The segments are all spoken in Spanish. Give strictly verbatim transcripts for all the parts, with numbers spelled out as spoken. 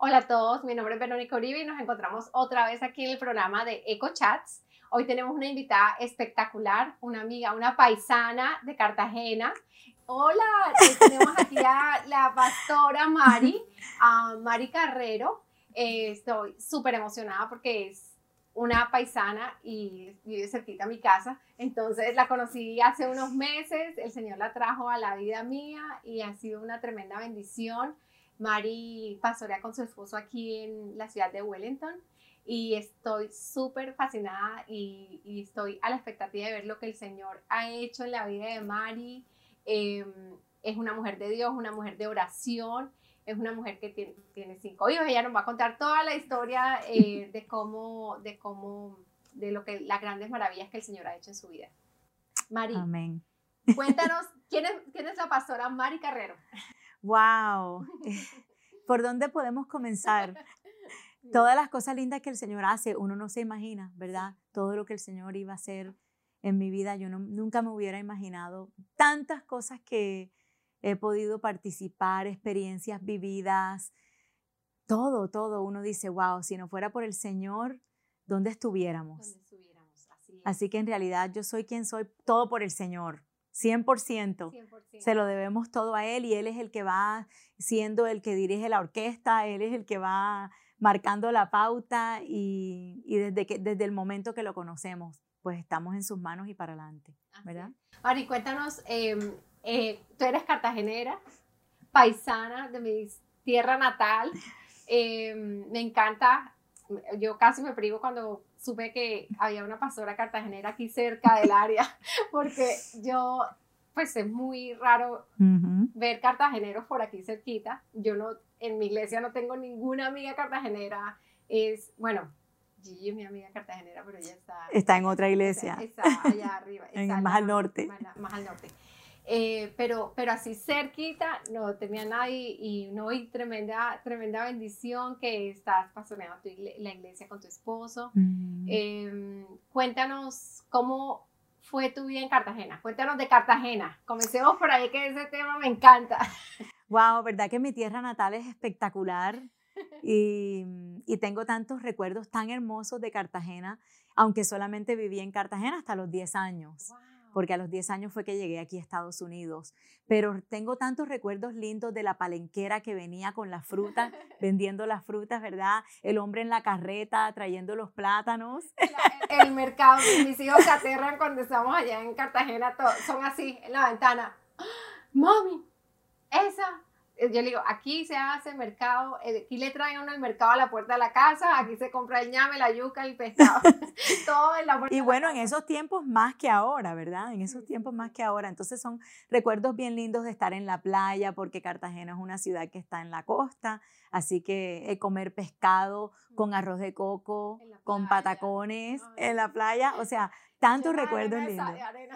Hola a todos, mi nombre es Verónica Uribe y nos encontramos otra vez aquí en el programa de EcoChats. Hoy tenemos una invitada espectacular, una amiga, una paisana de Cartagena. Hola, eh, tenemos aquí a la pastora Mari, a Mari Carrero. Eh, estoy súper emocionada porque es una paisana y vive cerquita a mi casa. Entonces la conocí hace unos meses, el Señor la trajo a la vida mía y ha sido una tremenda bendición. Mari pastorea con su esposo aquí en la ciudad de Wellington y estoy súper fascinada y, y estoy a la expectativa de ver lo que el Señor ha hecho en la vida de Mari. Eh, es una mujer de Dios, una mujer de oración, es una mujer que tiene, tiene cinco hijos. Ella nos va a contar toda la historia eh, de cómo, de cómo, de lo que, las grandes maravillas que el Señor ha hecho en su vida. Mari, Amén. Cuéntanos, ¿quién es, quién es la pastora Mari Carrero? Wow. ¿Por dónde podemos comenzar? Todas las cosas lindas que el Señor hace, uno no se imagina, ¿verdad? Todo lo que el Señor iba a hacer en mi vida, yo no, nunca me hubiera imaginado tantas cosas que he podido participar, experiencias vividas, todo, todo. Uno dice, wow, si no fuera por el Señor, ¿dónde estuviéramos? ¿Dónde estuviéramos? Así es. Así que en realidad yo soy quien soy, todo por el Señor. cien por ciento. cien por ciento. Se lo debemos todo a Él y Él es el que va siendo el que dirige la orquesta, Él es el que va marcando la pauta y, y desde, que, desde el momento que lo conocemos, pues estamos en sus manos y para adelante, ¿verdad? Mari, cuéntanos, eh, eh, tú eres cartagenera, paisana de mi tierra natal, eh, me encanta, yo casi me privo cuando supe que había una pastora cartagenera aquí cerca del área, porque yo, pues es muy raro uh-huh. ver cartageneros por aquí cerquita. Yo no, en mi iglesia no tengo ninguna amiga cartagenera. Es, bueno, Gigi es mi amiga cartagenera, pero ella está... Está en otra iglesia. Está, está allá arriba. Está en, allá, más al norte. Más, más al norte. Eh, pero, pero así cerquita no tenía nadie y no, y tremenda, tremenda bendición que estás pastoreando tu igle- la iglesia con tu esposo. Mm. Eh, cuéntanos cómo fue tu vida en Cartagena. Cuéntanos de Cartagena. Comencemos por ahí, que ese tema me encanta. Wow, verdad que mi tierra natal es espectacular y, y tengo tantos recuerdos tan hermosos de Cartagena, aunque solamente viví en Cartagena hasta los diez años. Wow. Porque a los diez años fue que llegué aquí a Estados Unidos. Pero tengo tantos recuerdos lindos de la palenquera que venía con las frutas, vendiendo las frutas, ¿verdad? El hombre en la carreta trayendo los plátanos. El, el mercado, mis hijos se aterran cuando estamos allá en Cartagena, todo, son así, en la ventana. Mami, esa... Yo le digo, aquí se hace mercado, aquí le traen uno el mercado a la puerta de la casa, aquí se compra el ñame, la yuca, el pescado, todo en la puerta. Y bueno, en esos tiempos más que ahora, ¿verdad? En esos tiempos más que ahora. Entonces son recuerdos bien lindos de estar en la playa, porque Cartagena es una ciudad que está en la costa, así que eh, comer pescado con arroz de coco, con patacones Ay. en la playa, o sea, tantos Llena recuerdos arena lindos. Esa, arena.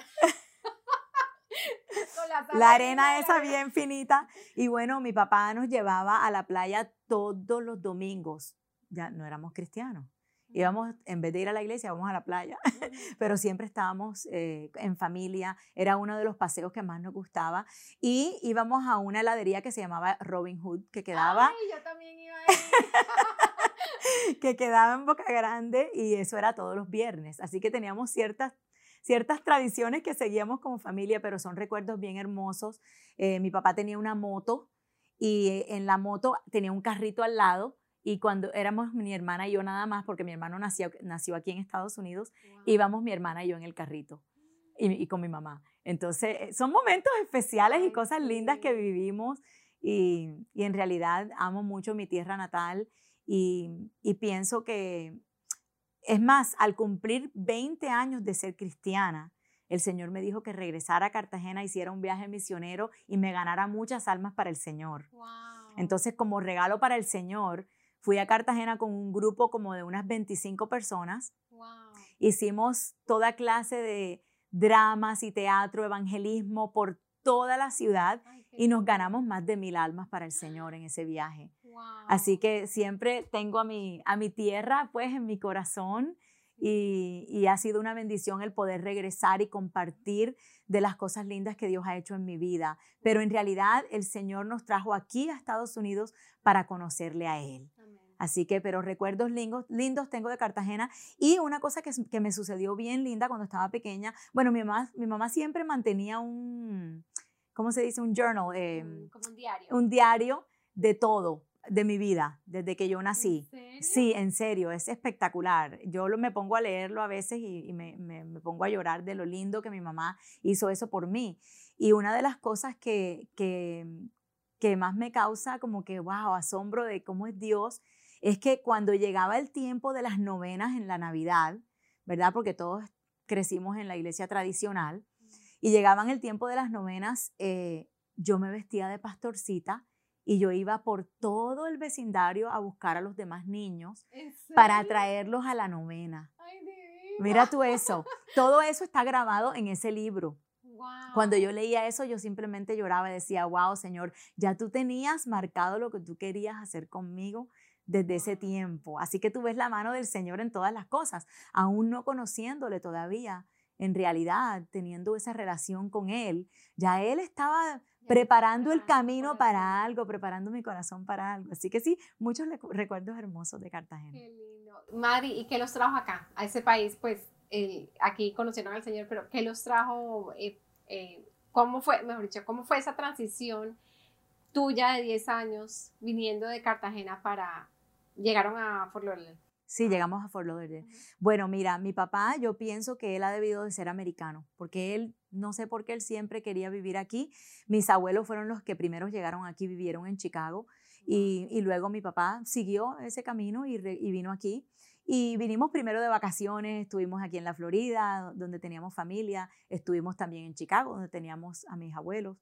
La, la arena esa bien finita. Y bueno, mi papá nos llevaba a la playa todos los domingos. Ya no éramos cristianos. Íbamos, en vez de ir a la iglesia, íbamos a la playa. Pero siempre estábamos eh, en familia. Era uno de los paseos que más nos gustaba. Y íbamos a una heladería que se llamaba Robin Hood, que quedaba... ¡Ay, yo también iba ahí! que quedaba en Boca Grande, y eso era todos los viernes. Así que teníamos ciertas ciertas tradiciones que seguíamos como familia, pero son recuerdos bien hermosos. Eh, mi papá tenía una moto y en la moto tenía un carrito al lado, y cuando éramos mi hermana y yo nada más, porque mi hermano nació, nació aquí en Estados Unidos, wow. íbamos mi hermana y yo en el carrito y, y con mi mamá. Entonces son momentos especiales Ay, y cosas sí. lindas que vivimos, y, y en realidad amo mucho mi tierra natal y, y pienso que es más, al cumplir veinte años de ser cristiana, el Señor me dijo que regresara a Cartagena, hiciera un viaje misionero y me ganara muchas almas para el Señor. Wow. Entonces, como regalo para el Señor, fui a Cartagena con un grupo como de unas veinticinco personas. Wow. Hicimos toda clase de dramas y teatro, evangelismo por toda la ciudad. Ay, y nos ganamos más de mil almas para el Señor en ese viaje. Wow. Así que siempre tengo a mi, a mi tierra pues en mi corazón, y, y ha sido una bendición el poder regresar y compartir de las cosas lindas que Dios ha hecho en mi vida. Pero en realidad el Señor nos trajo aquí a Estados Unidos para conocerle a Él. Así que, pero recuerdos lindos, lindos tengo de Cartagena. Y una cosa que, que me sucedió bien linda cuando estaba pequeña, bueno, mi mamá, mi mamá siempre mantenía un, ¿cómo se dice? Un journal. Eh, Mm, como un diario. Un diario de todo, de mi vida, desde que yo nací. ¿En serio? Sí, en serio, es espectacular. Yo lo, me pongo a leerlo a veces y, y me, me, me pongo a llorar de lo lindo que mi mamá hizo eso por mí. Y una de las cosas que, que, que más me causa como que, wow, asombro de cómo es Dios, es que cuando llegaba el tiempo de las novenas en la Navidad, ¿verdad? Porque todos crecimos en la iglesia tradicional, y llegaban el tiempo de las novenas, eh, yo me vestía de pastorcita y yo iba por todo el vecindario a buscar a los demás niños para traerlos a la novena. Ay, divina. Mira tú eso. Todo eso está grabado en ese libro. Wow. Cuando yo leía eso, yo simplemente lloraba y decía, wow, Señor, ya tú tenías marcado lo que tú querías hacer conmigo desde ese tiempo. Así que tú ves la mano del Señor en todas las cosas, aún no conociéndole todavía. En realidad, teniendo esa relación con Él, ya Él estaba preparando el camino para algo, preparando mi corazón para algo. Así que sí, muchos recuerdos hermosos de Cartagena. Qué lindo. Mari, ¿y qué los trajo acá, a ese país? Pues eh, aquí conocieron al Señor, pero ¿qué los trajo? Eh, eh, ¿Cómo fue, mejor dicho, cómo fue esa transición tuya de diez años viniendo de Cartagena para, llegaron a Fort Lauderdale? Sí, llegamos a Fort Lauderdale. Uh-huh. Bueno, mira, mi papá, yo pienso que él ha debido de ser americano, porque él, no sé por qué él siempre quería vivir aquí. Mis abuelos fueron los que primero llegaron aquí, vivieron en Chicago, y, y luego mi papá siguió ese camino y, re, y vino aquí. Y vinimos primero de vacaciones, estuvimos aquí en la Florida, donde teníamos familia, estuvimos también en Chicago, donde teníamos a mis abuelos,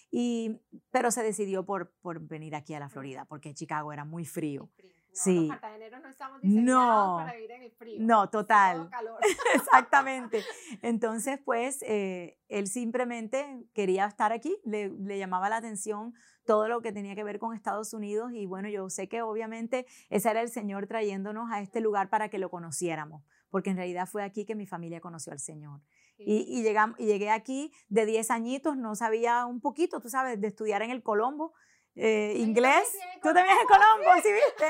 y, pero se decidió por, por venir aquí a la Florida, porque Chicago era muy frío. frío. No, sí. Los cartageneros no estamos diseñados no, para vivir en el frío. No, total. Todo calor. Exactamente. Entonces, pues, eh, él simplemente quería estar aquí, le, le llamaba la atención todo lo que tenía que ver con Estados Unidos y bueno, yo sé que obviamente ese era el Señor trayéndonos a este lugar para que lo conociéramos, porque en realidad fue aquí que mi familia conoció al Señor. Sí. Y, y, llegamos, y llegué aquí de diez añiñitos, no sabía un poquito, tú sabes, de estudiar en el Colombo, eh, inglés. ¿Tú también en el Colombo? ¿Sí viste?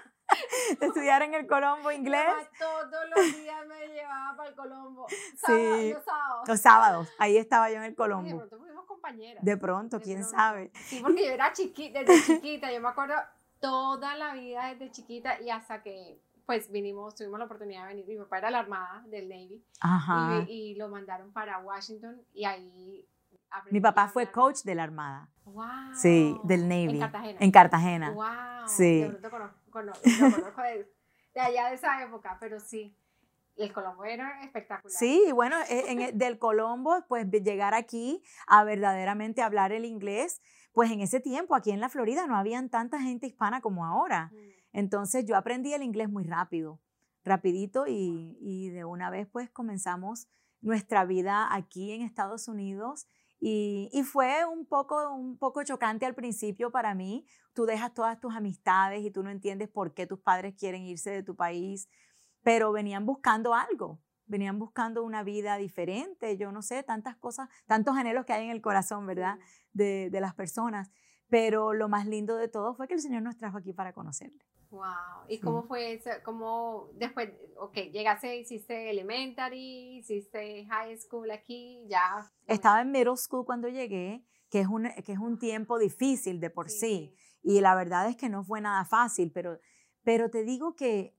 De estudiar en el Colombo inglés. Todos los días me llevaba para el Colombo. Sábado, sí, los sábados. Los sábados, ahí estaba yo en el Colombo. Y de pronto fuimos compañeras. De pronto, de quién pronto. sabe. Sí, porque yo era chiquita, desde chiquita, yo me acuerdo toda la vida desde chiquita y hasta que pues vinimos, tuvimos la oportunidad de venir. Mi papá era la Armada del Navy. Ajá. Y, y lo mandaron para Washington y ahí... Mi papá fue coach de la Armada. Wow. Sí, del Navy. En Cartagena. En Cartagena. Wow. Sí. De pronto conozco, conozco, lo conozco de, de allá de esa época, pero sí. El Colombo era espectacular. Sí, y bueno, en el, del Colombo, pues llegar aquí a verdaderamente hablar el inglés, pues en ese tiempo aquí en la Florida no habían tanta gente hispana como ahora. Mm. Entonces yo aprendí el inglés muy rápido, rapidito y, y de una vez pues comenzamos nuestra vida aquí en Estados Unidos. Y, y fue un poco, un poco chocante al principio para mí. Tú dejas todas tus amistades y tú no entiendes por qué tus padres quieren irse de tu país, pero venían buscando algo, venían buscando una vida diferente, yo no sé, tantas cosas, tantos anhelos que hay en el corazón, ¿verdad? De, de las personas. Pero lo más lindo de todo fue que el Señor nos trajo aquí para conocerle. Wow. ¿Y sí. cómo fue eso? ¿Cómo después, ok, llegaste, hiciste elementary, hiciste high school aquí, ya? Estaba en middle school cuando llegué, que es un, que es un tiempo difícil de por sí, sí. Y la verdad es que no fue nada fácil, pero, pero te digo que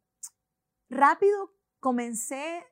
rápido comencé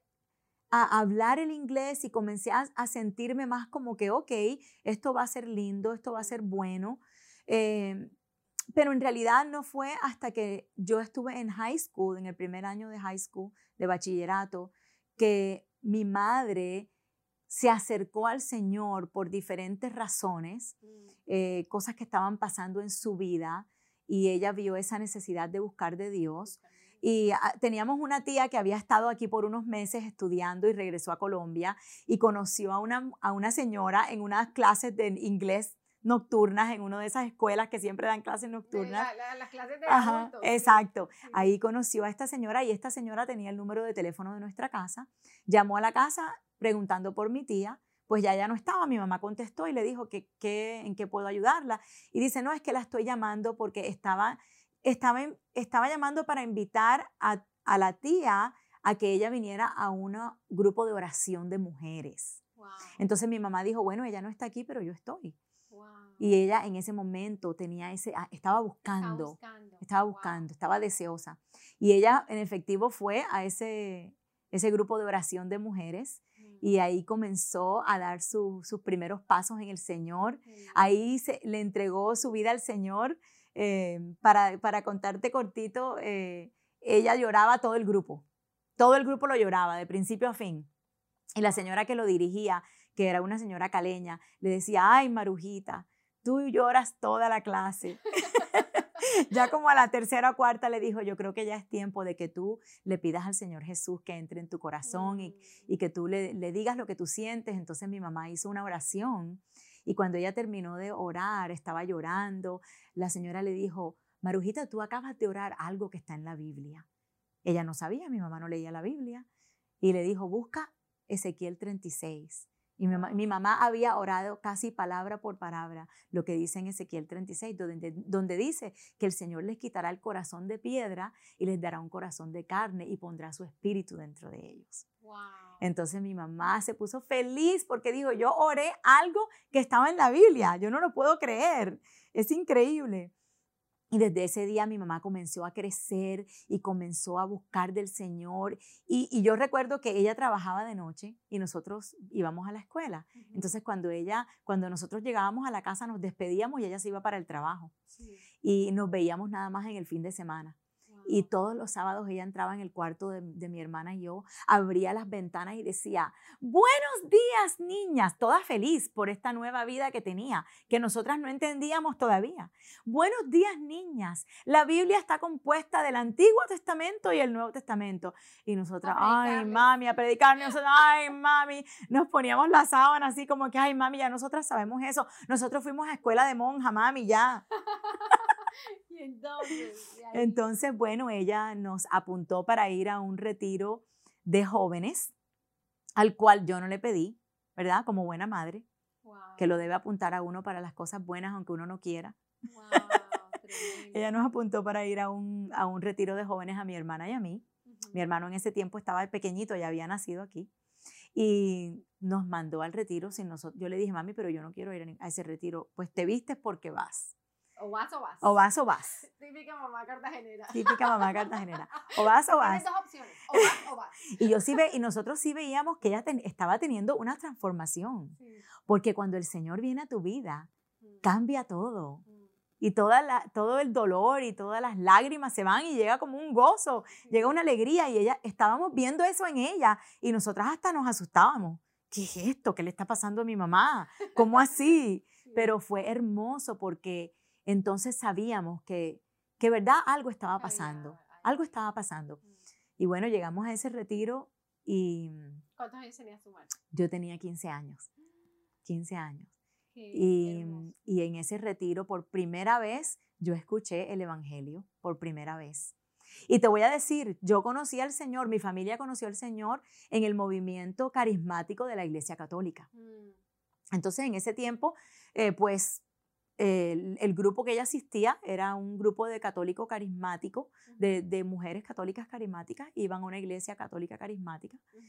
a hablar el inglés y comencé a, a sentirme más como que, ok, esto va a ser lindo, esto va a ser bueno. Eh, pero en realidad no fue hasta que yo estuve en high school, en el primer año de high school, de bachillerato, que mi madre se acercó al Señor por diferentes razones, eh, cosas que estaban pasando en su vida, y ella vio esa necesidad de buscar de Dios. Y a, teníamos una tía que había estado aquí por unos meses estudiando y regresó a Colombia y conoció a una, a una señora en unas clases de inglés nocturnas, en una de esas escuelas que siempre dan clases nocturnas. La, la, las clases de Ajá, adultos. exacto. Sí. Ahí conoció a esta señora y esta señora tenía el número de teléfono de nuestra casa. Llamó a la casa preguntando por mi tía, pues ya ya no estaba. Mi mamá contestó y le dijo que, que, en qué puedo ayudarla. Y dice, no, es que la estoy llamando porque estaba estaba, estaba llamando para invitar a, a la tía a que ella viniera a un grupo de oración de mujeres. Wow. Entonces mi mamá dijo, bueno, ella no está aquí, pero yo estoy. Wow. Y ella en ese momento tenía ese, estaba buscando, estaba buscando, estaba, buscando, wow. estaba deseosa. Y ella en efectivo fue a ese, ese grupo de oración de mujeres mm. y ahí comenzó a dar su, sus primeros pasos en el Señor. Mm. Ahí se, le entregó su vida al Señor. Eh, para, para contarte cortito, eh, ella lloraba todo el grupo. Todo el grupo lo lloraba, de principio a fin. Y la señora que lo dirigía, que era una señora caleña, le decía, ay, Marujita, tú lloras toda la clase. Ya como a la tercera o cuarta le dijo, yo creo que ya es tiempo de que tú le pidas al Señor Jesús que entre en tu corazón mm. y, y que tú le, le digas lo que tú sientes. Entonces mi mamá hizo una oración y cuando ella terminó de orar, estaba llorando, la señora le dijo, Marujita, tú acabas de orar algo que está en la Biblia. Ella no sabía, mi mamá no leía la Biblia y le dijo, busca Ezequiel treinta y seis. Y mi, mi mamá había orado casi palabra por palabra lo que dice en Ezequiel treinta y seis, donde, donde dice que el Señor les quitará el corazón de piedra y les dará un corazón de carne y pondrá su espíritu dentro de ellos. Wow. Entonces mi mamá se puso feliz porque dijo, yo oré algo que estaba en la Biblia, yo no lo puedo creer, es increíble. Y desde ese día mi mamá comenzó a crecer y comenzó a buscar del Señor. Y, y yo recuerdo que ella trabajaba de noche y nosotros íbamos a la escuela. Uh-huh. Entonces cuando ella, cuando nosotros llegábamos a la casa nos despedíamos y ella se iba para el trabajo. Sí. Y nos veíamos nada más en el fin de semana. Y todos los sábados ella entraba en el cuarto de, de mi hermana y yo, abría las ventanas y decía, buenos días, niñas, toda feliz por esta nueva vida que tenía, que nosotras no entendíamos todavía. Buenos días, niñas, la Biblia está compuesta del Antiguo Testamento y el Nuevo Testamento. Y nosotras, ay, mami, a predicar, nosotras, ay, mami, nos poníamos la sábana así como que, ay, mami, ya nosotras sabemos eso, nosotros fuimos a escuela de monja, mami, ya. Y entonces, entonces, bueno, ella nos apuntó para ir a un retiro de jóvenes, al cual yo no le pedí, ¿verdad? Como buena madre, wow. que lo debe apuntar a uno para las cosas buenas, aunque uno no quiera. Wow, ella nos apuntó para ir a un, a un retiro de jóvenes a mi hermana y a mí. Uh-huh. Mi hermano en ese tiempo estaba pequeñito, ya había nacido aquí. Y nos mandó al retiro sin nosotros. Yo le dije, mami, pero yo no quiero ir a ese retiro. Pues te vistes porque vas. O vas o vas. O vas o vas. Típica mamá cartagenera. Típica mamá cartagenera. O vas o vas. Tienes dos opciones. O vas o vas. Y, yo sí ve, y nosotros sí veíamos que ella ten, estaba teniendo una transformación. Sí. Porque cuando el Señor viene a tu vida, mm. cambia todo. Mm. Y toda la, todo el dolor y todas las lágrimas se van y llega como un gozo, sí. llega una alegría. Y ella, estábamos viendo eso en ella y nosotras hasta nos asustábamos. ¿Qué es esto? ¿Qué le está pasando a mi mamá? ¿Cómo así? Sí. Pero fue hermoso porque entonces sabíamos que, que verdad algo estaba pasando, algo estaba pasando. Y bueno, llegamos a ese retiro y... ¿Cuántos años tenías tu madre? Yo tenía quince años, quince años. Qué y, y en ese retiro por primera vez yo escuché el evangelio, por primera vez. Y te voy a decir, yo conocí al Señor, mi familia conoció al Señor en el movimiento carismático de la Iglesia Católica. Mm. Entonces en ese tiempo, eh, pues... El, el grupo que ella asistía era un grupo de católico carismático, de, de mujeres católicas carismáticas, iban a una iglesia católica carismática. Uh-huh.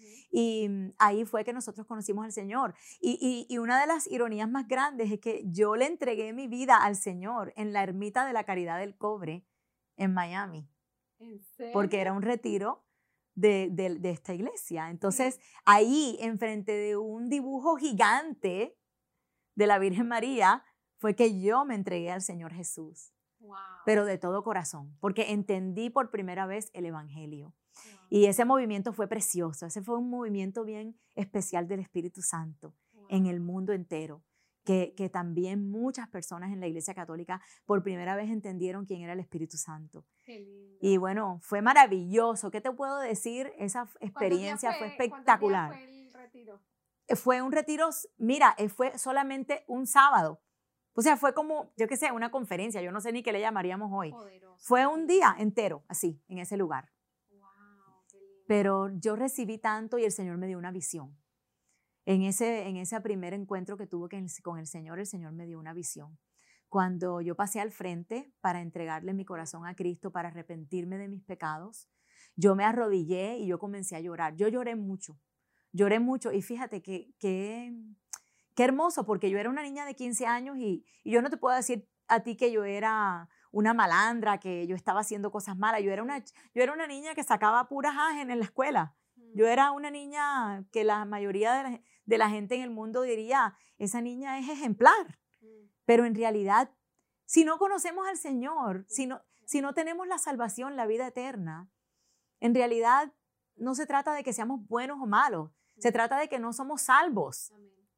Y ahí fue que nosotros conocimos al Señor. Y, y, y una de las ironías más grandes es que yo le entregué mi vida al Señor en la ermita de la Caridad del Cobre en Miami. ¿En serio? Porque era un retiro de, de, de esta iglesia. Entonces, sí. ahí, enfrente de un dibujo gigante de la Virgen María, fue que yo me entregué al Señor Jesús, wow. pero de todo corazón, porque entendí por primera vez el evangelio. Wow. Y ese movimiento fue precioso, ese fue un movimiento bien especial del Espíritu Santo wow. en el mundo entero, que, que también muchas personas en la Iglesia Católica por primera vez entendieron quién era el Espíritu Santo. Qué lindo. Y bueno, fue maravilloso. ¿Qué te puedo decir? Esa experiencia fue, fue espectacular. ¿Cuántos días fue el retiro? Fue un retiro, mira, fue solamente un sábado. O sea, fue como, yo qué sé, una conferencia, yo no sé ni qué le llamaríamos hoy. Poderoso. Fue un día entero, así, en ese lugar. Wow, qué lindo. Pero yo recibí tanto y el Señor me dio una visión. En ese, en ese primer encuentro que tuve con el Señor, el Señor me dio una visión. cuando yo pasé al frente para entregarle mi corazón a Cristo, para arrepentirme de mis pecados, yo me arrodillé y yo comencé a llorar. Yo lloré mucho, lloré mucho y fíjate que, que, qué hermoso, porque yo era una niña de quince años y, y yo no te puedo decir a ti que yo era una malandra, que yo estaba haciendo cosas malas. Yo era una, yo era una niña que sacaba puras ajes en la escuela. Yo era una niña que la mayoría de la, de la gente en el mundo diría, esa niña es ejemplar. Pero en realidad, si no conocemos al Señor, si no, si no tenemos la salvación, la vida eterna, en realidad no se trata de que seamos buenos o malos, se trata de que no somos salvos.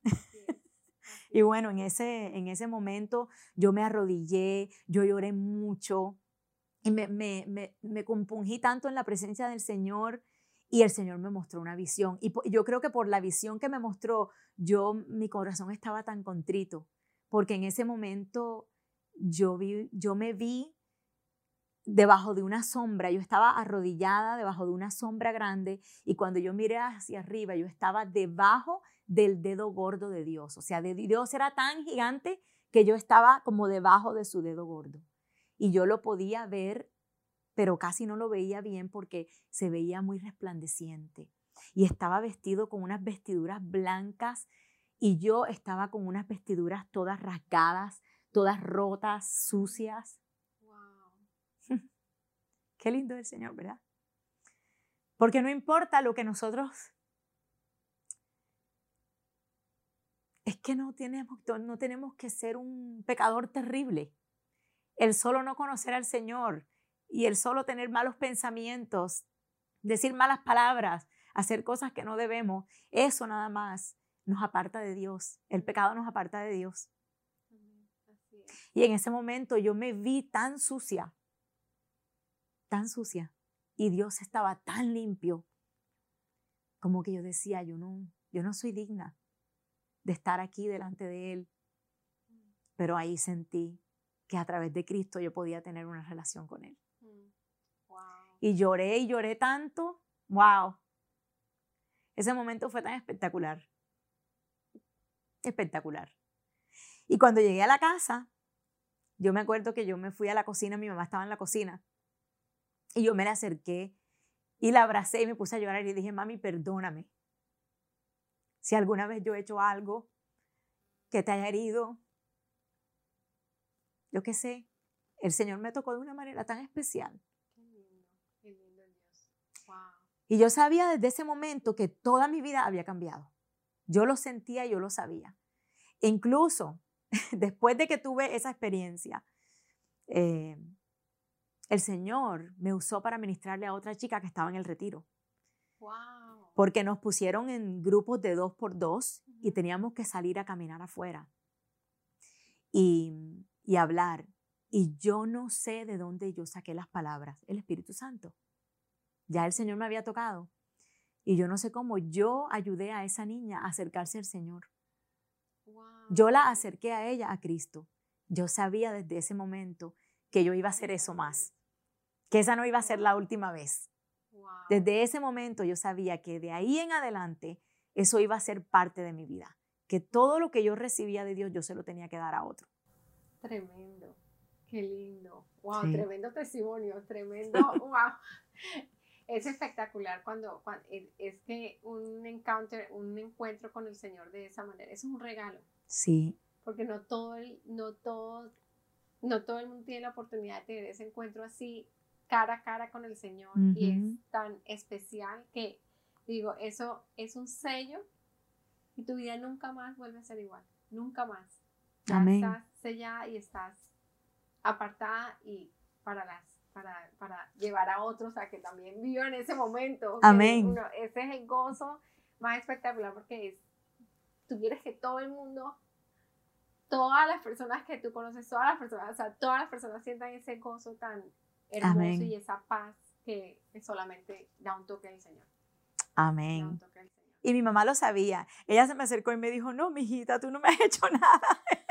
Y bueno, en ese, en ese momento yo me arrodillé, yo lloré mucho y me, me, me, me compungí tanto en la presencia del Señor y el Señor me mostró una visión. Y yo creo que por la visión que me mostró, yo, mi corazón estaba tan contrito, porque en ese momento yo, vi, yo me vi debajo de una sombra, yo estaba arrodillada debajo de una sombra grande y cuando yo miré hacia arriba, yo estaba debajo del dedo gordo de Dios. O sea, de Dios era tan gigante que yo estaba como debajo de su dedo gordo. Y yo lo podía ver, pero casi no lo veía bien porque se veía muy resplandeciente. Y estaba vestido con unas vestiduras blancas y yo estaba con unas vestiduras todas rasgadas, todas rotas, sucias. Wow. Qué lindo es el Señor, ¿verdad? Porque no importa lo que nosotros... Es que no tenemos, no tenemos que ser un pecador terrible. El solo no conocer al Señor y el solo tener malos pensamientos, decir malas palabras, hacer cosas que no debemos, eso nada más nos aparta de Dios. El pecado nos aparta de Dios. Así es. Y en ese momento yo me vi tan sucia, tan sucia, y Dios estaba tan limpio, como que yo decía, yo no, yo no soy digna de estar aquí delante de Él. Pero ahí sentí que a través de Cristo yo podía tener una relación con Él. Wow. Y lloré y lloré tanto. Wow. Ese momento fue tan espectacular. Espectacular. Y cuando llegué a la casa, yo me acuerdo que yo me fui a la cocina, mi mamá estaba en la cocina, y yo me la acerqué y la abracé y me puse a llorar y dije, mami, perdóname. Si alguna vez yo he hecho algo que te haya herido, yo qué sé, el Señor me tocó de una manera tan especial. Qué lindo, qué lindo Dios. Wow. Y yo sabía desde ese momento que toda mi vida había cambiado. Yo lo sentía y yo lo sabía. E incluso después de que tuve esa experiencia, eh, el Señor me usó para ministrarle a otra chica que estaba en el retiro. Wow. Porque nos pusieron en grupos de dos por dos uh-huh. y teníamos que salir a caminar afuera y, y hablar. Y yo no sé de dónde yo saqué las palabras. El Espíritu Santo. Ya el Señor me había tocado. Y yo no sé cómo yo ayudé a esa niña a acercarse al Señor. Wow. Yo la acerqué a ella, a Cristo. Yo sabía desde ese momento que yo iba a hacer eso más. Que esa no iba a ser la última vez. Wow. Desde ese momento yo sabía que de ahí en adelante eso iba a ser parte de mi vida. Que todo lo que yo recibía de Dios yo se lo tenía que dar a otro. Tremendo. Qué lindo. Wow, Sí. Tremendo testimonio. Tremendo. Wow. Es espectacular cuando, cuando es que un encounter, un encuentro con el Señor de esa manera, eso es un regalo. Sí. Porque no todo el, no todo, no todo el mundo tiene la oportunidad de tener ese encuentro así cara a cara con el Señor. Uh-huh. Y es tan especial que, digo, eso es un sello y tu vida nunca más vuelve a ser igual. Nunca más. Ya Amén. Estás sellada y estás apartada y para las Para, para llevar a otros a que también vivan ese momento. Amén. Uno, ese es el gozo más espectacular porque es, tú quieres que todo el mundo, todas las personas que tú conoces, todas las personas, o sea, todas las personas sientan ese gozo tan hermoso. Amén. Y esa paz que, que solamente da un toque del Señor. Amén. Da un toque del Señor. Y mi mamá lo sabía. Ella se me acercó y me dijo, no, mijita, tú no me has hecho nada.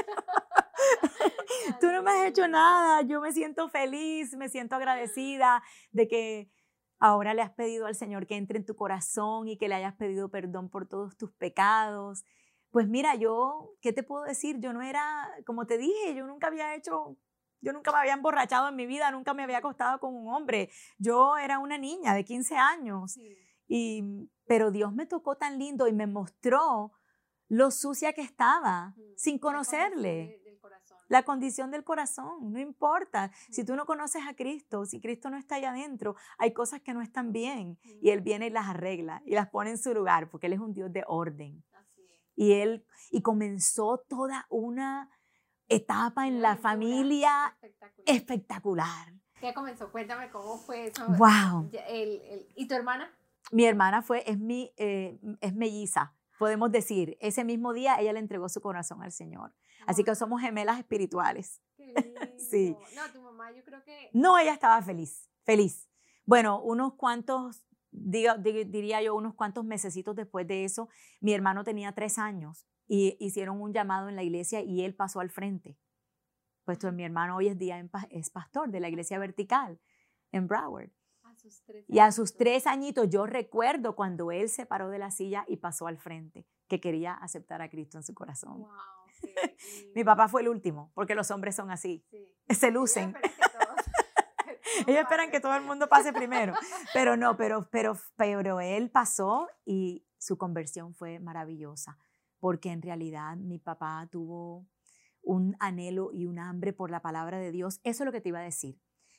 Tú no me has hecho nada, yo me siento feliz, me siento agradecida de que ahora le has pedido al Señor que entre en tu corazón y que le hayas pedido perdón por todos tus pecados. Pues mira, yo, ¿qué te puedo decir? Yo no era, como te dije, yo nunca había hecho, yo nunca me había emborrachado en mi vida, nunca me había acostado con un hombre. Yo era una niña de quince años, Sí. y, pero Dios me tocó tan lindo y me mostró lo sucia que estaba, Ujú. sin La condición conocerle. de- del corazón. La condición del corazón, no importa. Si tú no conoces a Cristo, si Cristo no está allá adentro, hay cosas que no están bien y Él viene y las arregla y las pone en su lugar porque Él es un Dios de orden. Así es. Y Él, y comenzó toda una etapa en Una la aventura familia espectacular. espectacular. ¿Qué comenzó? Cuéntame cómo fue eso. ¡Wow! Ya, el- el- ¿Y tu hermana? Mi hermana fue, es, mi, eh, es melliza, podemos decir. Ese mismo día ella le entregó su corazón al Señor. Así que somos gemelas espirituales. Qué lindo. Sí. No, tu mamá yo creo que... No, ella estaba feliz, feliz. Bueno, unos cuantos, diga- di- diría yo, unos cuantos mesecitos después de eso, mi hermano tenía tres años y hicieron un llamado en la iglesia y él pasó al frente. Puesto mi hermano hoy es día en pa- es pastor de la iglesia vertical en Broward. A sus tres Y a sus añitos. tres añitos yo recuerdo cuando él se paró de la silla y pasó al frente, que quería aceptar a Cristo en su corazón. Wow, qué Mi lindo. papá fue el último, porque los hombres son así, Sí. se Ellos lucen. esperan que todos- que todos Ellos esperan pasen. que todo el mundo pase primero, pero no, pero, pero, pero él pasó y su conversión fue maravillosa, porque en realidad mi papá tuvo un anhelo y un hambre por la palabra de Dios. Eso es lo que te iba a decir.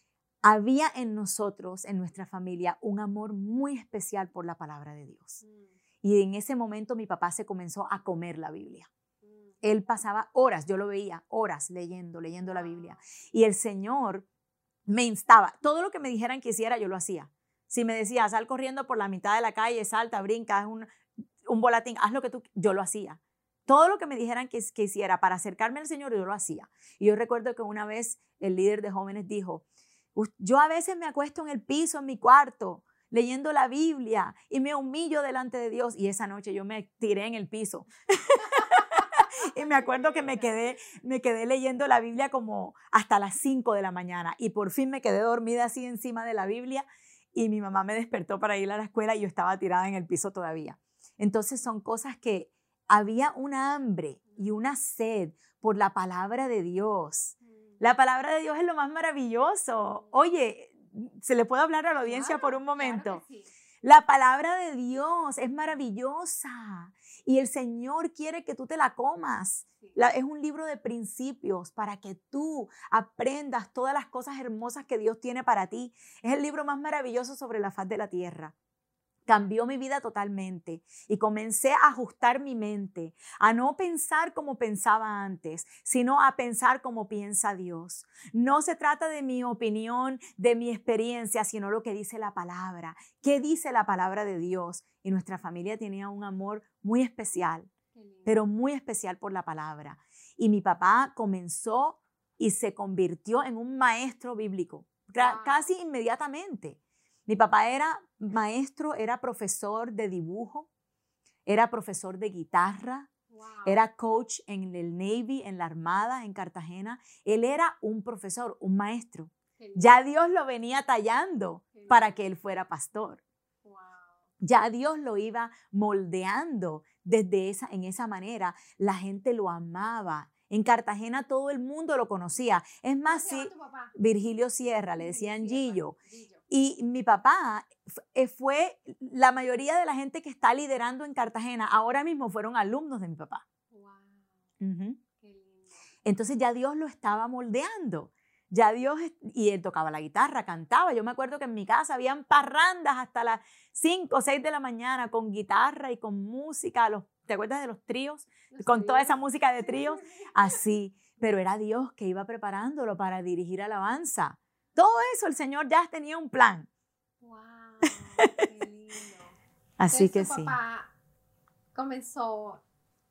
Había en nosotros, en nuestra familia, un amor muy especial por la palabra de Dios. Mm, Y en ese momento mi papá se comenzó a comer la Biblia. mm. Él pasaba horas, yo lo veía, horas leyendo, leyendo la Wow. Biblia. Y el Señor me instaba. Todo lo que me dijeran que hiciera, yo lo hacía. Si me decía, sal corriendo por la mitad de la calle, salta, brinca, haz un, un volatín, haz lo que tú, yo lo hacía. Todo lo que me dijeran que, que hiciera para acercarme al Señor, yo lo hacía. Y yo recuerdo que una vez el líder de jóvenes dijo, "Us- yo a veces me acuesto en el piso, en mi cuarto, leyendo la Biblia y me humillo delante de Dios". Y esa noche yo me tiré en el piso. Y me acuerdo que me quedé, me quedé leyendo la Biblia como hasta las cinco de la mañana y por fin me quedé dormida así encima de la Biblia y mi mamá me despertó para ir a la escuela y yo estaba tirada en el piso todavía. Entonces son cosas que había una hambre y una sed por la palabra de Dios. La palabra de Dios es lo más maravilloso. Oye, ¿se le puede hablar a la audiencia por un momento? Claro que sí. La palabra de Dios es maravillosa y el Señor quiere que tú te la comas. Sí. La- es un libro de principios para que tú aprendas todas las cosas hermosas que Dios tiene para ti. Es el libro más maravilloso sobre la faz de la tierra. Cambió mi vida totalmente y comencé a ajustar mi mente, a no pensar como pensaba antes, sino a pensar como piensa Dios. No se trata de mi opinión, de mi experiencia, sino lo que dice la palabra. ¿Qué dice la palabra de Dios? Y nuestra familia tenía un amor muy especial, Qué lindo. pero muy especial por la palabra. Y mi papá comenzó y se convirtió en un maestro bíblico, Ca- Wow. casi inmediatamente. Mi papá era maestro, era profesor de dibujo, era profesor de guitarra, Wow. era coach en el Navy, en la Armada, en Cartagena. Él era un profesor, un maestro. Qué lindo. Ya Dios lo venía tallando Qué lindo. para que él fuera pastor. Wow. Ya Dios lo iba moldeando desde esa, en esa manera. La gente lo amaba. En Cartagena todo el mundo lo conocía. Es ¿Cómo más, se llama sí, tu papá? Virgilio Sierra, le Virgilio decían Sierra. Gillo. Gillo. Y mi papá f- eh, fue, la mayoría de la gente que está liderando en Cartagena ahora mismo fueron alumnos de mi papá. Wow. Ujú. Qué lindo. Entonces ya Dios lo estaba moldeando. Ya Dios, es- y él tocaba la guitarra, cantaba. Yo me acuerdo que en mi casa habían parrandas hasta las cinco o seis de la mañana con guitarra y con música. Los, ¿te acuerdas de los tríos? Los Con toda tríos. esa música de Sí, tríos. sí, sí. Así. Pero era Dios que iba preparándolo para dirigir alabanza. Todo eso, el Señor ya tenía un plan. Wow. Qué lindo. Así Entonces, que tu sí. papá comenzó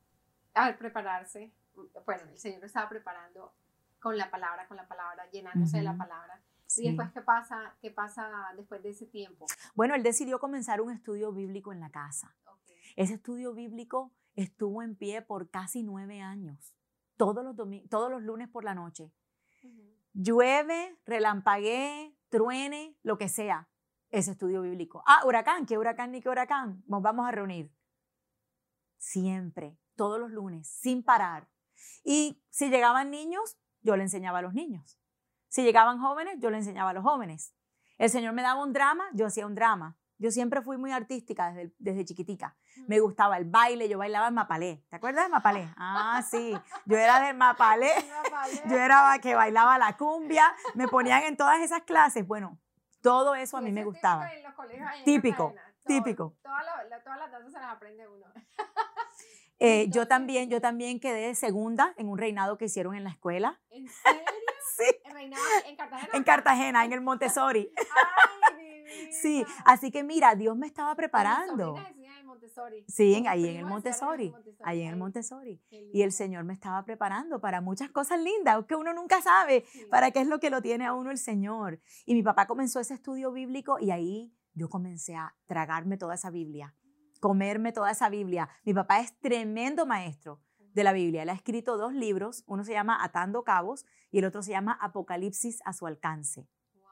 a prepararse. Bueno, el Señor lo estaba preparando con la palabra, con la palabra, llenándose de la Ujú. palabra. Sí. Y después, ¿qué pasa? ¿Qué pasa después de ese tiempo? Bueno, él decidió comenzar un estudio bíblico en la casa. Okay. Ese estudio bíblico estuvo en pie por casi nueve años, todos los, domi- todos los lunes por la noche. Ujú. Llueve, relampaguee, truene, lo que sea, ese estudio bíblico. Ah, huracán, ¿qué huracán ni qué huracán? Nos vamos a reunir. Siempre todos los lunes, sin parar. Y si llegaban niños, yo le enseñaba a los niños. Si llegaban jóvenes, yo le enseñaba a los jóvenes. El Señor me daba un drama, yo hacía un drama. Yo siempre fui muy artística desde, desde chiquitica. Me gustaba el baile, yo bailaba el mapalé. ¿Te acuerdas del mapalé? Ah, sí. Yo era del mapalé. Yo era que bailaba la cumbia. Me ponían en todas esas clases. Bueno, todo eso a mí me gustaba. Típico en los colegios ahí en Típico, Cartagena. Todo, típico. Todas las, todas las danzas se las aprende uno. Eh, yo también, yo también quedé segunda en un reinado que hicieron en la escuela. ¿En serio? Sí. ¿El reinado en Cartagena? En Cartagena, en el Montessori. Ay, mi vida. Sí, así que mira, Dios me estaba Mis preparando. sobrinas decían en Montessori. Sí, Mis ahí en el primas Montessori, decían en ahí en el Ay, Montessori. qué Y el lindo. Señor me estaba preparando para muchas cosas lindas que uno nunca sabe Sí. para qué es lo que lo tiene a uno el Señor. Y mi papá comenzó ese estudio bíblico y ahí yo comencé a tragarme toda esa Biblia, comerme toda esa Biblia. Mi papá es tremendo maestro de la Biblia. Él ha escrito dos libros, uno se llama Atando Cabos y el otro se llama Apocalipsis a su alcance. Wow.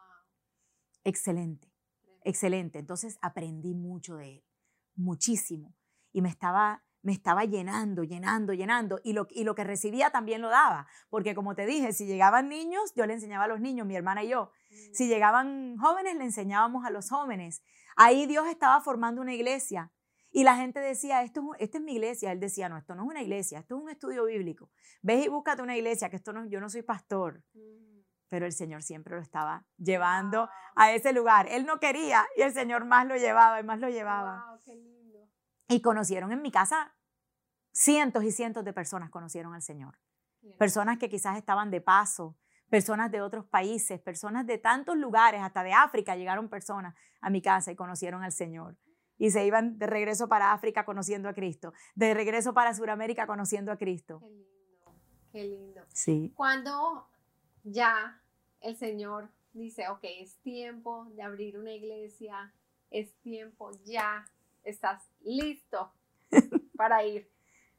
Excelente, excelente. Entonces aprendí mucho de él, muchísimo. Y me estaba, me estaba llenando, llenando, llenando. Y lo, y lo que recibía también lo daba. Porque como te dije, si llegaban niños, yo le enseñaba a los niños, mi hermana y yo. Mm. Si llegaban jóvenes, le enseñábamos a los jóvenes. Ahí Dios estaba formando una iglesia. Y la gente decía, esto es, un- esta es mi iglesia. Él decía, no, esto no es una iglesia, esto es un estudio bíblico. Ves y búscate una iglesia, que esto no, yo no soy pastor. Mm. Pero el Señor siempre lo estaba llevando Wow. a ese lugar. Él no quería y el Señor más lo llevaba y más lo llevaba. Wow, qué lindo. Y conocieron en mi casa, cientos y cientos de personas conocieron al Señor. Qué Personas que quizás estaban de paso, personas de otros países, personas de tantos lugares, hasta de África llegaron personas a mi casa y conocieron al Señor. Y se iban de regreso para África conociendo a Cristo, de regreso para Sudamérica conociendo a Cristo. Qué lindo, qué lindo. Sí. Cuando ya el Señor dice, ok, es tiempo de abrir una iglesia, es tiempo, ya estás listo para ir.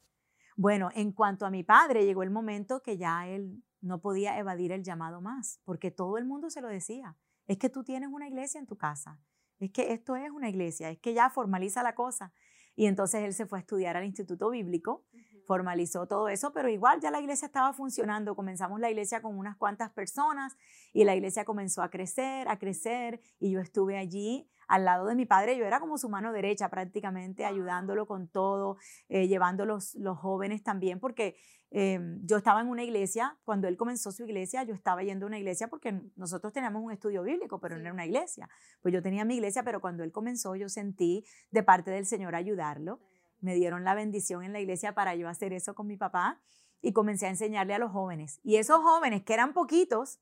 Bueno, en cuanto a mi padre, llegó el momento que ya él no podía evadir el llamado más, porque todo el mundo se lo decía. Es que tú tienes una iglesia en tu casa, es que esto es una iglesia, es que ya formaliza la cosa. Y entonces él se fue a estudiar al Instituto Bíblico, Ujú. formalizó todo eso, pero igual ya la iglesia estaba funcionando. Comenzamos la iglesia con unas cuantas personas y la iglesia comenzó a crecer, a crecer, y yo estuve allí al lado de mi padre. Yo era como su mano derecha prácticamente, Wow. ayudándolo con todo, eh, llevando los, los jóvenes también, porque eh, yo estaba en una iglesia, cuando él comenzó su iglesia, yo estaba yendo a una iglesia porque nosotros teníamos un estudio bíblico, pero Sí. no era una iglesia. Pues yo tenía mi iglesia, pero cuando él comenzó, yo sentí de parte del Señor ayudarlo. Me dieron la bendición en la iglesia para yo hacer eso con mi papá y comencé a enseñarle a los jóvenes. Y esos jóvenes, que eran poquitos,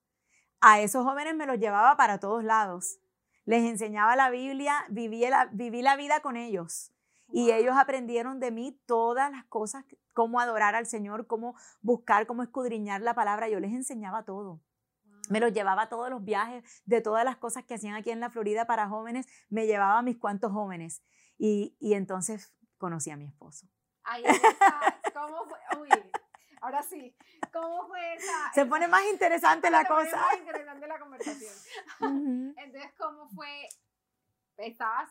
a esos jóvenes me los llevaba para todos lados. Les enseñaba la Biblia, viví la, viví la vida con ellos. Y Wow. ellos aprendieron de mí todas las cosas, cómo adorar al Señor, cómo buscar, cómo escudriñar la palabra. Yo les enseñaba todo. Wow. Me los llevaba a todos los viajes, de todas las cosas que hacían aquí en la Florida para jóvenes, me llevaba a mis cuantos jóvenes. Y, y entonces conocí a mi esposo. Ahí está. ¿Cómo fue? Uy, ahora sí. ¿Cómo fue esa? Se esa- pone más interesante la Se pone cosa. más interesante la conversación. Ujú. Entonces, ¿cómo fue? Estabas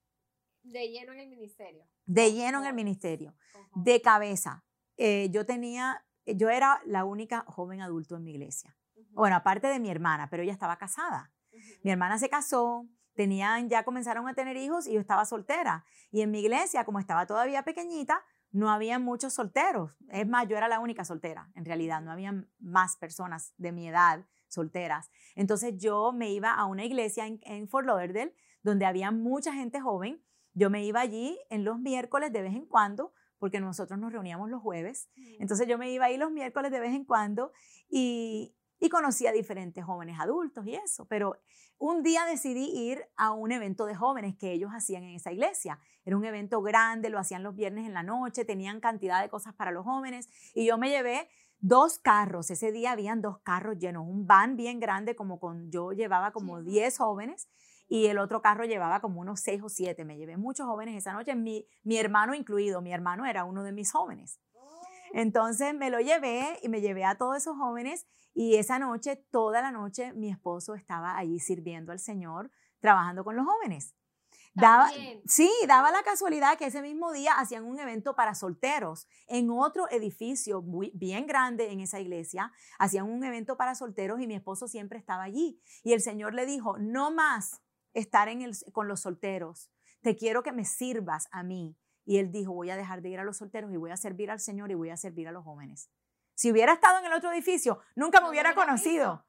de lleno en el ministerio. De lleno en el Jóvenes, ministerio, con jóvenes. de cabeza. Eh, yo tenía, yo era la única joven adulto en mi iglesia. Ujú, Bueno, aparte de mi hermana, pero ella estaba casada. ujú. Mi hermana se casó, tenían, ya comenzaron a tener hijos y yo estaba soltera. Y en mi iglesia, como estaba todavía pequeñita, no había muchos solteros. Es más, yo era la única soltera, en realidad. No había más personas de mi edad solteras. Entonces yo me iba a una iglesia en, en Fort Lauderdale, donde había mucha gente joven. Yo me iba allí en los miércoles de vez en cuando, porque nosotros nos reuníamos los jueves. Ujú. Entonces yo me iba ahí los miércoles de vez en cuando y, y conocía a diferentes jóvenes adultos y eso. Pero un día decidí ir a un evento de jóvenes que ellos hacían en esa iglesia. Era un evento grande, lo hacían los viernes en la noche, tenían cantidad de cosas para los jóvenes y yo me llevé dos carros. Ese día habían dos carros llenos, un van bien grande, como con, yo llevaba como Sí. diez jóvenes y el otro carro llevaba como unos seis o siete. Me llevé muchos jóvenes esa noche, mi, mi hermano incluido. Mi hermano era uno de mis jóvenes. Oh, Entonces me lo llevé y me llevé a todos esos jóvenes y esa noche, toda la noche, mi esposo estaba allí sirviendo al Señor, trabajando con los jóvenes. Daba, También. sí, daba la casualidad que ese mismo día hacían un evento para solteros en otro edificio muy, bien grande en esa iglesia. Hacían un evento para solteros y mi esposo siempre estaba allí. Y el Señor le dijo, no más estar en el, con los solteros. Te quiero que me sirvas a mí. Y él dijo, voy a dejar de ir a los solteros y voy a servir al Señor y voy a servir a los jóvenes. Si hubiera estado en el otro edificio, nunca me No hubiera hubiera conocido.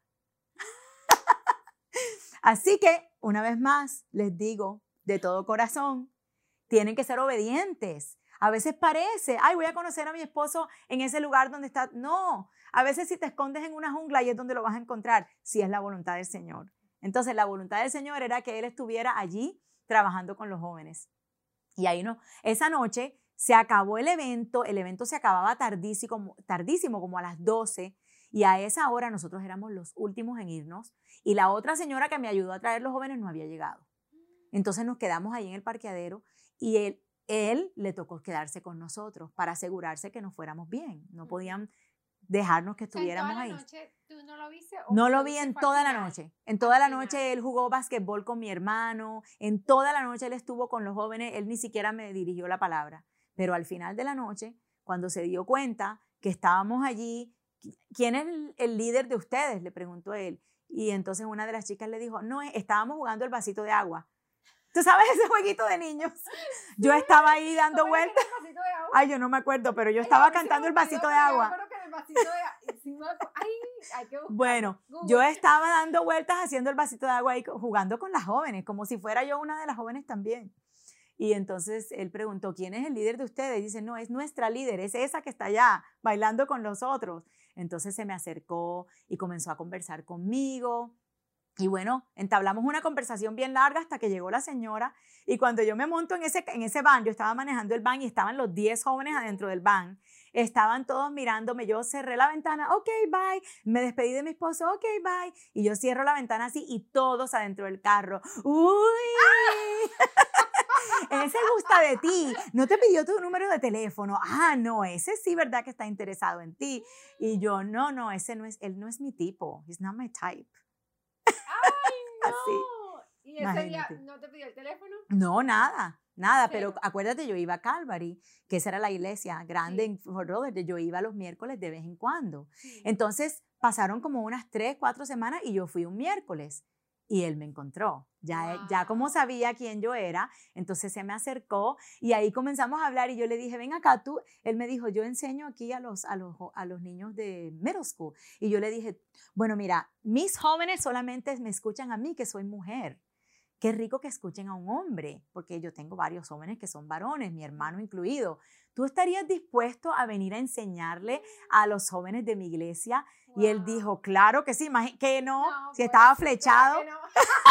Así que, una vez más, les digo, de todo corazón, tienen que ser obedientes. A veces parece, ay, voy a conocer a mi esposo en ese lugar donde está. No, a veces si te escondes en una jungla ahí es donde lo vas a encontrar, si es la voluntad del Señor. Entonces, la voluntad del Señor era que Él estuviera allí trabajando con los jóvenes. Y ahí no, esa noche se acabó el evento, el evento se acababa tardísimo, tardísimo como a las doce, y a esa hora nosotros éramos los últimos en irnos, y la otra señora que me ayudó a traer los jóvenes no había llegado. Entonces nos quedamos ahí en el parqueadero y él, él le tocó quedarse con nosotros para asegurarse que nos fuéramos bien. No podían dejarnos que estuviéramos ahí. ¿En toda la noche tú no lo viste? ¿O No cuando lo vi viste en fue al toda la final? noche. En toda la Al noche final. él jugó basquetbol con mi hermano. En toda la noche él estuvo con los jóvenes. Él ni siquiera me dirigió la palabra. Pero al final de la noche, cuando se dio cuenta que estábamos allí, ¿quién es el, el líder de ustedes?, le preguntó él. Y entonces una de las chicas le dijo, no, estábamos jugando el vasito de agua. ¿Tú sabes ese jueguito de niños? Yo estaba ahí dando ¿Cómo era que vueltas. era el vasito de agua? Ay, yo no me acuerdo, pero yo Ay, estaba a mí se me cantando el olvidó, vasito de pero yo me agua. acuerdo que en el vasito de agua, sí me acu- ay, hay que buscarlo. Bueno, Google. yo estaba dando vueltas haciendo el vasito de agua y jugando con las jóvenes, como si fuera yo una de las jóvenes también. Y entonces él preguntó, ¿quién es el líder de ustedes? Y dice, no, es nuestra líder, es esa que está allá bailando con los otros. Entonces se me acercó y comenzó a conversar conmigo. Y bueno, entablamos una conversación bien larga hasta que llegó la señora. Y cuando yo me monto en ese, en ese van, yo estaba manejando el van y estaban los diez jóvenes adentro del van. Estaban todos mirándome. Yo cerré la ventana, ok, bye. Me despedí de mi esposo, ok, bye. Y yo cierro la ventana así y todos adentro del carro. ¡Uy! Ese gusta de ti. No te pidió tu número de teléfono. Ah, no, ese sí, ¿verdad que está interesado en ti? Y yo, no, no, ese no es, él no es mi tipo. He's not my type. ¡Ay, no! Así. ¿Y ese Imagínate. día no te pidió el teléfono? No, nada, nada, Cero. pero acuérdate, yo iba a Calvary, que esa era la iglesia grande Sí. en Fort Lauderdale, yo iba los miércoles de vez en cuando. Sí. Entonces pasaron como unas tres, cuatro semanas y yo fui un miércoles y él me encontró. Ya, él- ya como Wow. sabía quién yo era, entonces se me acercó y ahí comenzamos a hablar y yo le dije, ven acá tú. Él me dijo, yo enseño aquí a los, a los, jo- a los niños de middle school. Y yo le dije, bueno, mira, mis jóvenes solamente me escuchan a mí, que soy mujer. Qué rico que escuchen a un hombre, porque yo tengo varios jóvenes que son varones, mi hermano incluido. ¿Tú estarías dispuesto a venir a enseñarle a los jóvenes de mi iglesia? Y él Wow. dijo, claro que sí, imagi- que no, No, si pues, estaba claro flechado. que no.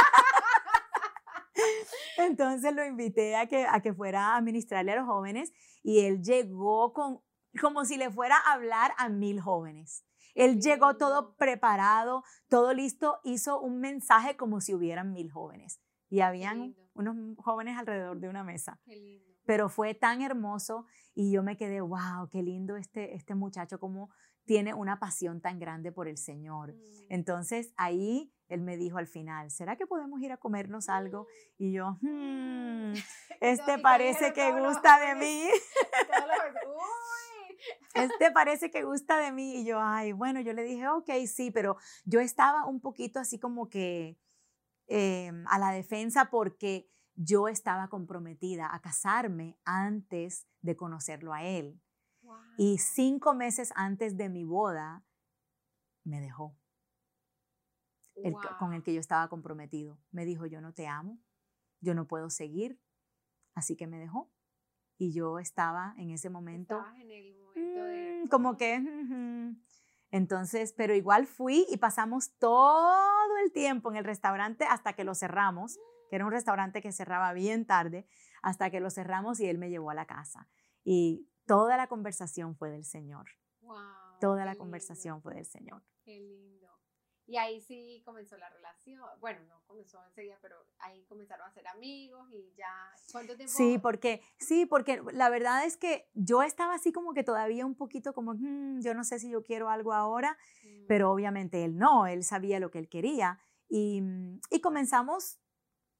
Entonces lo invité a que, a que fuera a ministrarle a los jóvenes y él llegó con, como si le fuera a hablar a mil jóvenes. Él Qué llegó lindo. todo preparado, todo listo, hizo un mensaje como si hubieran mil jóvenes. Y habían lindo. unos jóvenes alrededor de una mesa. Qué lindo. Pero fue tan hermoso y yo me quedé, wow, qué lindo este, este muchacho, cómo tiene una pasión tan grande por el Señor. Mm. Entonces ahí él me dijo al final, ¿será que podemos ir a comernos algo? Y yo, hmm, este y parece dijeron que todos los gusta de jóvenes, mí. todos los jóvenes, uy. Este parece que gusta de mí. Y yo, ay, bueno, yo le dije, ok, sí, pero yo estaba un poquito así como que eh, a la defensa porque yo estaba comprometida a casarme antes de conocerlo a él. Wow. Y cinco meses antes de mi boda, me dejó. El, Wow. con el que yo estaba comprometido. Me dijo, yo no te amo, yo no puedo seguir, así que me dejó. Y yo estaba en ese momento, Estabas en el momento de... mm, como que, mm, mm. Entonces, pero igual fui y pasamos todo el tiempo en el restaurante hasta que lo cerramos, que era un restaurante que cerraba bien tarde, hasta que lo cerramos y él me llevó a la casa. Y toda la conversación fue del Señor. Wow, Toda qué la lindo, conversación fue del Señor. Qué lindo. Y ahí sí comenzó la relación. Bueno, no comenzó enseguida, pero ahí comenzaron a ser amigos y ya. ¿Cuánto tiempo? Sí, porque, sí, porque la verdad es que yo estaba así como que todavía un poquito como, "Hmm, yo no sé si yo quiero algo ahora", Mm. pero obviamente él no, él sabía lo que él quería. Y, y comenzamos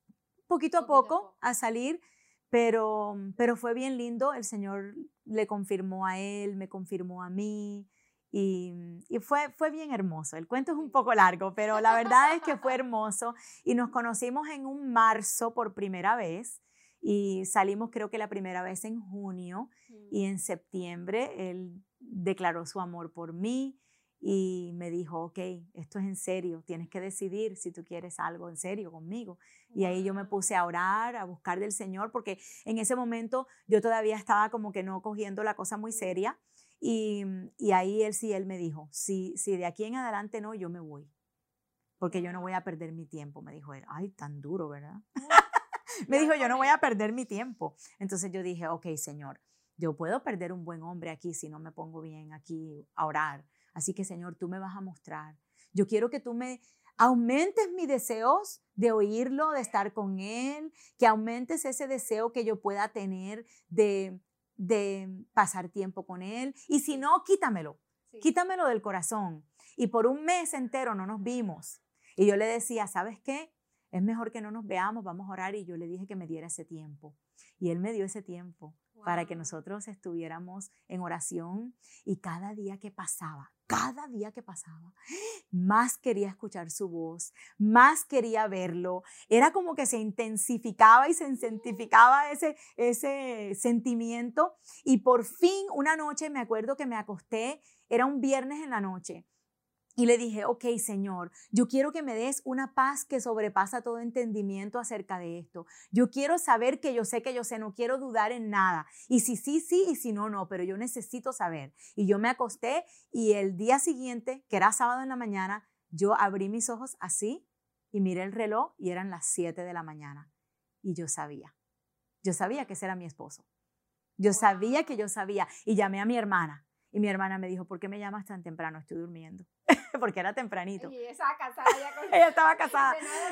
poquito a Poquito a poco poco. a salir, pero, pero fue bien lindo. El Señor le confirmó a él, me confirmó a mí. Y, y fue, fue bien hermoso. El cuento es un poco largo, pero la verdad es que fue hermoso. Y nos conocimos en un marzo por primera vez y salimos creo que la primera vez en junio y en septiembre él declaró su amor por mí y me dijo, ok, esto es en serio, tienes que decidir si tú quieres algo en serio conmigo. Y ahí yo me puse a orar, a buscar del Señor, porque en ese momento yo todavía estaba como que no cogiendo la cosa muy seria. Y, y ahí él sí, él me dijo, si, si de aquí en adelante no, yo me voy, porque yo no voy a perder mi tiempo, me dijo él. Ay, tan duro, ¿verdad? Me dijo, yo no voy a perder mi tiempo. Entonces yo dije, ok, Señor, yo puedo perder un buen hombre aquí si no me pongo bien aquí a orar. Así que, Señor, tú me vas a mostrar. Yo quiero que tú me aumentes mis deseos de oírlo, de estar con él, que aumentes ese deseo que yo pueda tener de, de pasar tiempo con él. Y si no, quítamelo, sí. quítamelo del corazón. Y por un mes entero no nos vimos. Y yo le decía, ¿sabes qué? Es mejor que no nos veamos, vamos a orar. Y yo le dije que me diera ese tiempo. Y él me dio ese tiempo wow. para que nosotros estuviéramos en oración. Y cada día que pasaba, cada día que pasaba, más quería escuchar su voz, más quería verlo. Era como que se intensificaba y se intensificaba ese, ese sentimiento. Y por fin, una noche, me acuerdo que me acosté, era un viernes en la noche. Y le dije, ok, Señor, yo quiero que me des una paz que sobrepasa todo entendimiento acerca de esto. Yo quiero saber que yo sé que yo sé, no quiero dudar en nada. Y si sí, sí, y si no, no, pero yo necesito saber. Y yo me acosté y el día siguiente, que era sábado en la mañana, yo abrí mis ojos así y miré el reloj y eran las siete de la mañana. Y yo sabía, yo sabía que ese era mi esposo. Yo sabía que yo sabía y llamé a mi hermana. Y mi hermana me dijo, ¿por qué me llamas tan temprano? Estoy durmiendo. Porque era tempranito. Y ella estaba casada ya con... ella estaba casada.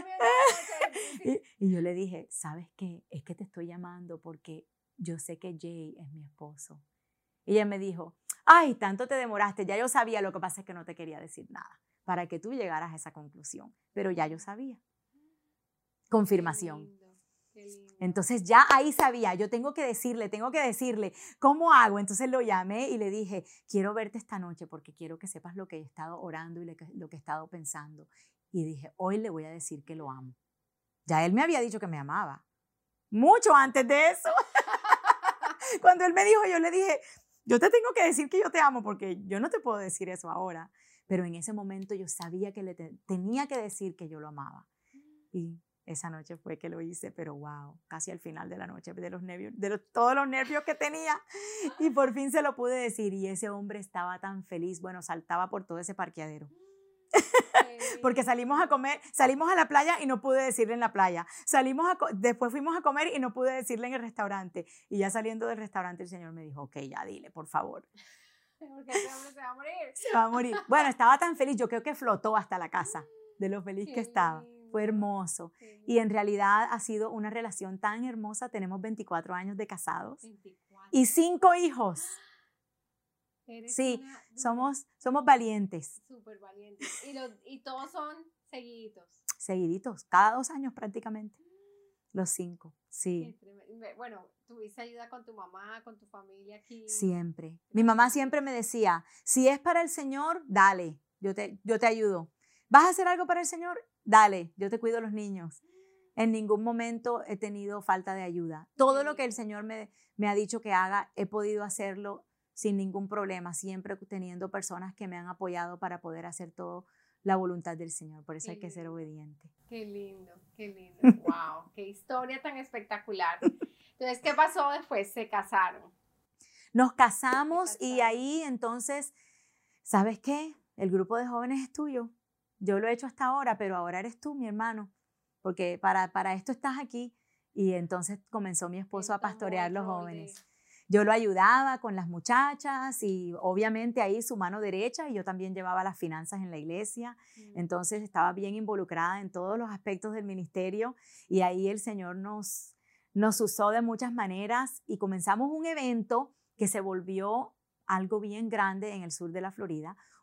No y, y yo le dije, ¿sabes qué? Es que te estoy llamando porque yo sé que Jay es mi esposo. Y ella me dijo, ay, tanto te demoraste. Ya yo sabía, lo que pasa es que no te quería decir nada para que tú llegaras a esa conclusión. Pero ya yo sabía. Confirmación. Qué lindo, qué lindo. Entonces ya ahí sabía, yo tengo que decirle, tengo que decirle, ¿cómo hago? Entonces lo llamé y le dije, quiero verte esta noche porque quiero que sepas lo que he estado orando y lo que he estado pensando. Y dije, hoy le voy a decir que lo amo. Ya él me había dicho que me amaba, mucho antes de eso. Cuando él me dijo, yo le dije, yo te tengo que decir que yo te amo porque yo no te puedo decir eso ahora. Pero en ese momento yo sabía que le te tenía que decir que yo lo amaba. Y esa noche fue que lo hice, pero wow, casi al final de la noche, de los nervios, de los, todos los nervios que tenía, y por fin se lo pude decir, y ese hombre estaba tan feliz, bueno, saltaba por todo ese parqueadero. Porque salimos a comer, salimos a la playa y no pude decirle en la playa, salimos a, después fuimos a comer y no pude decirle en el restaurante, y ya saliendo del restaurante el Señor me dijo, ok, ya dile, por favor. Porque ese hombre se va a morir. Se va a morir. Bueno, estaba tan feliz, yo creo que flotó hasta la casa, de lo feliz Qué que estaba. lindo. Fue hermoso. Y en realidad ha sido una relación tan hermosa. Tenemos veinticuatro años de casados. veinticuatro. Y cinco hijos. Eres sí, una, somos, somos valientes. Súper valientes. Y, los, y todos son seguiditos. Seguiditos, cada dos años prácticamente. Los cinco, sí. Bueno, tuviste ayuda con tu mamá, con tu familia aquí. Siempre. Mi mamá siempre me decía, si es para el Señor, dale, yo te, yo te ayudo. ¿Vas a hacer algo para el Señor? Dale, yo te cuido a los niños. En ningún momento he tenido falta de ayuda. Todo lo que el Señor me, me ha dicho que haga, he podido hacerlo sin ningún problema, siempre teniendo personas que me han apoyado para poder hacer todo la voluntad del Señor. Por eso qué hay que lindo. Ser obediente. Qué lindo, qué lindo. Wow, qué historia tan espectacular. Entonces, ¿qué pasó después? Se casaron. Nos casamos Se casaron. Y ahí entonces, ¿sabes qué? El grupo de jóvenes es tuyo. Yo lo he hecho hasta ahora, pero ahora eres tú, mi hermano, porque para, para esto estás aquí. Y entonces comenzó mi esposo a pastorear los jóvenes. Yo lo ayudaba con las muchachas y obviamente ahí su mano derecha, y yo también llevaba las finanzas en la iglesia. Entonces estaba bien involucrada en todos los aspectos del ministerio, y ahí el Señor nos, nos usó de muchas maneras y comenzamos un evento que se volvió algo bien grande en el sur de la Florida,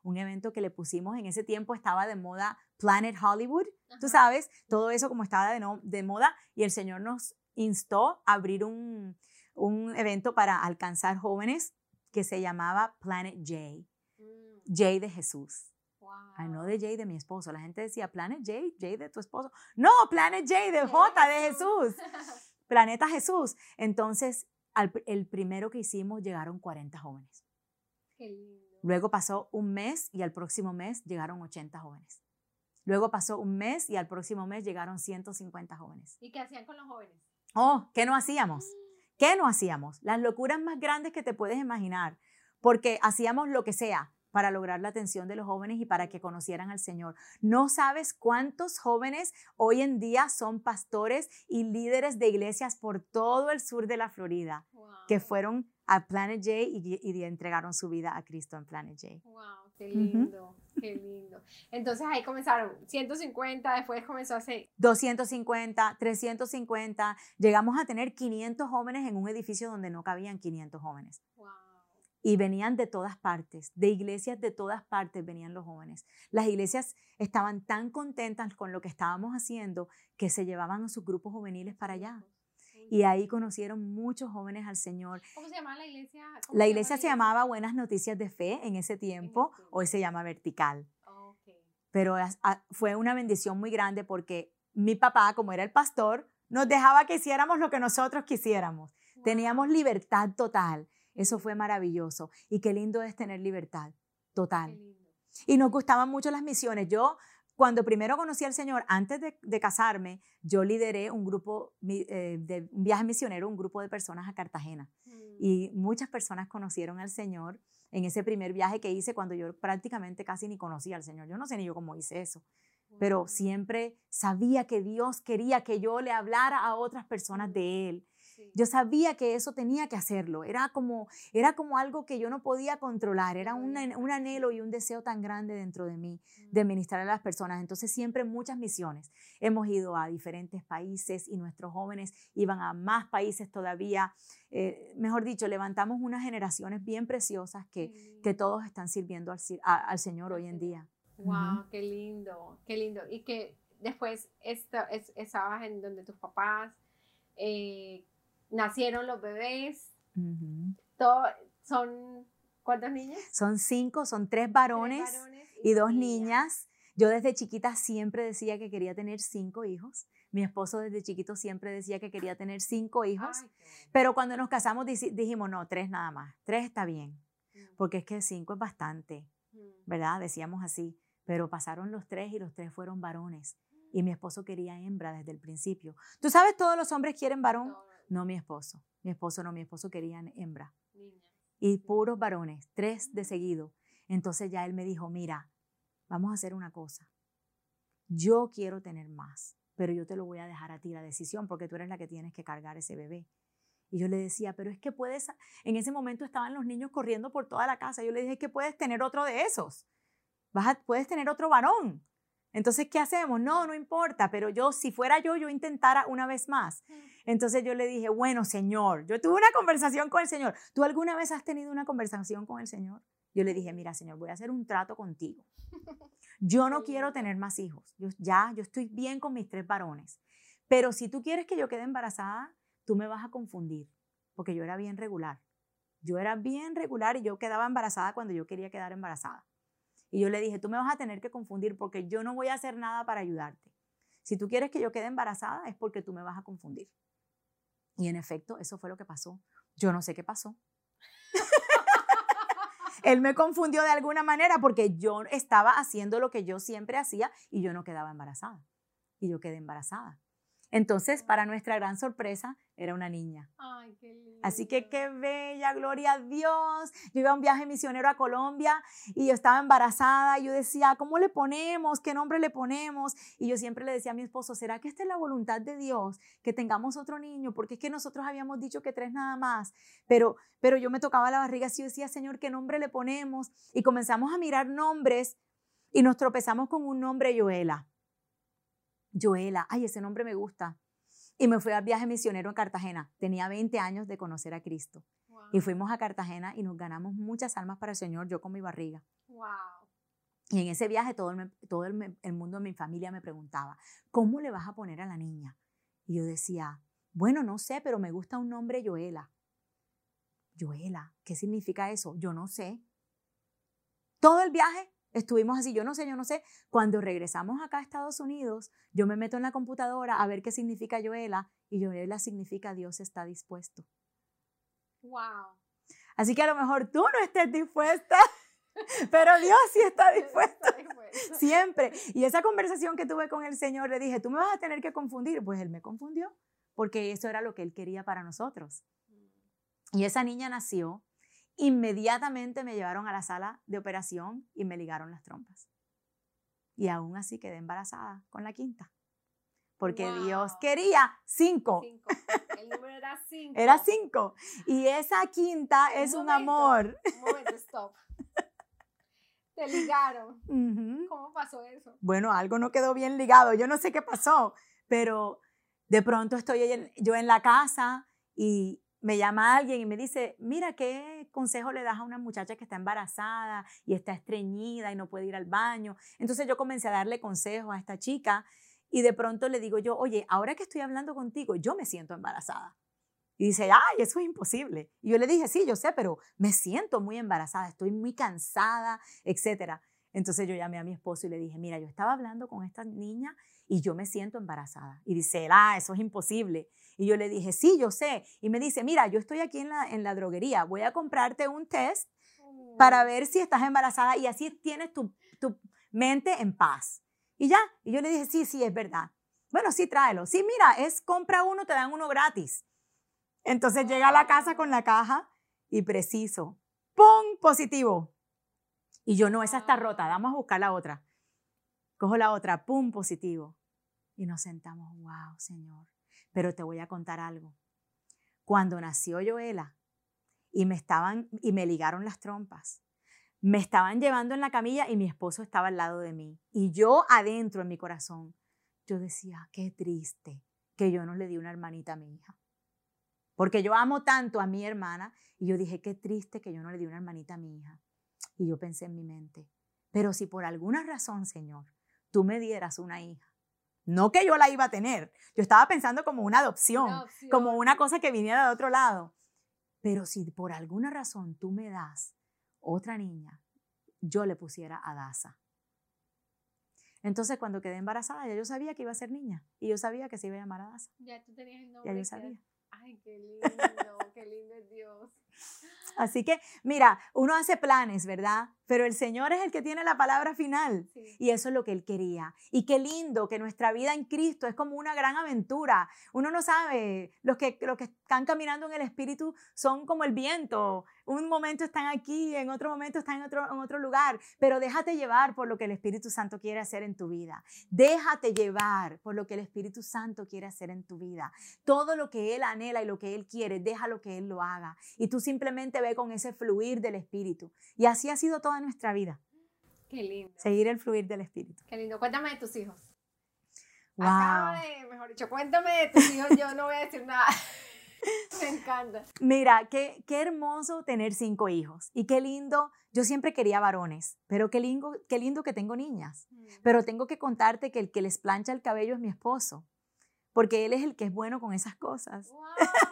un evento que le pusimos, en ese tiempo estaba de moda Planet Hollywood, Ajá. tú sabes, todo eso como estaba de, no, de moda, y el Señor nos instó a abrir un, un evento para alcanzar jóvenes que se llamaba Planet J, Mm, J de Jesús. wow. Ay, no de J de mi esposo. La gente decía, Planet J, J de tu esposo. No, Planet J de J de Jesús. Planeta Jesús. Entonces, al, el primero que hicimos llegaron cuarenta jóvenes. Qué lindo. Luego pasó un mes y al próximo mes llegaron ochenta jóvenes. Luego pasó un mes y al próximo mes llegaron ciento cincuenta jóvenes. ¿Y qué hacían con los jóvenes? Oh, ¿qué no hacíamos? ¿Qué no hacíamos? Las locuras más grandes que te puedes imaginar, porque hacíamos lo que sea para lograr la atención de los jóvenes y para que conocieran al Señor. No sabes cuántos jóvenes hoy en día son pastores y líderes de iglesias por todo el sur de la Florida, Wow. que fueron a Planet J y, y entregaron su vida a Cristo en Planet J. Wow, qué lindo, uh-huh. Qué lindo. Entonces ahí comenzaron ciento cincuenta, después comenzó a ser doscientos cincuenta, trescientos cincuenta, llegamos a tener quinientos jóvenes en un edificio donde no cabían quinientos jóvenes. Wow. Y venían de todas partes, de iglesias de todas partes venían los jóvenes. Las iglesias estaban tan contentas con lo que estábamos haciendo que se llevaban a sus grupos juveniles para allá. Y ahí conocieron muchos jóvenes al Señor. ¿Cómo se llama la iglesia? La iglesia se llamaba Buenas Noticias de Fe en ese tiempo, hoy se llama Vertical. Okay. Pero fue una bendición muy grande porque mi papá, como era el pastor, nos dejaba que hiciéramos lo que nosotros quisiéramos. Wow. Teníamos libertad total. Eso fue maravilloso. Y qué lindo es tener libertad total. Y nos gustaban mucho las misiones. Yo, cuando primero conocí al Señor, antes de, de casarme, yo lideré un grupo eh, de un viaje misionero, un grupo de personas a Cartagena. Mm. Y muchas personas conocieron al Señor en ese primer viaje que hice cuando yo prácticamente casi ni conocía al Señor. Yo no sé ni yo cómo hice eso. Wow. Pero siempre sabía que Dios quería que yo le hablara a otras personas mm. de Él. Yo sabía que eso tenía que hacerlo, era como, era como algo que yo no podía controlar, era un, un anhelo y un deseo tan grande dentro de mí de ministrar a las personas. Entonces siempre muchas misiones, hemos ido a diferentes países y nuestros jóvenes iban a más países todavía, eh, mejor dicho, levantamos unas generaciones bien preciosas que, que todos están sirviendo al, a, al Señor hoy en día. ¡Wow! Uh-huh. ¡Qué lindo! ¡Qué lindo! Y que después esta, es, estabas en donde tus papás... Eh, nacieron los bebés, uh-huh. Todo, son, ¿cuántos niños? Son cinco, son tres varones, tres varones y, y dos niñas. niñas. Yo desde chiquita siempre decía que quería tener cinco hijos. Mi esposo desde chiquito siempre decía que quería tener cinco hijos. Ay, pero cuando nos casamos dijimos, no, tres nada más, tres está bien, uh-huh. Porque es que cinco es bastante, uh-huh. ¿Verdad? Decíamos así, pero pasaron los tres y los tres fueron varones. Y mi esposo quería hembra desde el principio. ¿Tú sabes todos los hombres quieren varón? No. No mi esposo, mi esposo no, mi esposo quería hembra. Niña. Y puros varones, tres de seguido. Entonces ya él me dijo, mira, vamos a hacer una cosa. Yo quiero tener más, pero yo te lo voy a dejar a ti la decisión porque tú eres la que tienes que cargar ese bebé. Y yo le decía, pero es que puedes, en ese momento estaban los niños corriendo por toda la casa. Yo le dije, es que puedes tener otro de esos. Vas a, puedes tener otro varón. Entonces, ¿qué hacemos? No, no importa, pero yo, si fuera yo, yo intentara una vez más. Entonces yo le dije, bueno, Señor, yo tuve una conversación con el Señor. ¿Tú alguna vez has tenido una conversación con el Señor? Yo le dije, mira, Señor, voy a hacer un trato contigo. Yo no quiero tener más hijos. Yo, ya, yo estoy bien con mis tres varones. Pero si tú quieres que yo quede embarazada, tú me vas a confundir, porque yo era bien regular. Yo era bien regular y yo quedaba embarazada cuando yo quería quedar embarazada. Y yo le dije, tú me vas a tener que confundir porque yo no voy a hacer nada para ayudarte. Si tú quieres que yo quede embarazada es porque tú me vas a confundir. Y en efecto, eso fue lo que pasó. Yo no sé qué pasó. Él me confundió de alguna manera porque yo estaba haciendo lo que yo siempre hacía y yo no quedaba embarazada. Y yo quedé embarazada. Entonces, para nuestra gran sorpresa, era una niña. Ay, qué lindo. Así que qué bella, gloria a Dios. Yo iba a un viaje misionero a Colombia y yo estaba embarazada y yo decía, ¿cómo le ponemos? ¿Qué nombre le ponemos? Y yo siempre le decía a mi esposo, ¿será que esta es la voluntad de Dios? Que tengamos otro niño, porque es que nosotros habíamos dicho que tres nada más. Pero, pero yo me tocaba la barriga así, yo decía, Señor, ¿qué nombre le ponemos? Y comenzamos a mirar nombres y nos tropezamos con un nombre, Joela. Joela, ay, ese nombre me gusta. Y me fui al viaje misionero en Cartagena. Tenía veinte años de conocer a Cristo. Wow. Y fuimos a Cartagena y nos ganamos muchas almas para el Señor, yo con mi barriga. Wow. Y en ese viaje todo, el, todo el, el mundo de mi familia me preguntaba, ¿cómo le vas a poner a la niña? Y yo decía, bueno, no sé, pero me gusta un nombre, Joela. Joela, ¿qué significa eso? Yo no sé. Todo el viaje estuvimos así, yo no sé, yo no sé. Cuando regresamos acá a Estados Unidos, yo me meto en la computadora a ver qué significa Joela, y Joela significa Dios está dispuesto. Wow. Así que a lo mejor tú no estés dispuesta, pero Dios sí está dispuesto. Está dispuesto. Siempre. Y esa conversación que tuve con el Señor, le dije, tú me vas a tener que confundir. Pues Él me confundió, porque eso era lo que Él quería para nosotros. Y esa niña nació, inmediatamente me llevaron a la sala de operación y me ligaron las trompas. Y aún así quedé embarazada con la quinta. Porque Wow. Dios quería cinco. Cinco. El número era cinco. Era cinco. Y esa quinta Un es un momento, amor. Un momento, stop. Te ligaron. Uh-huh. ¿Cómo pasó eso? Bueno, algo no quedó bien ligado. Yo no sé qué pasó, pero de pronto estoy en, yo en la casa y me llama alguien y me dice, mira, ¿qué consejo le das a una muchacha que está embarazada y está estreñida y no puede ir al baño? Entonces yo comencé a darle consejos a esta chica y de pronto le digo yo, oye, ahora que estoy hablando contigo, yo me siento embarazada. Y dice, ay, eso es imposible. Y yo le dije, sí, yo sé, pero me siento muy embarazada, estoy muy cansada, etcétera. Entonces yo llamé a mi esposo y le dije, mira, yo estaba hablando con esta niña y yo me siento embarazada. Y dice, ah, eso es imposible. Y yo le dije, sí, yo sé. Y me dice, mira, yo estoy aquí en la, en la droguería, voy a comprarte un test para ver si estás embarazada y así tienes tu, tu mente en paz. Y ya, y yo le dije, sí, sí, es verdad. Bueno, sí, tráelo. Sí, mira, es compra uno, te dan uno gratis. Entonces llega a la casa con la caja y preciso, ¡pum! Positivo. Y yo, no, esa está rota, vamos a buscar la otra. Cojo la otra, ¡pum! Positivo. Y nos sentamos, wow, Señor. Pero te voy a contar algo. Cuando nació Joela y me, estaban, y me ligaron las trompas, me estaban llevando en la camilla y mi esposo estaba al lado de mí. Y yo adentro en mi corazón, yo decía, qué triste que yo no le di una hermanita a mi hija. Porque yo amo tanto a mi hermana y yo dije, qué triste que yo no le di una hermanita a mi hija. Y yo pensé en mi mente, pero si por alguna razón, Señor, tú me dieras una hija, no que yo la iba a tener, yo estaba pensando como una adopción, Una opción. como una cosa que viniera de otro lado. Pero si por alguna razón tú me das otra niña, yo le pusiera a Daza. Entonces cuando quedé embarazada ya yo sabía que iba a ser niña y yo sabía que se iba a llamar a Daza. Ya tú tenías el nombre. Ya yo sabía. Ay, qué lindo, qué lindo es Dios. Así que, mira, uno hace planes, ¿verdad? Pero el Señor es el que tiene la palabra final. Sí. Y eso es lo que Él quería. Y qué lindo que nuestra vida en Cristo es como una gran aventura. Uno no sabe, los que, los que están caminando en el Espíritu son como el viento. Un momento están aquí, en otro momento están en otro, en otro lugar. Pero déjate llevar por lo que el Espíritu Santo quiere hacer en tu vida. Déjate llevar por lo que el Espíritu Santo quiere hacer en tu vida. Todo lo que Él anhela y lo que Él quiere, déjalo que Él lo haga. Y tú simplemente ve con ese fluir del Espíritu. Y así ha sido toda nuestra vida. Qué lindo. Seguir el fluir del Espíritu. Qué lindo. Cuéntame de tus hijos. Wow. Acaba de, mejor dicho, cuéntame de tus hijos. Yo no voy a decir nada. Me encanta. Mira, qué, qué hermoso tener cinco hijos. Y qué lindo, yo siempre quería varones, pero qué lindo, qué lindo que tengo niñas. Mm. Pero tengo que contarte que el que les plancha el cabello es mi esposo. Porque él es el que es bueno con esas cosas. Wow.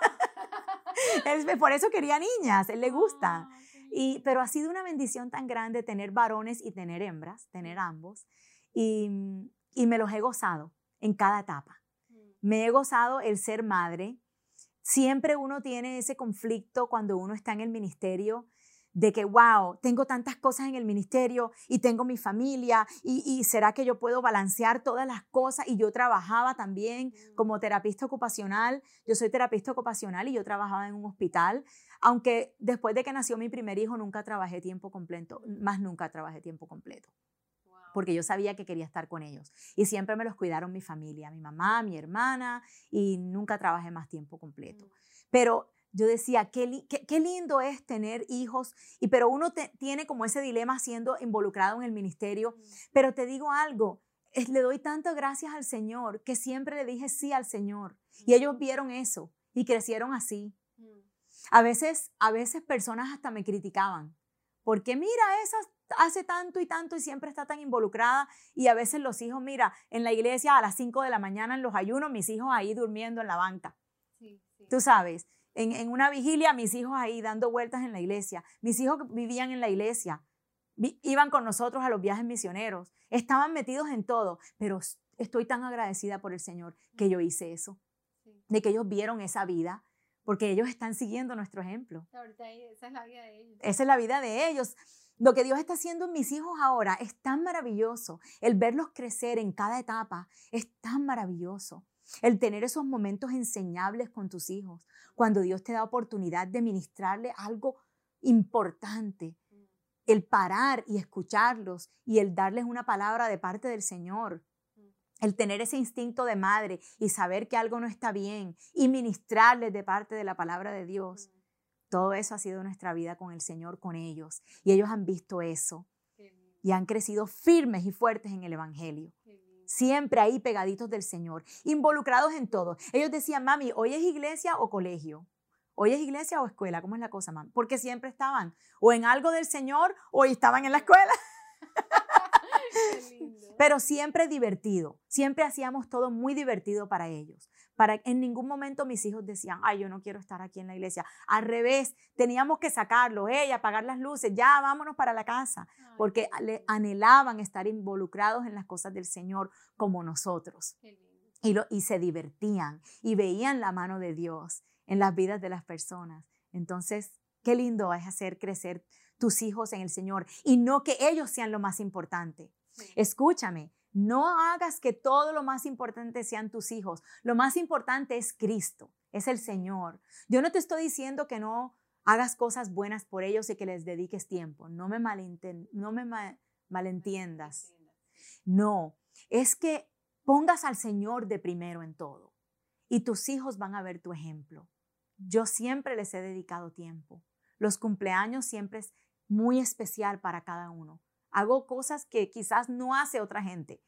Él, por eso quería niñas, él le gusta. Wow, qué lindo. Y, pero ha sido una bendición tan grande tener varones y tener hembras, tener ambos. Y, y me los he gozado en cada etapa. Mm. Me he gozado el ser madre. Siempre uno tiene ese conflicto cuando uno está en el ministerio de que, wow, tengo tantas cosas en el ministerio y tengo mi familia y, y ¿será que yo puedo balancear todas las cosas? Y yo trabajaba también como terapista ocupacional. Yo soy terapista ocupacional y yo trabajaba en un hospital, aunque después de que nació mi primer hijo nunca trabajé tiempo completo, más nunca trabajé tiempo completo. Wow. Porque yo sabía que quería estar con ellos. Y siempre me los cuidaron mi familia, mi mamá, mi hermana, y nunca trabajé más tiempo completo. Mm. Pero yo decía, qué, li qué, qué lindo es tener hijos, y, pero uno te, tiene como ese dilema siendo involucrado en el ministerio. Mm. Pero te digo algo, es, le doy tantas gracias al Señor que siempre le dije sí al Señor. Y ellos vieron eso y crecieron así. Mm. A veces, a veces personas hasta me criticaban. Porque mira, esas hace tanto y tanto y siempre está tan involucrada y a veces los hijos, mira, en la iglesia a las cinco de la mañana en los ayunos, mis hijos ahí durmiendo en la banca. Sí, sí. Tú sabes, en, en una vigilia, mis hijos ahí dando vueltas en la iglesia. Mis hijos vivían en la iglesia, vi, iban con nosotros a los viajes misioneros, estaban metidos en todo, pero estoy tan agradecida por el Señor que yo hice eso, Sí. de que ellos vieron esa vida, porque ellos están siguiendo nuestro ejemplo. Ahorita esa es la vida de ellos. Esa es la vida de ellos. Lo que Dios está haciendo en mis hijos ahora es tan maravilloso. El verlos crecer en cada etapa es tan maravilloso. El tener esos momentos enseñables con tus hijos, cuando Dios te da oportunidad de ministrarle algo importante, el parar y escucharlos y el darles una palabra de parte del Señor, el tener ese instinto de madre y saber que algo no está bien y ministrarles de parte de la palabra de Dios. Todo eso ha sido nuestra vida con el Señor, con ellos. Y ellos han visto eso y han crecido firmes y fuertes en el Evangelio. Siempre ahí pegaditos del Señor, involucrados en todo. Ellos decían, mami, ¿hoy es iglesia o colegio? ¿Hoy es iglesia o escuela? ¿Cómo es la cosa, mami? Porque siempre estaban o en algo del Señor o estaban en la escuela. Qué lindo. Pero siempre divertido. Siempre hacíamos todo muy divertido para ellos. Para, en ningún momento mis hijos decían, ay, yo no quiero estar aquí en la iglesia. Al revés, teníamos que sacarlos, ella, apagar las luces, ya vámonos para la casa. Ay, porque le anhelaban estar involucrados en las cosas del Señor como nosotros. qué lindo. Y, lo, y se divertían y veían la mano de Dios en las vidas de las personas. Entonces, qué lindo es hacer crecer tus hijos en el Señor y no que ellos sean lo más importante. Sí. Escúchame, no hagas que todo lo más importante sean tus hijos. Lo más importante es Cristo, es el Señor. Yo no te estoy diciendo que no hagas cosas buenas por ellos y que les dediques tiempo. No me, malenten, no me ma, malentiendas. No, es que pongas al Señor de primero en todo y tus hijos van a ver tu ejemplo. Yo siempre les he dedicado tiempo. Los cumpleaños siempre es muy especial para cada uno. Hago cosas que quizás no hace otra gente,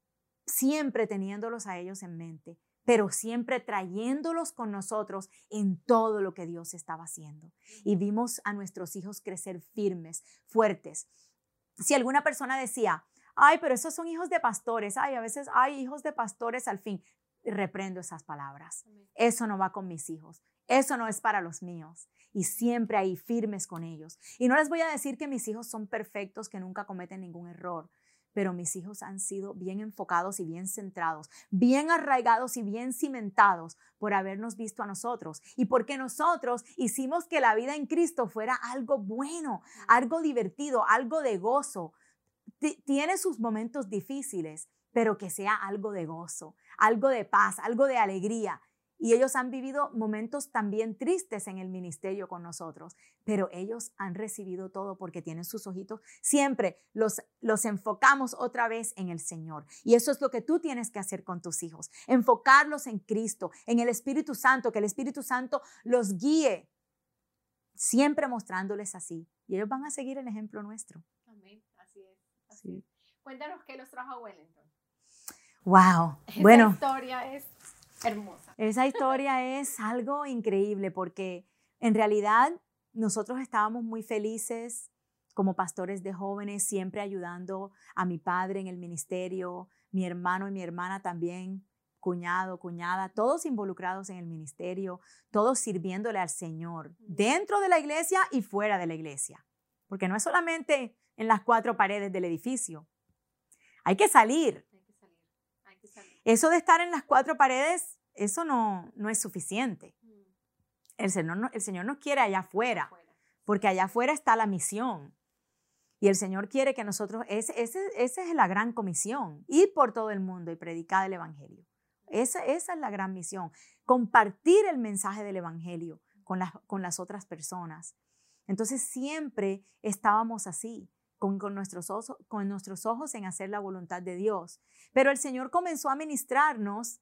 siempre teniéndolos a ellos en mente, pero siempre trayéndolos con nosotros en todo lo que Dios estaba haciendo. Y vimos a nuestros hijos crecer firmes, fuertes. Si alguna persona decía, ay, pero esos son hijos de pastores, ay, a veces hay hijos de pastores al fin, reprendo esas palabras. Eso no va con mis hijos. Eso no es para los míos. Y siempre ahí firmes con ellos. Y no les voy a decir que mis hijos son perfectos, que nunca cometen ningún error, pero mis hijos han sido bien enfocados y bien centrados, bien arraigados y bien cimentados por habernos visto a nosotros y porque nosotros hicimos que la vida en Cristo fuera algo bueno, algo divertido, algo de gozo. T- tiene sus momentos difíciles, pero que sea algo de gozo, algo de paz, algo de alegría. Y ellos han vivido momentos también tristes en el ministerio con nosotros, pero ellos han recibido todo porque tienen sus ojitos. Siempre los, los enfocamos otra vez en el Señor. Y eso es lo que tú tienes que hacer con tus hijos. Enfocarlos en Cristo, en el Espíritu Santo, que el Espíritu Santo los guíe, siempre mostrándoles así. Y ellos van a seguir el ejemplo nuestro. Amén, así es. Así Sí. es. Cuéntanos qué los trajo a Wellington. Wow. Esa Bueno. historia es hermosa. Esa historia es algo increíble porque en realidad nosotros estábamos muy felices como pastores de jóvenes, siempre ayudando a mi padre en el ministerio, mi hermano y mi hermana también, cuñado, cuñada, todos involucrados en el ministerio, todos sirviéndole al Señor, dentro de la iglesia y fuera de la iglesia. Porque no es solamente en las cuatro paredes del edificio. Hay que salir. Hay que salir, hay que salir. Eso de estar en las cuatro paredes, eso no, no es suficiente. El Señor, no, el Señor nos quiere allá afuera, porque allá afuera está la misión. Y el Señor quiere que nosotros, ese, ese, esa es la gran comisión, ir por todo el mundo y predicar el Evangelio. Esa, esa es la gran misión, compartir el mensaje del Evangelio con las, con las otras personas. Entonces siempre estábamos así, con, con, nuestros ojos, con nuestros ojos en hacer la voluntad de Dios. Pero el Señor comenzó a ministrarnos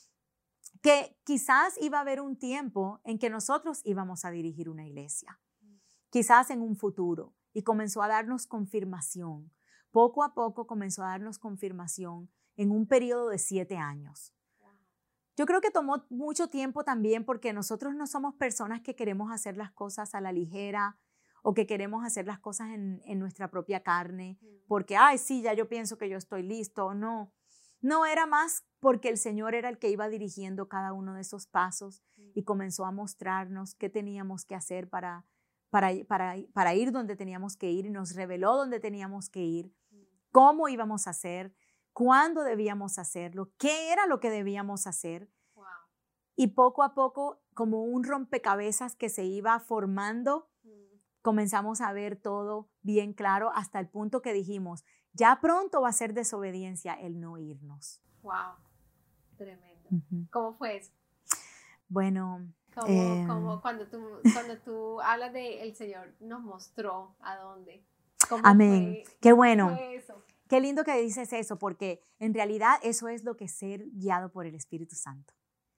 que quizás iba a haber un tiempo en que nosotros íbamos a dirigir una iglesia, quizás en un futuro, y comenzó a darnos confirmación. Poco a poco comenzó a darnos confirmación en un periodo de siete años. Yo creo que tomó mucho tiempo también porque nosotros no somos personas que queremos hacer las cosas a la ligera o que queremos hacer las cosas en, en nuestra propia carne, porque, ay, sí, ya yo pienso que yo estoy listo. No, no era más porque el Señor era el que iba dirigiendo cada uno de esos pasos y comenzó a mostrarnos qué teníamos que hacer para, para, para, para ir donde teníamos que ir, y nos reveló dónde teníamos que ir, cómo íbamos a hacer, cuándo debíamos hacerlo, qué era lo que debíamos hacer. Wow. Y poco a poco, como un rompecabezas que se iba formando, comenzamos a ver todo bien claro hasta el punto que dijimos, ya pronto va a ser desobediencia el no irnos. Wow, tremendo. Uh-huh. ¿Cómo fue eso? Bueno, Como, eh, como cuando tú, cuando tú hablas de el Señor nos mostró a dónde. ¿Cómo amén. Fue, Qué bueno. fue eso? Qué lindo que dices eso, porque en realidad eso es lo que es ser guiado por el Espíritu Santo.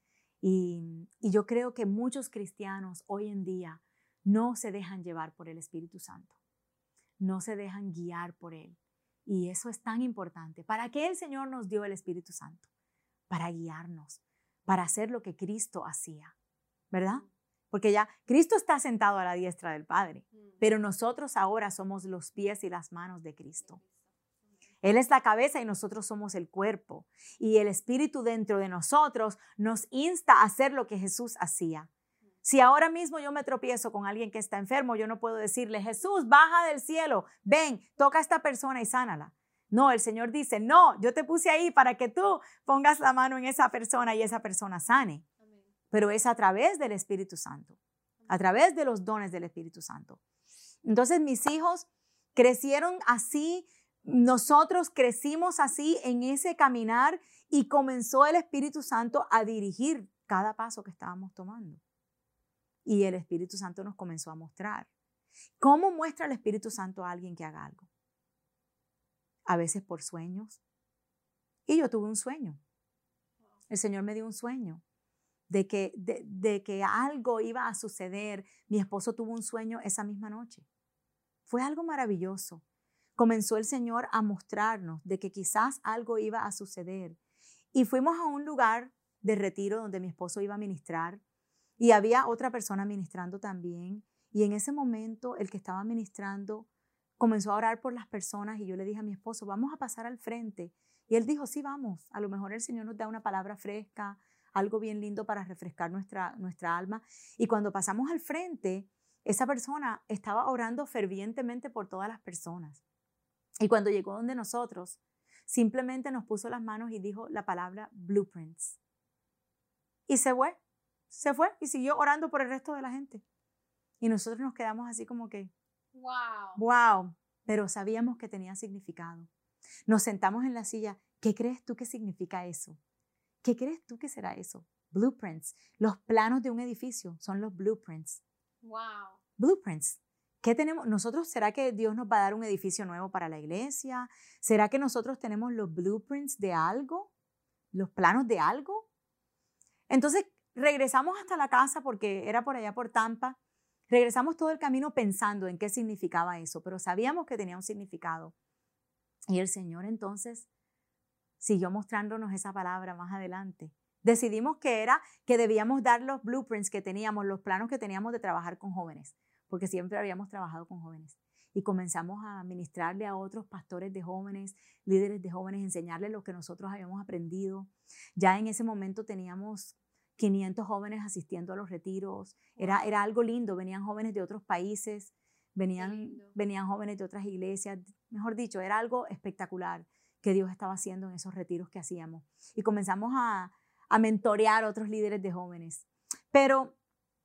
Y, y yo creo que muchos cristianos hoy en día no se dejan llevar por el Espíritu Santo, no se dejan guiar por Él. Y eso es tan importante. ¿Para qué el Señor nos dio el Espíritu Santo? Para guiarnos, para hacer lo que Cristo hacía, ¿verdad? Porque ya Cristo está sentado a la diestra del Padre, pero nosotros ahora somos los pies y las manos de Cristo. Él es la cabeza y nosotros somos el cuerpo. Y el Espíritu dentro de nosotros nos insta a hacer lo que Jesús hacía. Si ahora mismo yo me tropiezo con alguien que está enfermo, yo no puedo decirle, Jesús, baja del cielo, ven, toca a esta persona y sánala. No, el Señor dice, no, yo te puse ahí para que tú pongas la mano en esa persona y esa persona sane. Amén. Pero es a través del Espíritu Santo, a través de los dones del Espíritu Santo. Entonces mis hijos crecieron así, nosotros crecimos así en ese caminar y comenzó el Espíritu Santo a dirigir cada paso que estábamos tomando. Y el Espíritu Santo nos comenzó a mostrar. ¿Cómo muestra el Espíritu Santo a alguien que haga algo? A veces por sueños. Y yo tuve un sueño. El Señor me dio un sueño de que, de, de que algo iba a suceder. Mi esposo tuvo un sueño esa misma noche. Fue algo maravilloso. Comenzó el Señor a mostrarnos de que quizás algo iba a suceder. Y fuimos a un lugar de retiro donde mi esposo iba a ministrar. Y había otra persona ministrando también. Y en ese momento el que estaba ministrando comenzó a orar por las personas y yo le dije a mi esposo, vamos a pasar al frente. Y él dijo, sí, vamos. A lo mejor el Señor nos da una palabra fresca, algo bien lindo para refrescar nuestra, nuestra alma. Y cuando pasamos al frente, esa persona estaba orando fervientemente por todas las personas. Y cuando llegó donde nosotros, simplemente nos puso las manos y dijo la palabra blueprints. Y se fue. Se fue y siguió orando por el resto de la gente. Y nosotros nos quedamos así como que, wow, wow, pero sabíamos que tenía significado. Nos sentamos en la silla, ¿qué crees tú que significa eso? ¿Qué crees tú que será eso? Blueprints, los planos de un edificio son los blueprints. Wow. Blueprints. ¿Qué tenemos? ¿Nosotros, será que Dios nos va a dar un edificio nuevo para la iglesia? ¿Será que nosotros tenemos los blueprints de algo? ¿Los planos de algo? Entonces, regresamos hasta la casa porque era por allá por Tampa. Regresamos todo el camino pensando en qué significaba eso, pero sabíamos que tenía un significado. Y el Señor entonces siguió mostrándonos esa palabra más adelante. Decidimos que era que debíamos dar los blueprints que teníamos, los planos que teníamos de trabajar con jóvenes, porque siempre habíamos trabajado con jóvenes. Y comenzamos a ministrarle a otros pastores de jóvenes, líderes de jóvenes, enseñarles lo que nosotros habíamos aprendido. Ya en ese momento teníamos quinientos jóvenes asistiendo a los retiros. Era, era algo lindo. Venían jóvenes de otros países, venían, venían jóvenes de otras iglesias. Mejor dicho, era algo espectacular que Dios estaba haciendo en esos retiros que hacíamos. Y comenzamos a, a mentorear a otros líderes de jóvenes. Pero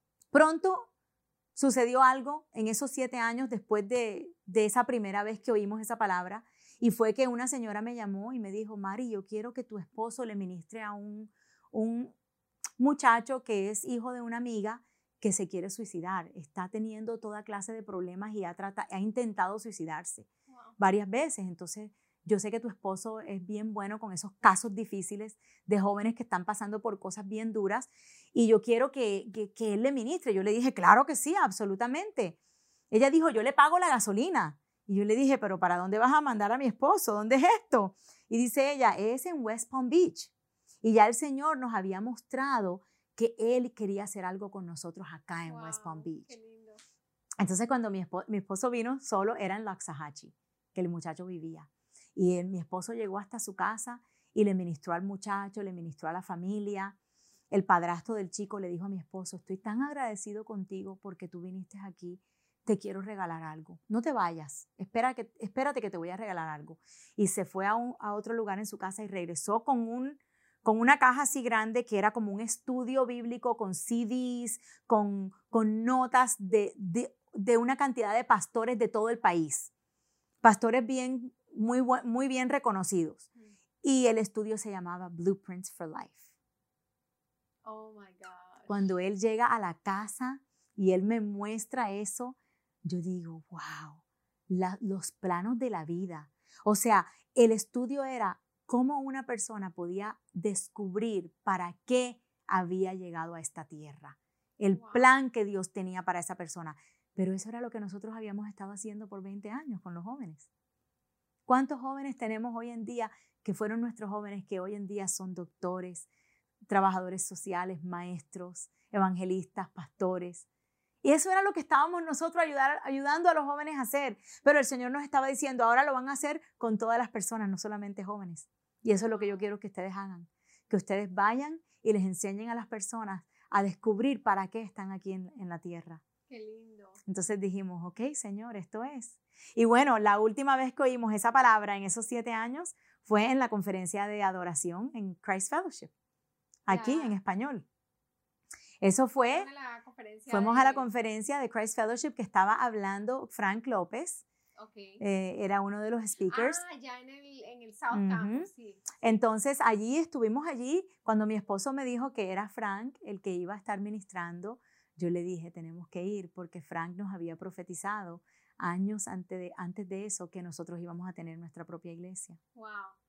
pronto sucedió algo en esos siete años después de, de esa primera vez que oímos esa palabra. Y fue que una señora me llamó y me dijo, Mari, yo quiero que tu esposo le ministre a un, un muchacho que es hijo de una amiga que se quiere suicidar. Está teniendo toda clase de problemas y ha, tratado, ha intentado suicidarse wow. varias veces. Entonces, yo sé que tu esposo es bien bueno con esos casos difíciles de jóvenes que están pasando por cosas bien duras y yo quiero que, que, que él le ministre. Yo le dije, claro que sí, absolutamente. Ella dijo, yo le pago la gasolina. Y yo le dije, pero ¿para dónde vas a mandar a mi esposo? ¿Dónde es esto? Y dice ella, es en West Palm Beach. Y ya el Señor nos había mostrado que Él quería hacer algo con nosotros acá en wow, West Palm Beach. Qué lindo. Entonces cuando mi esposo, mi esposo vino solo, era en Loxahatchee, que el muchacho vivía. Y él, mi esposo llegó hasta su casa y le ministró al muchacho, le ministró a la familia. El padrastro del chico le dijo a mi esposo, estoy tan agradecido contigo porque tú viniste aquí, te quiero regalar algo. No te vayas, espera que, espérate que te voy a regalar algo. Y se fue a, un, a otro lugar en su casa y regresó con, un, con una caja así grande que era como un estudio bíblico con C Ds, con, con notas de, de, de una cantidad de pastores de todo el país. Pastores bien, muy, muy bien reconocidos. Y el estudio se llamaba Blueprints for Life. Oh my God. Cuando él llega a la casa y él me muestra eso, yo digo, wow, la, los planos de la vida. O sea, el estudio era cómo una persona podía descubrir para qué había llegado a esta tierra. El Wow. plan que Dios tenía para esa persona. Pero eso era lo que nosotros habíamos estado haciendo por veinte años con los jóvenes. ¿Cuántos jóvenes tenemos hoy en día que fueron nuestros jóvenes que hoy en día son doctores, trabajadores sociales, maestros, evangelistas, pastores? Y eso era lo que estábamos nosotros ayudar, ayudando a los jóvenes a hacer. Pero el Señor nos estaba diciendo, ahora lo van a hacer con todas las personas, no solamente jóvenes. Y eso es lo que yo quiero que ustedes hagan. Que ustedes vayan y les enseñen a las personas a descubrir para qué están aquí en, en la tierra. Qué lindo. Entonces dijimos, ok, Señor, esto es. Y bueno, la última vez que oímos esa palabra en esos siete años fue en la conferencia de adoración en Christ Fellowship, aquí Ya. en español. Eso fue, Fueron a la conferencia fuimos de- a la conferencia de Christ Fellowship que estaba hablando Frank López, Ok. eh, era uno de los speakers. Ah, ya en el, en el South Ujú. Campus, sí. Entonces allí estuvimos allí, cuando mi esposo me dijo que era Frank el que iba a estar ministrando, yo le dije, tenemos que ir porque Frank nos había profetizado años antes de, antes de eso que nosotros íbamos a tener nuestra propia iglesia. Wow.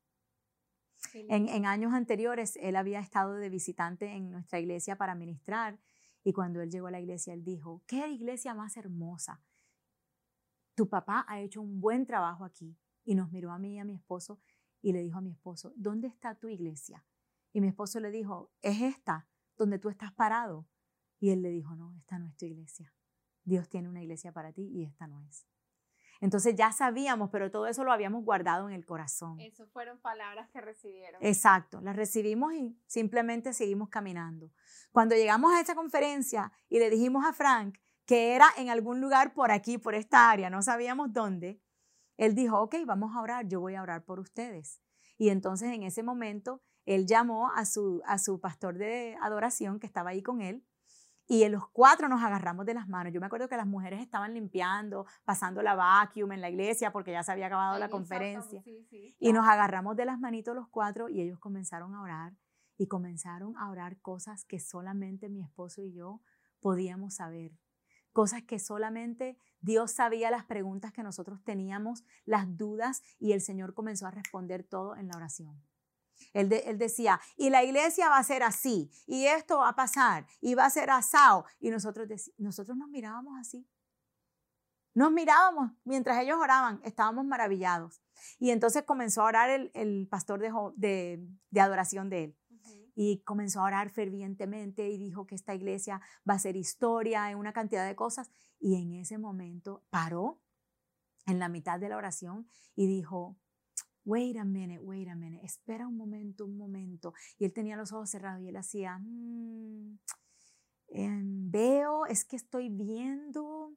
Qué En, lindo. en años anteriores él había estado de visitante en nuestra iglesia para ministrar y cuando él llegó a la iglesia él dijo, qué iglesia más hermosa, tu papá ha hecho un buen trabajo aquí. Y nos miró a mí y a mi esposo y le dijo a mi esposo, ¿dónde está tu iglesia? Y mi esposo le dijo, es esta, donde tú estás parado. Y él le dijo, no, esta no es tu iglesia. Dios tiene una iglesia para ti y esta no es. Entonces ya sabíamos, pero todo eso lo habíamos guardado en el corazón. Esas fueron palabras que recibieron. Exacto, las recibimos y simplemente seguimos caminando. Cuando llegamos a esa conferencia y le dijimos a Frank que era en algún lugar por aquí, por esta área, no sabíamos dónde, él dijo, ok, vamos a orar, yo voy a orar por ustedes. Y entonces en ese momento él llamó a su, a su pastor de adoración que estaba ahí con él y en los cuatro nos agarramos de las manos. Yo me acuerdo que las mujeres estaban limpiando, pasando la vacuum en la iglesia porque ya se había acabado Ahí la en el South conferencia. Campus, sí, sí, Y nos claro. agarramos de las manitos los cuatro y ellos comenzaron a orar y comenzaron a orar cosas que solamente mi esposo y yo podíamos saber. Cosas que solamente Dios sabía las preguntas que nosotros teníamos, las dudas, y el Señor comenzó a responder todo en la oración. Él, de, él decía, y la iglesia va a ser así, y esto va a pasar, y va a ser asao. Y nosotros, nosotros nos mirábamos así. Nos mirábamos mientras ellos oraban, estábamos maravillados. Y entonces comenzó a orar el, el pastor de, de, de adoración de él. Ujú. Y comenzó a orar fervientemente y dijo que esta iglesia va a ser historia en una cantidad de cosas. Y en ese momento paró en la mitad de la oración y dijo, wait a minute, wait a minute, espera un momento, un momento. Y él tenía los ojos cerrados y él hacía, mmm, eh, veo, es que estoy viendo,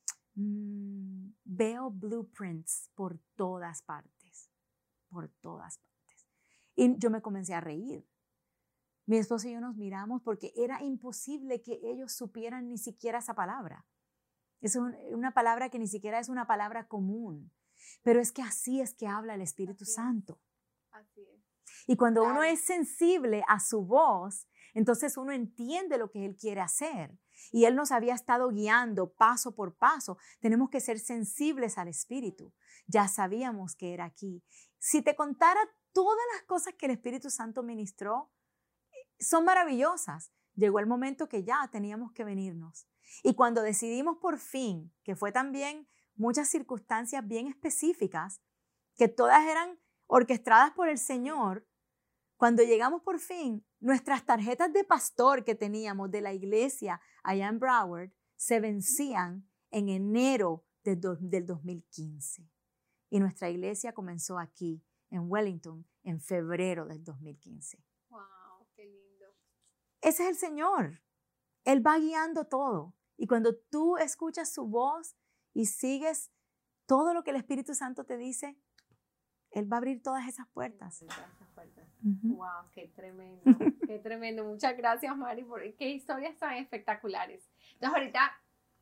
mmm, veo blueprints por todas partes, por todas partes. Y yo me comencé a reír. Mi esposo y yo nos miramos porque era imposible que ellos supieran ni siquiera esa palabra. Es un, una palabra que ni siquiera es una palabra común. Pero es que así es que habla el Espíritu Así es. Santo. Así es. Y cuando Claro. uno es sensible a su voz, entonces uno entiende lo que Él quiere hacer. Y Él nos había estado guiando paso por paso. Tenemos que ser sensibles al Espíritu. Ya sabíamos que era aquí. Si te contara todas las cosas que el Espíritu Santo ministró, son maravillosas. Llegó el momento que ya teníamos que venirnos. Y cuando decidimos por fin, que fue también muchas circunstancias bien específicas, que todas eran orquestadas por el Señor, cuando llegamos por fin, nuestras tarjetas de pastor que teníamos de la iglesia allá en Broward se vencían en enero del, do, del dos mil quince. Y nuestra iglesia comenzó aquí, en Wellington, en febrero del dos mil quince. ¡Wow! ¡Qué lindo! Ese es el Señor. Él va guiando todo. Y cuando tú escuchas su voz y sigues todo lo que el Espíritu Santo te dice, Él va a abrir todas esas puertas. Uh-huh. ¡Wow! ¡Qué tremendo! ¡Qué tremendo! Muchas gracias, Mari, por qué historias tan espectaculares. Entonces, ahorita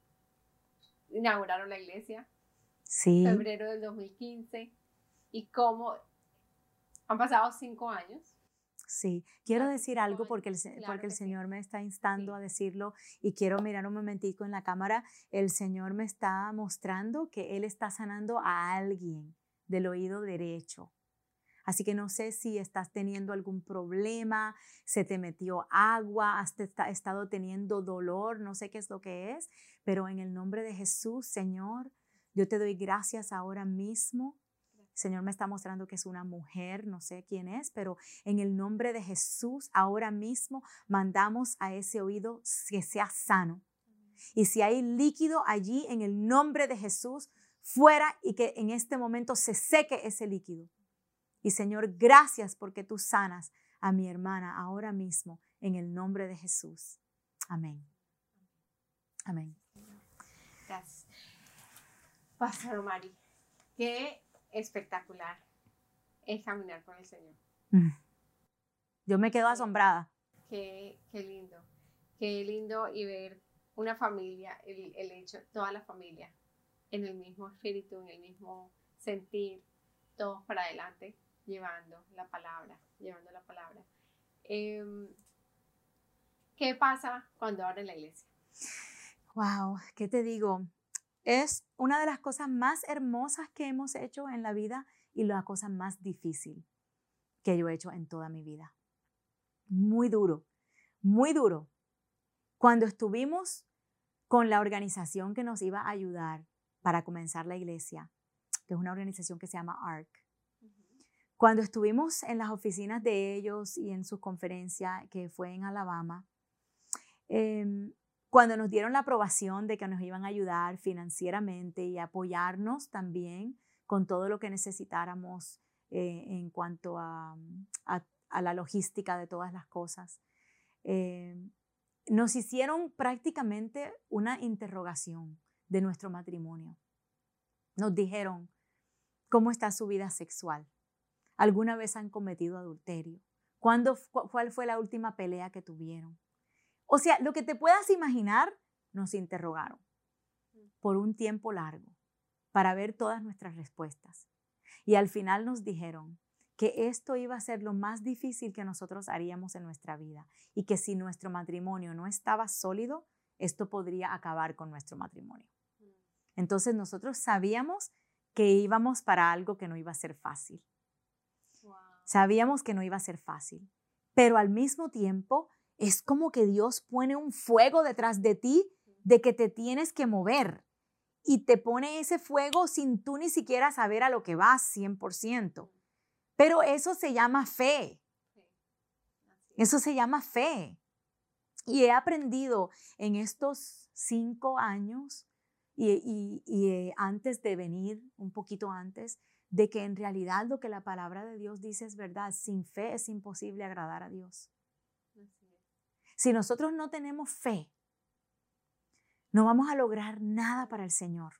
inauguraron la iglesia. Sí. Febrero del dos mil quince. ¿Y cómo? Han pasado cinco años. Sí, quiero decir algo porque el, claro porque el Señor sí. me está instando sí. a decirlo y quiero mirar un momentico en la cámara. El Señor me está mostrando que Él está sanando a alguien del oído derecho. Así que no sé si estás teniendo algún problema, se te metió agua, has estado teniendo dolor, no sé qué es lo que es, pero en el nombre de Jesús, Señor, yo te doy gracias ahora mismo. El Señor me está mostrando que es una mujer, no sé quién es, pero en el nombre de Jesús, ahora mismo mandamos a ese oído que sea sano. Y si hay líquido allí, en el nombre de Jesús, fuera y que en este momento se seque ese líquido. Y Señor, gracias porque tú sanas a mi hermana ahora mismo, en el nombre de Jesús. Amén. Amén. Gracias. Pastor Mari, qué espectacular es caminar con el Señor. Yo me quedo asombrada. Qué, qué lindo, qué lindo y ver una familia, el, el hecho, toda la familia en el mismo espíritu, en el mismo sentir, todos para adelante, llevando la palabra, llevando la palabra. Eh, ¿Qué pasa cuando abren la iglesia? Wow, ¿qué te digo? Es una de las cosas más hermosas que hemos hecho en la vida y la cosa más difícil que yo he hecho en toda mi vida. Muy duro, muy duro. Cuando estuvimos con la organización que nos iba a ayudar para comenzar la iglesia, que es una organización que se llama A R C, uh-huh. Cuando estuvimos en las oficinas de ellos y en su conferencia que fue en Alabama, eh, cuando nos dieron la aprobación de que nos iban a ayudar financieramente y apoyarnos también con todo lo que necesitáramos eh, en cuanto a, a, a la logística de todas las cosas, eh, nos hicieron prácticamente una interrogación de nuestro matrimonio. Nos dijeron, ¿cómo está su vida sexual? ¿Alguna vez han cometido adulterio? ¿Cuándo, ¿Cuál fue la última pelea que tuvieron? O sea, lo que te puedas imaginar, nos interrogaron por un tiempo largo para ver todas nuestras respuestas. Y al final nos dijeron que esto iba a ser lo más difícil que nosotros haríamos en nuestra vida y que si nuestro matrimonio no estaba sólido, esto podría acabar con nuestro matrimonio. Entonces nosotros sabíamos que íbamos para algo que no iba a ser fácil. Wow. Sabíamos que no iba a ser fácil, pero al mismo tiempo es como que Dios pone un fuego detrás de ti de que te tienes que mover y te pone ese fuego sin tú ni siquiera saber a lo que vas cien por ciento. Pero eso se llama fe. Eso se llama fe. Y he aprendido en estos cinco años y, y, y antes de venir, un poquito antes, de que en realidad lo que la palabra de Dios dice es verdad. Sin fe es imposible agradar a Dios. Si nosotros no tenemos fe, no vamos a lograr nada para el Señor.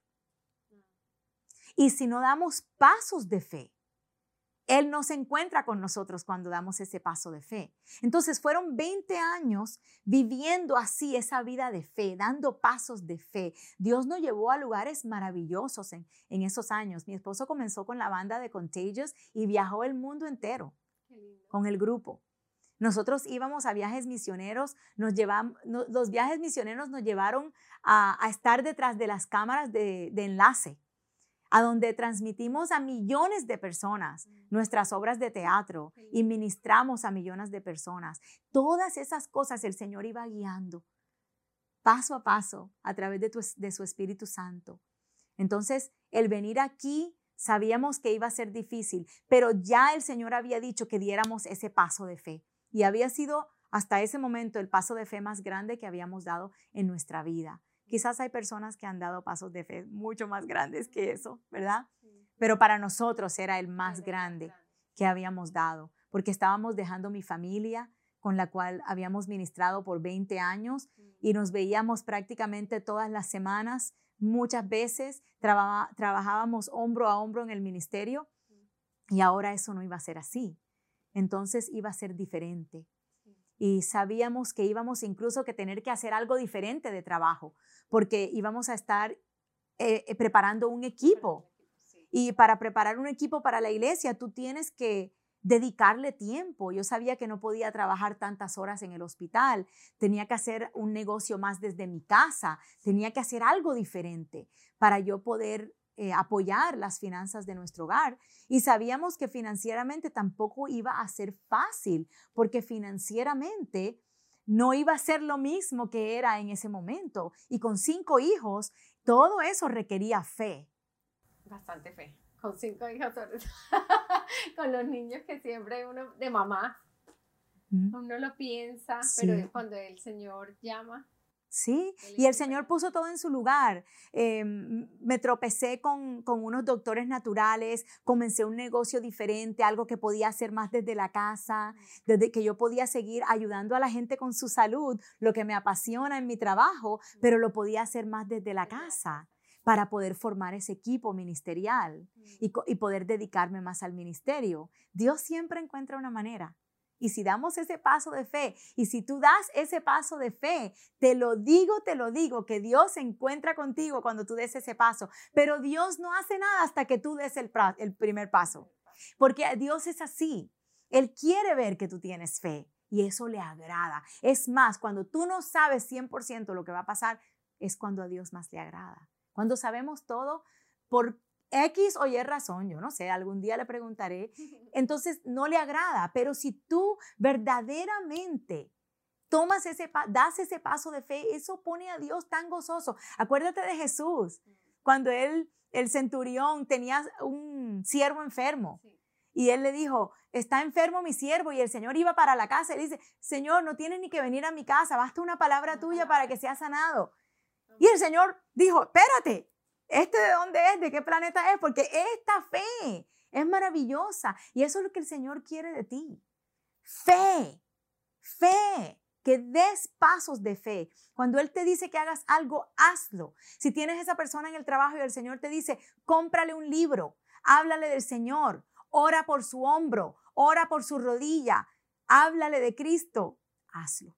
Y si no damos pasos de fe, Él no se encuentra con nosotros cuando damos ese paso de fe. Entonces fueron veinte años viviendo así esa vida de fe, dando pasos de fe. Dios nos llevó a lugares maravillosos en, en esos años. Mi esposo comenzó con la banda de Contagious y viajó el mundo entero con el grupo. Nosotros íbamos a viajes misioneros, nos llevamos, no, los viajes misioneros nos llevaron a, a estar detrás de las cámaras de, de enlace, a donde transmitimos a millones de personas nuestras obras de teatro y ministramos a millones de personas. Todas esas cosas el Señor iba guiando paso a paso a través de, tu, de su Espíritu Santo. Entonces, el venir aquí, sabíamos que iba a ser difícil, pero ya el Señor había dicho que diéramos ese paso de fe. Y había sido hasta ese momento el paso de fe más grande que habíamos dado en nuestra vida. Quizás hay personas que han dado pasos de fe mucho más grandes que eso, ¿verdad? Sí. Pero para nosotros era el más Era grande grande. que habíamos dado, porque estábamos dejando mi familia con la cual habíamos ministrado por veinte años y nos veíamos prácticamente todas las semanas, muchas veces traba- trabajábamos hombro a hombro en el ministerio y ahora eso no iba a ser así. Entonces iba a ser diferente. Y sabíamos que íbamos incluso que tener que hacer algo diferente de trabajo, porque íbamos a estar eh, eh, preparando un equipo. Y para preparar un equipo para la iglesia, tú tienes que dedicarle tiempo. Yo sabía que no podía trabajar tantas horas en el hospital, tenía que hacer un negocio más desde mi casa, tenía que hacer algo diferente para yo poder eh, apoyar las finanzas de nuestro hogar. Y sabíamos que financieramente tampoco iba a ser fácil, porque financieramente no iba a ser lo mismo que era en ese momento. Y con cinco hijos, todo eso requería fe. Bastante fe. Con cinco hijos, sobre todo. Con los niños que siempre uno, de mamá, ¿Mm? uno lo piensa, Sí. pero cuando el Señor llama. Sí, Él y el hizo Señor para- puso todo en su lugar. Eh, me tropecé con, con unos doctores naturales, comencé un negocio diferente, algo que podía hacer más desde la casa, desde que yo podía seguir ayudando a la gente con su salud, lo que me apasiona en mi trabajo, pero lo podía hacer más desde la casa para poder formar ese equipo ministerial y, co- y poder dedicarme más al ministerio. Dios siempre encuentra una manera. Y si damos ese paso de fe, y si tú das ese paso de fe, te lo digo, te lo digo, que Dios se encuentra contigo cuando tú des ese paso. Pero Dios no hace nada hasta que tú des el, pra- el primer paso. Porque Dios es así. Él quiere ver que tú tienes fe y eso le agrada. Es más, cuando tú no sabes cien por ciento lo que va a pasar, es cuando a Dios más le agrada. Cuando sabemos todo por X o Y razón, yo no sé, algún día le preguntaré, entonces no le agrada. Pero si tú verdaderamente tomas ese, pa- das ese paso de fe, eso pone a Dios tan gozoso. Acuérdate de Jesús, cuando él, el centurión, tenía un siervo enfermo. Sí. Y él le dijo, está enfermo mi siervo. Y el Señor iba para la casa. Él dice, Señor, no tienes ni que venir a mi casa. Basta una palabra Una tuya palabra. para que sea sanado. Y el Señor dijo, espérate, ¿este de dónde es? ¿De qué planeta es? Porque esta fe es maravillosa. Y eso es lo que el Señor quiere de ti. Fe, fe, que des pasos de fe. Cuando Él te dice que hagas algo, hazlo. Si tienes esa persona en el trabajo y el Señor te dice, cómprale un libro, háblale del Señor, ora por su hombro, ora por su rodilla, háblale de Cristo, hazlo.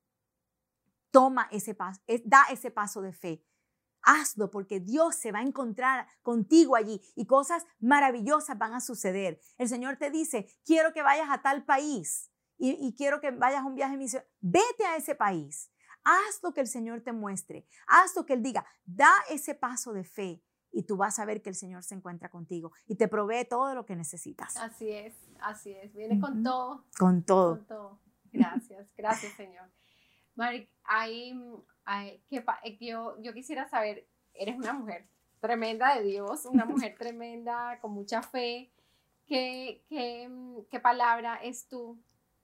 Toma ese paso, da ese paso de fe. Hazlo porque Dios se va a encontrar contigo allí y cosas maravillosas van a suceder. El Señor te dice, quiero que vayas a tal país y, y quiero que vayas a un viaje misionero. Vete a ese país. Haz lo que el Señor te muestre. Haz lo que Él diga. Da ese paso de fe y tú vas a ver que el Señor se encuentra contigo y te provee todo lo que necesitas. Así es, así es. Viene con Ujú. todo. Con todo. Con todo. Gracias, gracias, Señor. Mari, hay, hay- que pa- eh, yo, yo quisiera saber, eres una mujer tremenda de Dios, una mujer tremenda, con mucha fe. ¿Qué, qué, mm, qué palabra es tú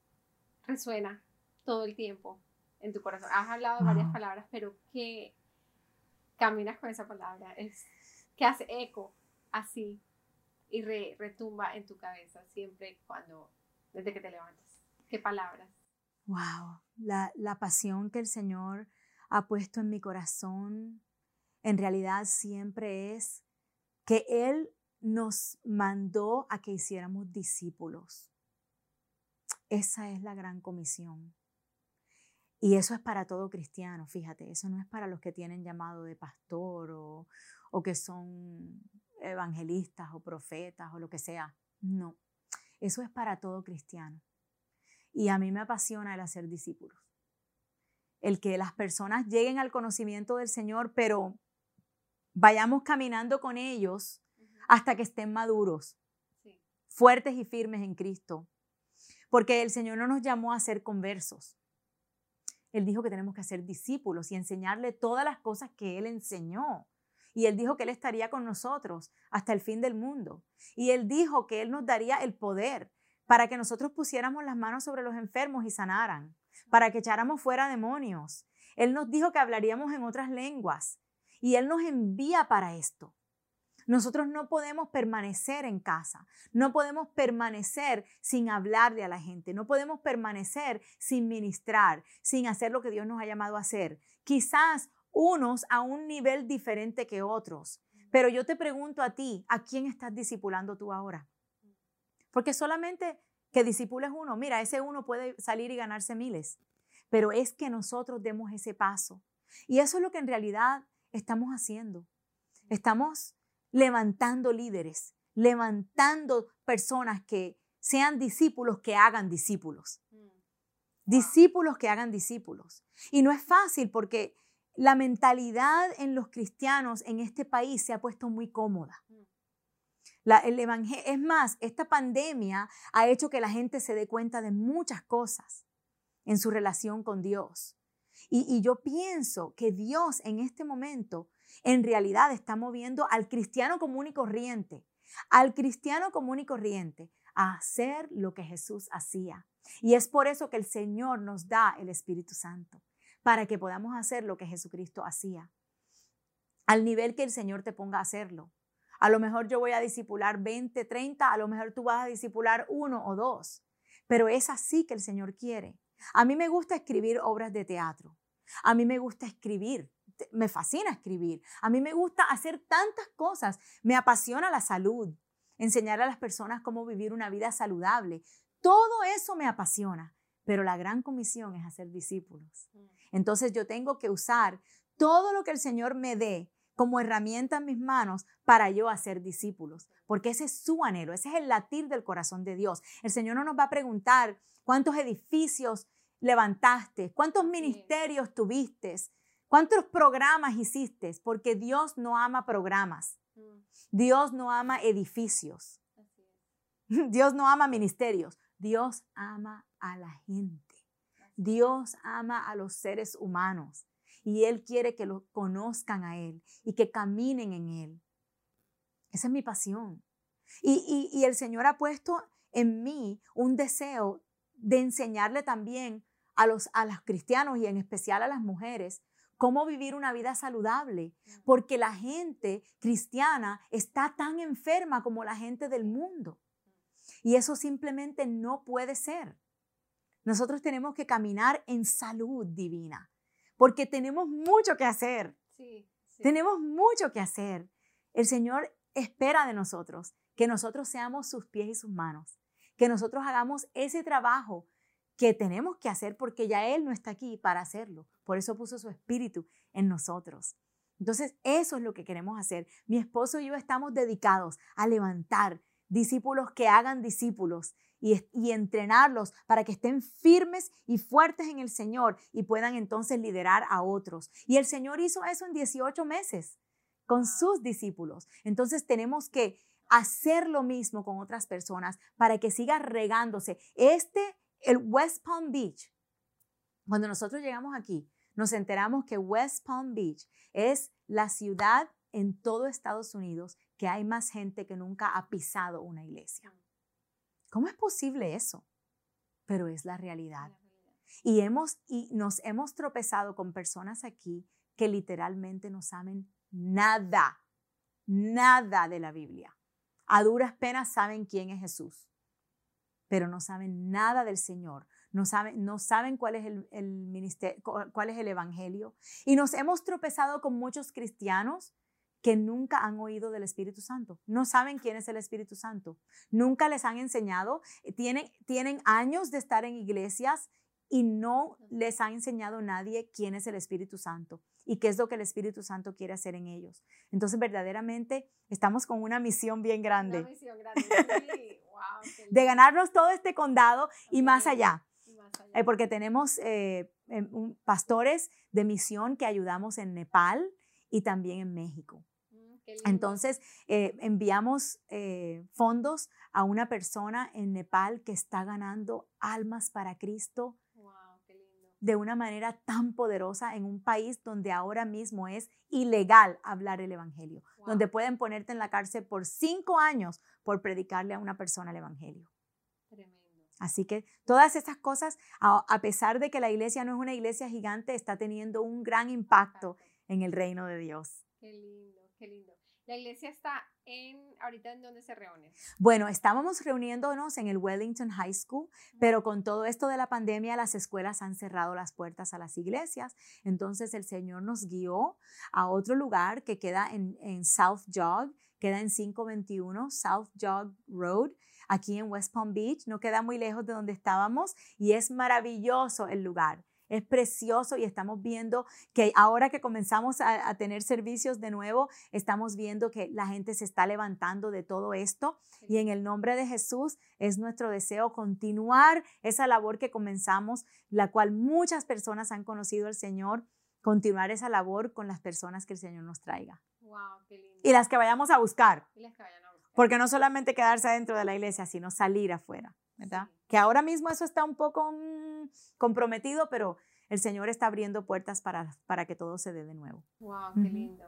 resuena todo el tiempo en tu corazón? Has hablado de varias Wow. palabras, pero ¿qué caminas con esa palabra? Es que hace eco así y re- retumba en tu cabeza siempre cuando, desde que te levantas. ¿Qué palabras? Wow, la, la pasión que el Señor ha puesto en mi corazón en realidad siempre es que Él nos mandó a que hiciéramos discípulos. Esa es la gran comisión. Y eso es para todo cristiano, fíjate, eso no es para los que tienen llamado de pastor o, o que son evangelistas o profetas o lo que sea. No, eso es para todo cristiano. Y a mí me apasiona el hacer discípulos. El que las personas lleguen al conocimiento del Señor, pero vayamos caminando con ellos hasta que estén maduros, Sí. fuertes y firmes en Cristo. Porque el Señor no nos llamó a ser conversos. Él dijo que tenemos que hacer discípulos y enseñarle todas las cosas que Él enseñó. Y Él dijo que Él estaría con nosotros hasta el fin del mundo. Y Él dijo que Él nos daría el poder para que nosotros pusiéramos las manos sobre los enfermos y sanaran, para que echáramos fuera demonios. Él nos dijo que hablaríamos en otras lenguas. y Él nos envía para esto. Nosotros no podemos permanecer en casa, no podemos permanecer sin hablarle a la gente, no podemos permanecer sin ministrar, sin hacer lo que Dios nos ha llamado a hacer. Quizás unos a un nivel diferente que otros, pero yo te pregunto a ti, ¿a quién estás discipulando tú ahora? Porque solamente que discipules uno, mira, ese uno puede salir y ganarse miles, pero es que nosotros demos ese paso. Y eso es lo que en realidad estamos haciendo. Estamos levantando líderes, levantando personas que sean discípulos que hagan discípulos. Discípulos que hagan discípulos. Y no es fácil porque la mentalidad en los cristianos en este país se ha puesto muy cómoda. La, el evangelio, es más, esta pandemia ha hecho que la gente se dé cuenta de muchas cosas en su relación con Dios. Y, y yo pienso que Dios en este momento en realidad está moviendo al cristiano común y corriente, al cristiano común y corriente a hacer lo que Jesús hacía. Y es por eso que el Señor nos da el Espíritu Santo, para que podamos hacer lo que Jesucristo hacía, al nivel que el Señor te ponga a hacerlo. A lo mejor yo voy a discipular veinte, treinta, a lo mejor tú vas a discipular uno o dos, pero es así que el Señor quiere. A mí me gusta escribir obras de teatro, a mí me gusta escribir, me fascina escribir, a mí me gusta hacer tantas cosas, me apasiona la salud, enseñar a las personas cómo vivir una vida saludable, todo eso me apasiona, pero la gran comisión es hacer discípulos. Entonces yo tengo que usar todo lo que el Señor me dé como herramienta en mis manos para yo hacer discípulos, porque ese es su anhelo, ese es el latir del corazón de Dios. El Señor no nos va a preguntar cuántos edificios levantaste, cuántos ministerios tuviste, cuántos programas hiciste, porque Dios no ama programas, Dios no ama edificios, Dios no ama ministerios, Dios ama a la gente, Dios ama a los seres humanos. Y Él quiere que lo conozcan a Él y que caminen en Él. Esa es mi pasión. Y, y, y el Señor ha puesto en mí un deseo de enseñarle también a los, a los cristianos y en especial a las mujeres cómo vivir una vida saludable. Porque la gente cristiana está tan enferma como la gente del mundo. Y eso simplemente no puede ser. Nosotros tenemos que caminar en salud divina. Porque tenemos mucho que hacer. Sí, sí. Tenemos mucho que hacer. El Señor espera de nosotros que nosotros seamos sus pies y sus manos. Que nosotros hagamos ese trabajo que tenemos que hacer porque ya Él no está aquí para hacerlo. Por eso puso su espíritu en nosotros. Entonces, eso es lo que queremos hacer. Mi esposo y yo estamos dedicados a levantar discípulos que hagan discípulos. Y, y entrenarlos para que estén firmes y fuertes en el Señor y puedan entonces liderar a otros. Y el Señor hizo eso en dieciocho meses con sus discípulos. Entonces tenemos que hacer lo mismo con otras personas para que siga regándose. Este, el West Palm Beach, cuando nosotros llegamos aquí, nos enteramos que West Palm Beach es la ciudad en todo Estados Unidos que hay más gente que nunca ha pisado una iglesia. ¿Cómo es posible eso? Pero es la realidad. Y, hemos, y nos hemos tropezado con personas aquí que literalmente no saben nada, nada de la Biblia. A duras penas saben quién es Jesús, pero no saben nada del Señor. No saben, no saben cuál es el, el ministerio, cuál es el evangelio. Y nos hemos tropezado con muchos cristianos que nunca han oído del Espíritu Santo. No saben quién es el Espíritu Santo. Nunca les han enseñado. Tienen, tienen años de estar en iglesias y no les ha enseñado nadie quién es el Espíritu Santo y qué es lo que el Espíritu Santo quiere hacer en ellos. Entonces, verdaderamente, estamos con una misión bien grande. Una misión grande, sí. Wow, qué de ganarnos todo este condado y más allá. Y más allá. Eh, porque tenemos eh, eh, un, pastores de misión que ayudamos en Nepal y también en México. Entonces, eh, enviamos eh, fondos a una persona en Nepal que está ganando almas para Cristo. Wow, qué lindo. De una manera tan poderosa en un país donde ahora mismo es ilegal hablar el evangelio, wow. Donde pueden ponerte en la cárcel por cinco años por predicarle a una persona el evangelio. Tremendo. Así que todas esas cosas, a, a pesar de que la iglesia no es una iglesia gigante, está teniendo un gran impacto en el reino de Dios. Qué lindo, qué lindo. La iglesia está en, ahorita en dónde se reúnen. Bueno, estábamos reuniéndonos en el Wellington High School, pero con todo esto de la pandemia, las escuelas han cerrado las puertas a las iglesias. Entonces el Señor nos guió a otro lugar que queda en, en South Jog, queda en quinientos veintiuno South Jog Road, aquí en West Palm Beach. No queda muy lejos de donde estábamos y es maravilloso el lugar. Es precioso y estamos viendo que ahora que comenzamos a, a tener servicios de nuevo, estamos viendo que la gente se está levantando de todo esto y en el nombre de Jesús es nuestro deseo continuar esa labor que comenzamos, la cual muchas personas han conocido al Señor, continuar esa labor con las personas que el Señor nos traiga. Wow, qué lindo. Y las que vayamos a buscar. Y las que vayan a buscar. Porque no solamente quedarse adentro de la iglesia, sino salir afuera, ¿verdad? Sí. Que ahora mismo eso está un poco mmm, comprometido, pero el Señor está abriendo puertas para, para que todo se dé de nuevo. Wow, qué uh-huh. lindo.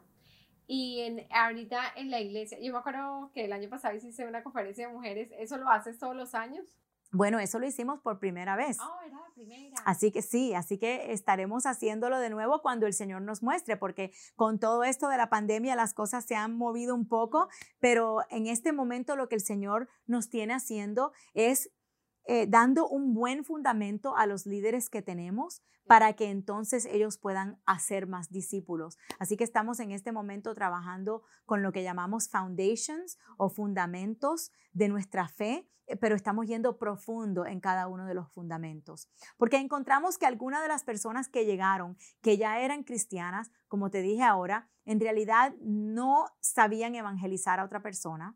Y en, ahorita en la iglesia, yo me acuerdo que el año pasado hice una conferencia de mujeres, ¿eso lo haces todos los años? Bueno, eso lo hicimos por primera vez. Oh, era la primera. Así que sí, así que estaremos haciéndolo de nuevo cuando el Señor nos muestre, porque con todo esto de la pandemia las cosas se han movido un poco, pero en este momento lo que el Señor nos tiene haciendo es eh, dando un buen fundamento a los líderes que tenemos para que entonces ellos puedan hacer más discípulos. Así que estamos en este momento trabajando con lo que llamamos foundations o fundamentos de nuestra fe, pero estamos yendo profundo en cada uno de los fundamentos. Porque encontramos que algunas de las personas que llegaron, que ya eran cristianas, como te dije ahora, en realidad no sabían evangelizar a otra persona,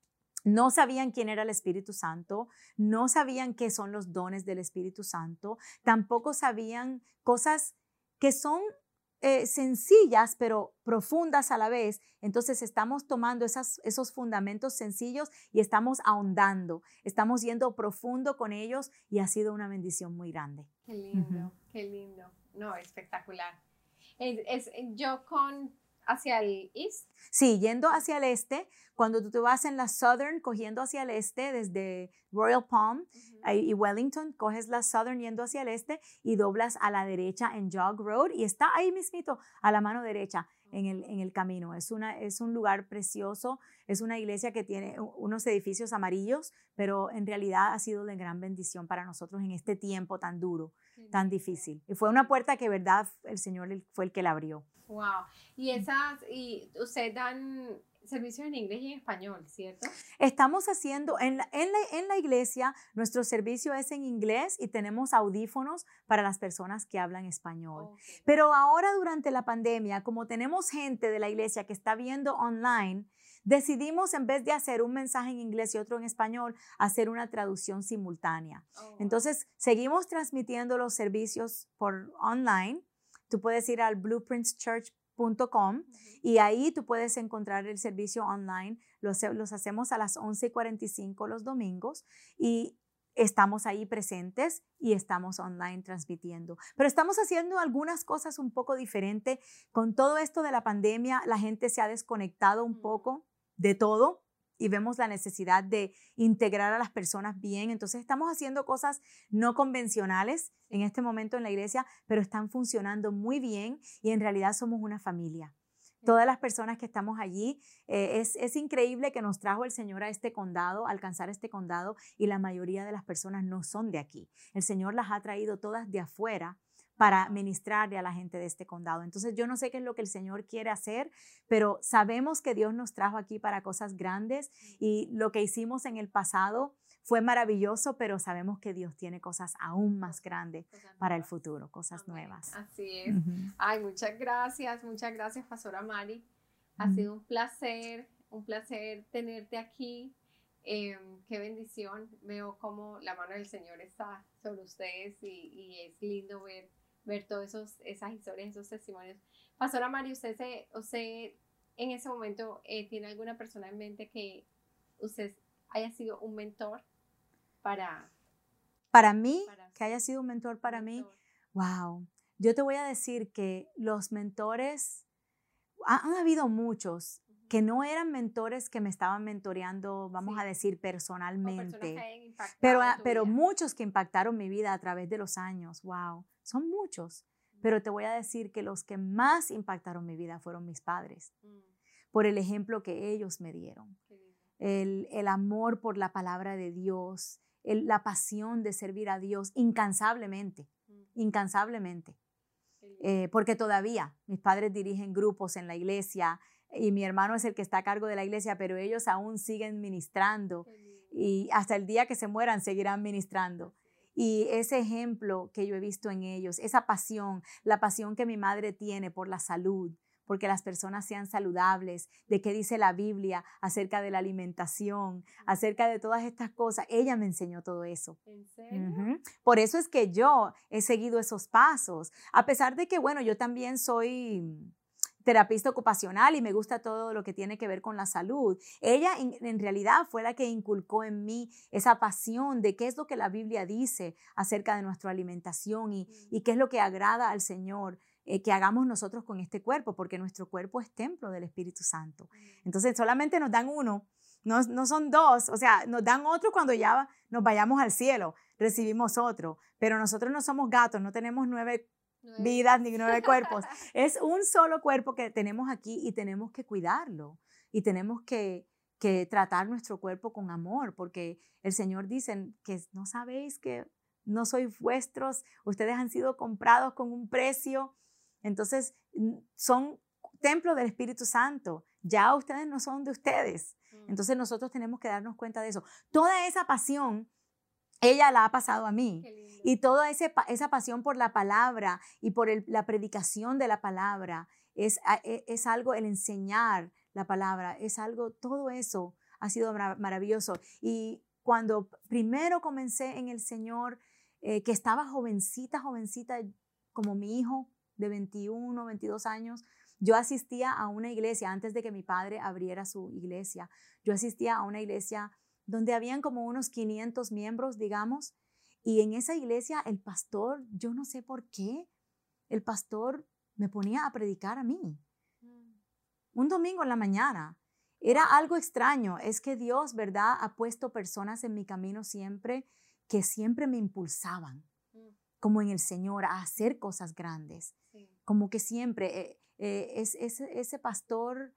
no sabían quién era el Espíritu Santo, no sabían qué son los dones del Espíritu Santo, tampoco sabían cosas que son Eh, sencillas pero profundas a la vez. Entonces estamos tomando esas, esos fundamentos sencillos y estamos ahondando, estamos yendo profundo con ellos y ha sido una bendición muy grande. Qué lindo, uh-huh. qué lindo. No, espectacular. Es, es, yo con hacia el east. Sí, yendo hacia el este, cuando tú te vas en la Southern, cogiendo hacia el este desde Royal Palm uh-huh. y Wellington, coges la Southern yendo hacia el este y doblas a la derecha en Jog Road y está ahí mismito a la mano derecha uh-huh. en, el, en el camino. Es, una, es un lugar precioso, es una iglesia que tiene unos edificios amarillos, pero en realidad ha sido de gran bendición para nosotros en este tiempo tan duro, uh-huh. tan difícil. Y fue una puerta que, verdad, el Señor fue el que la abrió. Wow. Y esas, y ustedes dan servicios en inglés y en español, ¿cierto? Estamos haciendo, en la, en la, en la iglesia, nuestro servicio es en inglés y tenemos audífonos para las personas que hablan español. Okay. Pero ahora durante la pandemia, como tenemos gente de la iglesia que está viendo online, decidimos en vez de hacer un mensaje en inglés y otro en español, hacer una traducción simultánea. Oh. Entonces, seguimos transmitiendo los servicios por online. Tú puedes ir al blueprints church punto com uh-huh. y ahí tú puedes encontrar el servicio online. Los, los hacemos a las once y cuarenta y cinco los domingos y estamos ahí presentes y estamos online transmitiendo. Pero estamos haciendo algunas cosas un poco diferentes. Con todo esto de la pandemia, la gente se ha desconectado un uh-huh. poco de todo. Y vemos la necesidad de integrar a las personas bien. Entonces estamos haciendo cosas no convencionales en este momento en la iglesia, pero están funcionando muy bien y en realidad somos una familia. Todas las personas que estamos allí, eh, es, es increíble que nos trajo el Señor a este condado, a alcanzar este condado y la mayoría de las personas no son de aquí. El Señor las ha traído todas de afuera para ministrarle a la gente de este condado. Entonces yo no sé qué es lo que el Señor quiere hacer, pero sabemos que Dios nos trajo aquí para cosas grandes y lo que hicimos en el pasado fue maravilloso, pero sabemos que Dios tiene cosas aún más grandes para el futuro, cosas Amén. Nuevas. Así es. Uh-huh. Ay, muchas gracias, muchas gracias, Pastora Mari. Ha uh-huh. sido un placer, un placer tenerte aquí. Eh, qué bendición. Veo cómo la mano del Señor está sobre ustedes y, y es lindo ver ver todas esas historias, esos testimonios. Pastora Mari, ¿usted, se, usted en ese momento eh, tiene alguna persona en mente que usted haya sido un mentor para... Para mí, para que haya sido un mentor para mentor. mí, wow. Yo te voy a decir que los mentores, han, han habido muchos uh-huh. que no eran mentores que me estaban mentoreando, vamos sí. a decir, personalmente. Pero, pero muchos que impactaron mi vida a través de los años, wow. Son muchos, Pero te voy a decir que los que más impactaron mi vida fueron mis padres, Mm. por el ejemplo que ellos me dieron. Qué lindo. El, el amor por la palabra de Dios, el- la pasión de servir a Dios incansablemente, Mm. incansablemente. Qué lindo. Eh, porque todavía mis padres dirigen grupos en la iglesia y mi hermano es el que está a cargo de la iglesia, pero ellos aún siguen ministrando Qué lindo. y hasta el día que se mueran seguirán ministrando. Y ese ejemplo que yo he visto en ellos, esa pasión, la pasión que mi madre tiene por la salud, porque las personas sean saludables, de qué dice la Biblia acerca de la alimentación, acerca de todas estas cosas, ella me enseñó todo eso. ¿En serio? Ujú. Por eso es que yo he seguido esos pasos, a pesar de que, bueno, yo también soy terapista ocupacional y me gusta todo lo que tiene que ver con la salud. Ella en, en realidad fue la que inculcó en mí esa pasión de qué es lo que la Biblia dice acerca de nuestra alimentación y, y qué es lo que agrada al Señor eh, que hagamos nosotros con este cuerpo, porque nuestro cuerpo es templo del Espíritu Santo. Entonces solamente nos dan uno, no, no son dos, o sea, nos dan otro cuando ya nos vayamos al cielo, recibimos otro, pero nosotros no somos gatos, no tenemos nueve Nueve vidas ni nueve cuerpos. Es un solo cuerpo que tenemos aquí y tenemos que cuidarlo y tenemos que, que tratar nuestro cuerpo con amor, porque el Señor dice que no sabéis que no sois vuestros, ustedes han sido comprados con un precio, entonces son templo del Espíritu Santo, ya ustedes no son de ustedes, entonces nosotros tenemos que darnos cuenta de eso. Toda esa pasión ella la ha pasado a mí. Qué lindo. Y toda ese, esa pasión por la palabra y por el, la predicación de la palabra es, es algo, el enseñar la palabra, es algo, todo eso ha sido marav- maravilloso. Y cuando primero comencé en el Señor, eh, que estaba jovencita, jovencita, como mi hijo de veintiuno, veintidós años, yo asistía a una iglesia, antes de que mi padre abriera su iglesia, yo asistía a una iglesia donde habían como unos quinientos miembros, digamos, y en esa iglesia el pastor, yo no sé por qué, el pastor me ponía a predicar a mí. Un domingo en la mañana. Era algo extraño, es que Dios, ¿verdad?, ha puesto personas en mi camino siempre que siempre me impulsaban, como en el Señor, a hacer cosas grandes. Sí. Como que siempre, eh, eh, es, es, ese pastor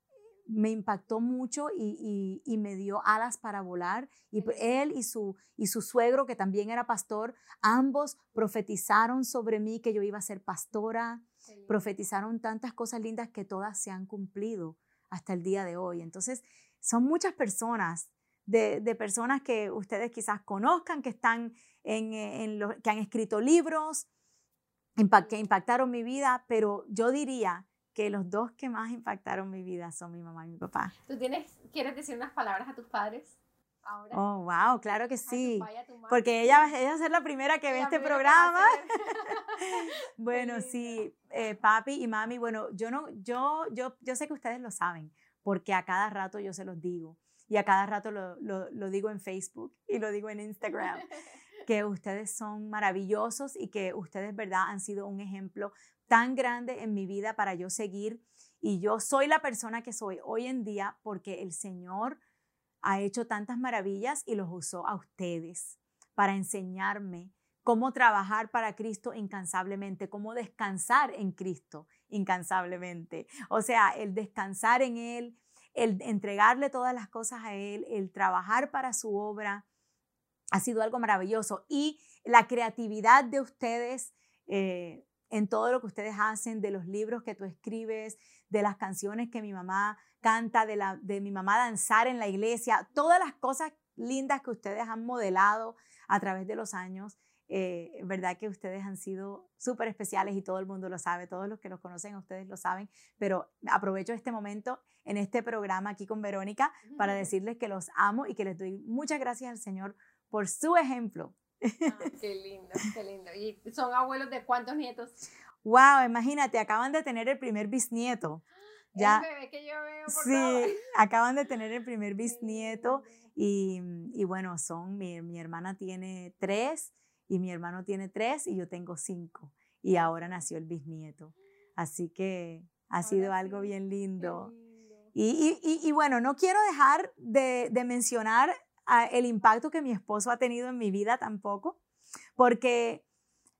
me impactó mucho y, y, y me dio alas para volar. Y Sí. él y su, y su suegro, que también era pastor, ambos profetizaron sobre mí que yo iba a ser pastora. Sí. Profetizaron tantas cosas lindas que todas se han cumplido hasta el día de hoy. Entonces, son muchas personas, de, de personas que ustedes quizás conozcan, que, están en, en lo, que han escrito libros, impact, que impactaron mi vida, pero yo diría que los dos que más impactaron mi vida son mi mamá y mi papá. ¿Tú tienes, quieres decir unas palabras a tus padres ahora? Oh, wow, claro que A tu sí. pa y a tu ma. Porque ella, ella va a ser la primera que ve La este primera que va a programa. hacer. Bueno, linda. sí, eh, papi y mami, bueno, yo, no, yo, yo, yo sé que ustedes lo saben, porque a cada rato yo se los digo. Y a cada rato lo, lo, lo digo en Facebook y lo digo en Instagram, que ustedes son maravillosos y que ustedes, ¿verdad?, han sido un ejemplo tan grande en mi vida para yo seguir. Y yo soy la persona que soy hoy en día porque el Señor ha hecho tantas maravillas y los usó a ustedes para enseñarme cómo trabajar para Cristo incansablemente, cómo descansar en Cristo incansablemente. O sea, el descansar en Él, el entregarle todas las cosas a Él, el trabajar para su obra, ha sido algo maravilloso. Y la creatividad de ustedes eh, en todo lo que ustedes hacen, de los libros que tú escribes, de las canciones que mi mamá canta, de, la, de mi mamá danzar en la iglesia, todas las cosas lindas que ustedes han modelado a través de los años, eh, verdad que ustedes han sido súper especiales y todo el mundo lo sabe, todos los que los conocen a ustedes lo saben, pero aprovecho este momento en este programa aquí con Verónica para decirles que los amo y que les doy muchas gracias al Señor por su ejemplo. Ah, qué lindo, qué lindo. ¿Y son abuelos de cuántos nietos? Wow, imagínate, acaban de tener el primer bisnieto. Ya, el bebé que yo veo por sí, todo. acaban de tener el primer bisnieto Qué lindo. y, y bueno, son, mi, mi hermana tiene tres y mi hermano tiene tres y yo tengo cinco y ahora nació el bisnieto. Así que ha Ahora sido algo sí, bien qué lindo. lindo. Y, y, y, y bueno, no quiero dejar de, de mencionar a el impacto que mi esposo ha tenido en mi vida tampoco, porque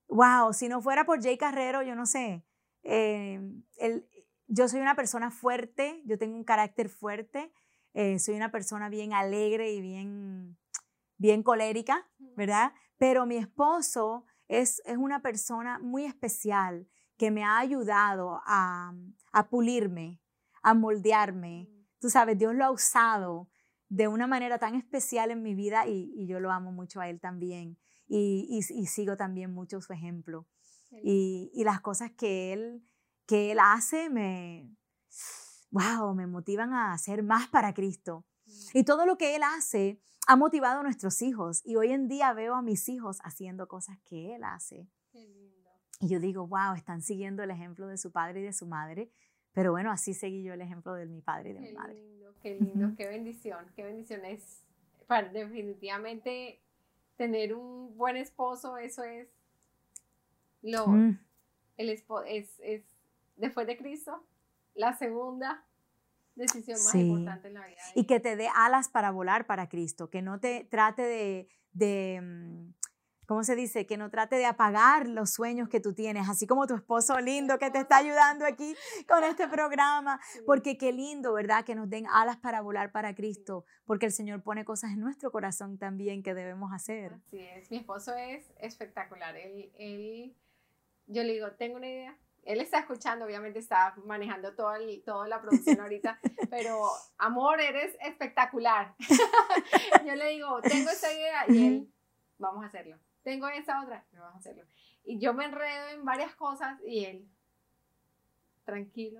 wow, si no fuera por Jay Carrero, yo no sé, eh, el, yo soy una persona fuerte, yo tengo un carácter fuerte, eh, soy una persona bien alegre y bien, bien colérica, ¿verdad? Pero mi esposo es, es una persona muy especial que me ha ayudado a, a pulirme, a moldearme. Tú sabes, Dios lo ha usado de una manera tan especial en mi vida y, y yo lo amo mucho a él también. Y, y, y sigo también mucho su ejemplo. Y, y las cosas que él, que él hace me, wow, me motivan a hacer más para Cristo. Y todo lo que él hace ha motivado a nuestros hijos. Y hoy en día veo a mis hijos haciendo cosas que él hace. Qué lindo. Y yo digo, wow, están siguiendo el ejemplo de su padre y de su madre. Pero bueno, así seguí yo el ejemplo de mi padre y de Qué mi madre. Lindo, qué lindo, qué bendición, qué bendición es. Para, definitivamente tener un buen esposo, eso es lo, Mm. el espo, es, es después de Cristo, la segunda decisión más Sí. importante en la vida. Y que te dé alas para volar para Cristo, que no te trate de, de mm, ¿cómo se dice? Que no trate de apagar los sueños que tú tienes, así como tu esposo lindo que te está ayudando aquí con este programa, Sí. porque qué lindo, ¿verdad? Que nos den alas para volar para Cristo, porque el Señor pone cosas en nuestro corazón también que debemos hacer. Así es, mi esposo es espectacular, él, él, yo le digo, tengo una idea, él está escuchando, obviamente está manejando todo el, toda la producción ahorita, pero amor, eres espectacular. Yo le digo, tengo esta idea y él, vamos a hacerlo. Tengo esa otra, vamos a hacerlo. Y yo me enredo en varias cosas y él, tranquilo,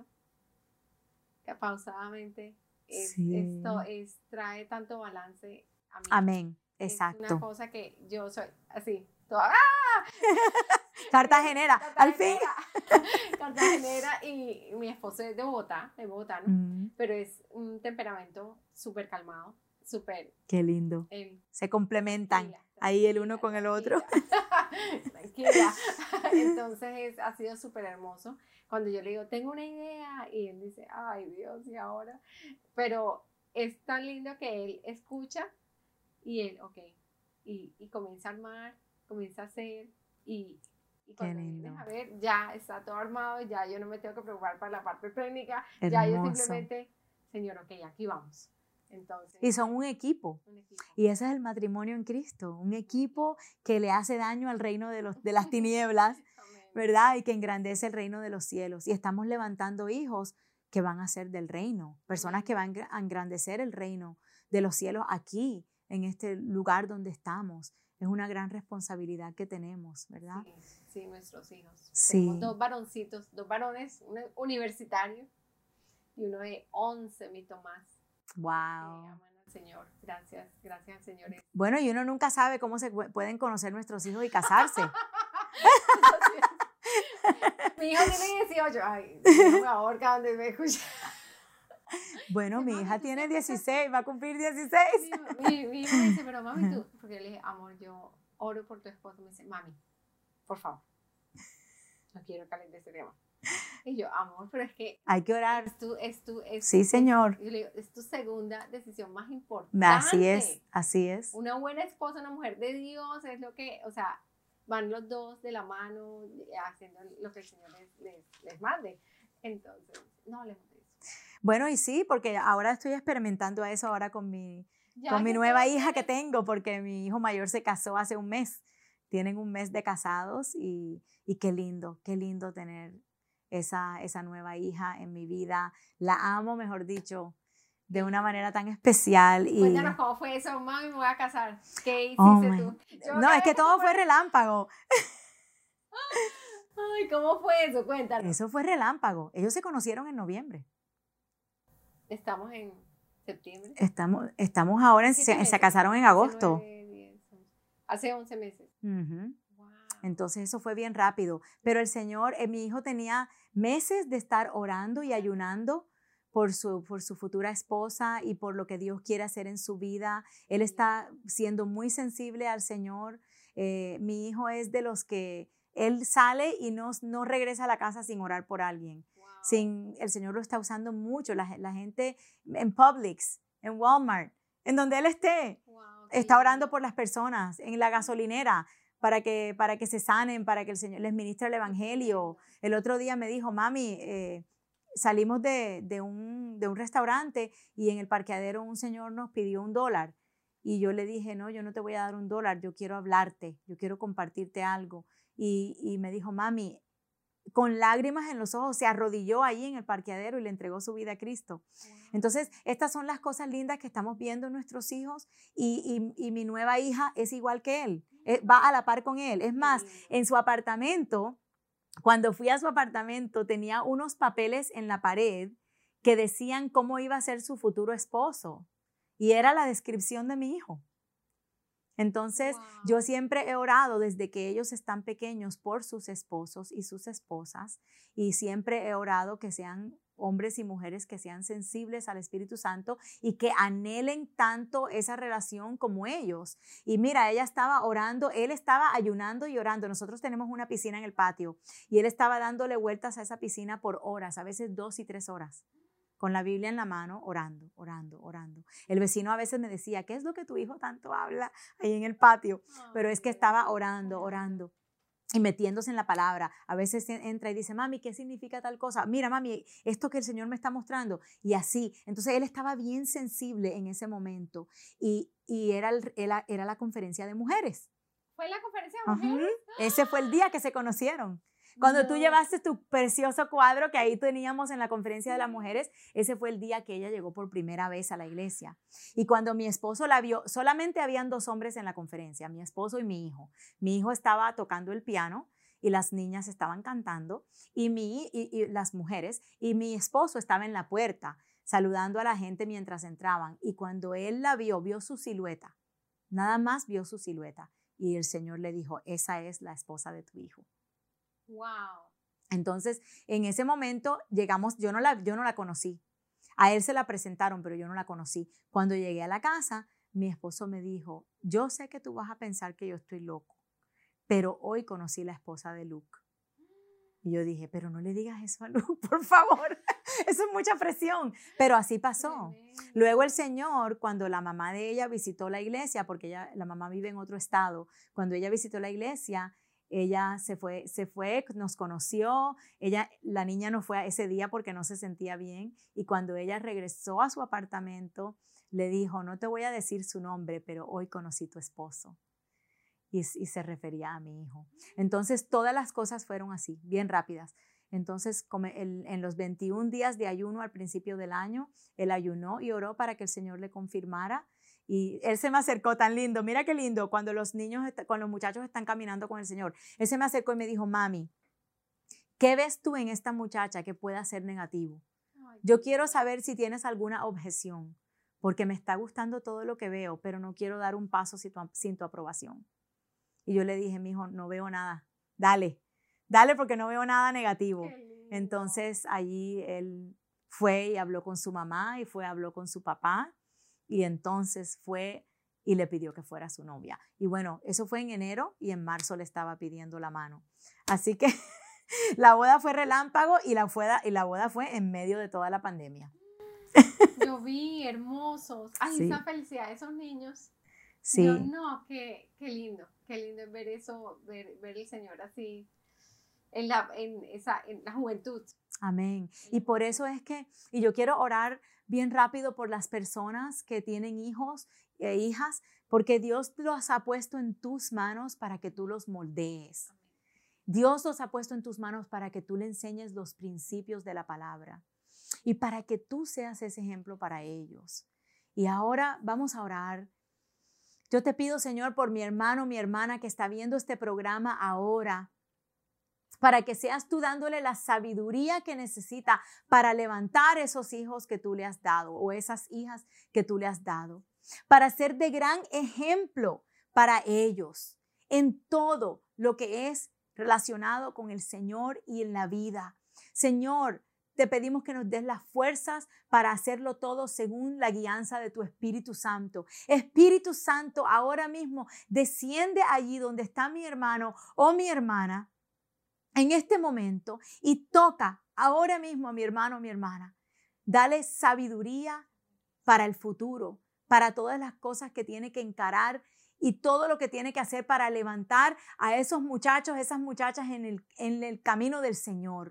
que pausadamente, es, Sí. esto es, trae tanto balance a mí. Amén, Es exacto. una cosa que yo soy así, toda, ¡ah! Cartagenera, al fin. Cartagenera, y mi esposo es de Bogotá, de Bogotá, ¿no? Mm, Pero es un temperamento súper calmado, súper... qué lindo. él, Se complementan tranquila, ahí el uno tranquila, con el otro. Tranquila. Entonces es, ha sido súper hermoso. Cuando yo le digo, tengo una idea, y él dice, ay Dios, ¿y ahora? Pero es tan lindo que él escucha y él, ok, y, y comienza a armar, comienza a hacer, y, y cuando lindo. vienes a ver, ya está todo armado, ya yo no me tengo que preocupar para la parte técnica, Hermoso. ya yo simplemente, señor, ok, aquí vamos. Entonces, Y son un equipo. un equipo. Y ese es el matrimonio en Cristo, un equipo que le hace daño al reino de, los, de las tinieblas, Amén. ¿verdad? Y que engrandece el reino de los cielos. Y estamos levantando hijos que van a ser del reino, personas que van a engrandecer el reino de los cielos aquí, en este lugar donde estamos. Es una gran responsabilidad que tenemos, ¿verdad? Sí, sí, nuestros hijos. Sí. Tenemos dos varoncitos, dos varones, uno universitario y uno de once, mi Tomás. Que Wow. aman al Señor. Gracias, gracias al Señor. Bueno, y uno nunca sabe cómo se pu- pueden conocer nuestros hijos y casarse. Mi hijo tiene dieciocho. Ay, mi hijo me ahorca donde me escucha. Bueno, Sí, mi mami, hija tú tiene siempre estás- dieciséis, va a cumplir dieciséis. Mi, hijo- mi, mi hijo me dice, pero mami, tú, porque yo le dije, amor, yo oro por tu esposo. Me dice, mami, por favor, no quiero calentar ese tema. Y yo, amor, pero es que Hay que orar. es tu, es tu, es, Sí, señor. Es, yo le digo, es tu segunda decisión más importante. Así es, así es. Una buena esposa, una mujer de Dios, es lo que, o sea, van los dos de la mano haciendo lo que el Señor les, les, les mande. Entonces, no hablemos de eso. Bueno, y sí, porque ahora estoy experimentando eso ahora con mi, Ya con mi que nueva todos hija que tienen- tengo, porque mi hijo mayor se casó hace un mes. Tienen un mes de casados y, y qué lindo, qué lindo tener esa, esa nueva hija en mi vida. La amo, mejor dicho, de una manera tan especial. Y, Cuéntanos cómo fue eso, mami, me voy a casar. ¿Qué hiciste oh my- tú? Yo no, cada es que vez todo tú fue me- relámpago. Ay, ¿cómo fue eso? Cuéntanos. Eso fue relámpago. Ellos se conocieron en noviembre. Estamos en septiembre. Estamos, estamos ahora, en, Siete se, se meses. casaron en Hace agosto. nueve, diez, once. Hace once meses. Ujú. Wow. Entonces eso fue bien rápido. Pero el Señor, eh, mi hijo tenía meses de estar orando y ayunando por su, por su futura esposa y por lo que Dios quiere hacer en su vida. Él está siendo muy sensible al Señor. Eh, mi hijo es de los que él sale y no, no regresa a la casa sin orar por alguien. Wow. Sin, el Señor lo está usando mucho. La, la gente en Publix, en Walmart, en donde él esté, Wow, qué está orando lindo. por las personas, en la gasolinera. para que, para que se sanen, para que el Señor les ministre el evangelio. El otro día me dijo, mami, eh, salimos de, de, un, de un restaurante y en el parqueadero un señor nos pidió un dólar. Y yo le dije, no, yo no te voy a dar un dólar, yo quiero hablarte, yo quiero compartirte algo. Y, y me dijo, mami, con lágrimas en los ojos, se arrodilló ahí en el parqueadero y le entregó su vida a Cristo. Entonces, estas son las cosas lindas que estamos viendo en nuestros hijos y, y, y mi nueva hija es igual que él, va a la par con él. Es más, en su apartamento, cuando fui a su apartamento, tenía unos papeles en la pared que decían cómo iba a ser su futuro esposo y era la descripción de mi hijo. Entonces, wow. Yo siempre he orado desde que ellos están pequeños por sus esposos y sus esposas y siempre he orado que sean hombres y mujeres que sean sensibles al Espíritu Santo y que anhelen tanto esa relación como ellos. Y mira, ella estaba orando, él estaba ayunando y orando. Nosotros tenemos una piscina en el patio y él estaba dándole vueltas a esa piscina por horas, a veces dos y tres horas. Con la Biblia en la mano, orando, orando, orando. El vecino a veces me decía, ¿qué es lo que tu hijo tanto habla ahí en el patio? Pero es que estaba orando, orando y metiéndose en la palabra. A veces entra y dice, mami, ¿qué significa tal cosa? Mira, mami, esto que el Señor me está mostrando. Y así. Entonces, él estaba bien sensible en ese momento y, y era, el, era, era la conferencia de mujeres. ¿Fue la conferencia de mujeres? Uh-huh. Ese fue el día que se conocieron. Cuando no. tú llevaste tu precioso cuadro que ahí teníamos en la conferencia de las mujeres, ese fue el día que ella llegó por primera vez a la iglesia. Y cuando mi esposo la vio, solamente habían dos hombres en la conferencia, mi esposo y mi hijo. Mi hijo estaba tocando el piano y las niñas estaban cantando y, mi, y, y las mujeres, y mi esposo estaba en la puerta saludando a la gente mientras entraban. Y cuando él la vio, vio su silueta, nada más vio su silueta. Y el Señor le dijo, esa es la esposa de tu hijo. Wow. Entonces, en ese momento llegamos, yo no, la, yo no la conocí. A él se la presentaron, pero yo no la conocí. Cuando llegué a la casa, mi esposo me dijo, yo sé que tú vas a pensar que yo estoy loco, pero hoy conocí la esposa de Luke. Y yo dije, pero no le digas eso a Luke, por favor. Eso es mucha presión. Pero así pasó. Luego el Señor, cuando la mamá de ella visitó la iglesia, porque ella, la mamá vive en otro estado, cuando ella visitó la iglesia, ella se fue, se fue, nos conoció, ella, la niña no fue a ese día porque no se sentía bien y cuando ella regresó a su apartamento le dijo, no te voy a decir su nombre, pero hoy conocí tu esposo y, y se refería a mi hijo. Entonces todas las cosas fueron así, bien rápidas. Entonces el, en los veintiún días de ayuno al principio del año, él ayunó y oró para que el Señor le confirmara. Y él se me acercó tan lindo, mira qué lindo, cuando los niños, cuando los muchachos están caminando con el Señor. Él se me acercó y me dijo, mami, ¿qué ves tú en esta muchacha que pueda ser negativo? Yo quiero saber si tienes alguna objeción, porque me está gustando todo lo que veo, pero no quiero dar un paso sin tu, sin tu aprobación. Y yo le dije, mi hijo, no veo nada, dale, dale porque no veo nada negativo. Entonces allí él fue y habló con su mamá y fue, habló con su papá. Y entonces fue y le pidió que fuera su novia. Y bueno, eso fue en enero y en marzo le estaba pidiendo la mano. Así que la boda fue relámpago y la, boda, y la boda fue en medio de toda la pandemia. Yo vi hermosos. Ay, sí. Esa felicidad de esos niños. Sí. Yo no, qué, qué lindo, qué lindo ver eso, ver, ver el Señor así en la, en, esa, en la juventud. Amén. Y por eso es que, y yo quiero orar bien rápido por las personas que tienen hijos e hijas, porque Dios los ha puesto en tus manos para que tú los moldees. Dios los ha puesto en tus manos para que tú le enseñes los principios de la palabra y para que tú seas ese ejemplo para ellos. Y ahora vamos a orar. Yo te pido, Señor, por mi hermano, mi hermana que está viendo este programa ahora, para que seas tú dándole la sabiduría que necesita para levantar esos hijos que tú le has dado o esas hijas que tú le has dado, para ser de gran ejemplo para ellos en todo lo que es relacionado con el Señor y en la vida. Señor, te pedimos que nos des las fuerzas para hacerlo todo según la guianza de tu Espíritu Santo. Espíritu Santo, ahora mismo desciende allí donde está mi hermano o mi hermana en este momento y toca ahora mismo a mi hermano o mi hermana. Dale sabiduría para el futuro, para todas las cosas que tiene que encarar y todo lo que tiene que hacer para levantar a esos muchachos, esas muchachas en el, en el camino del Señor.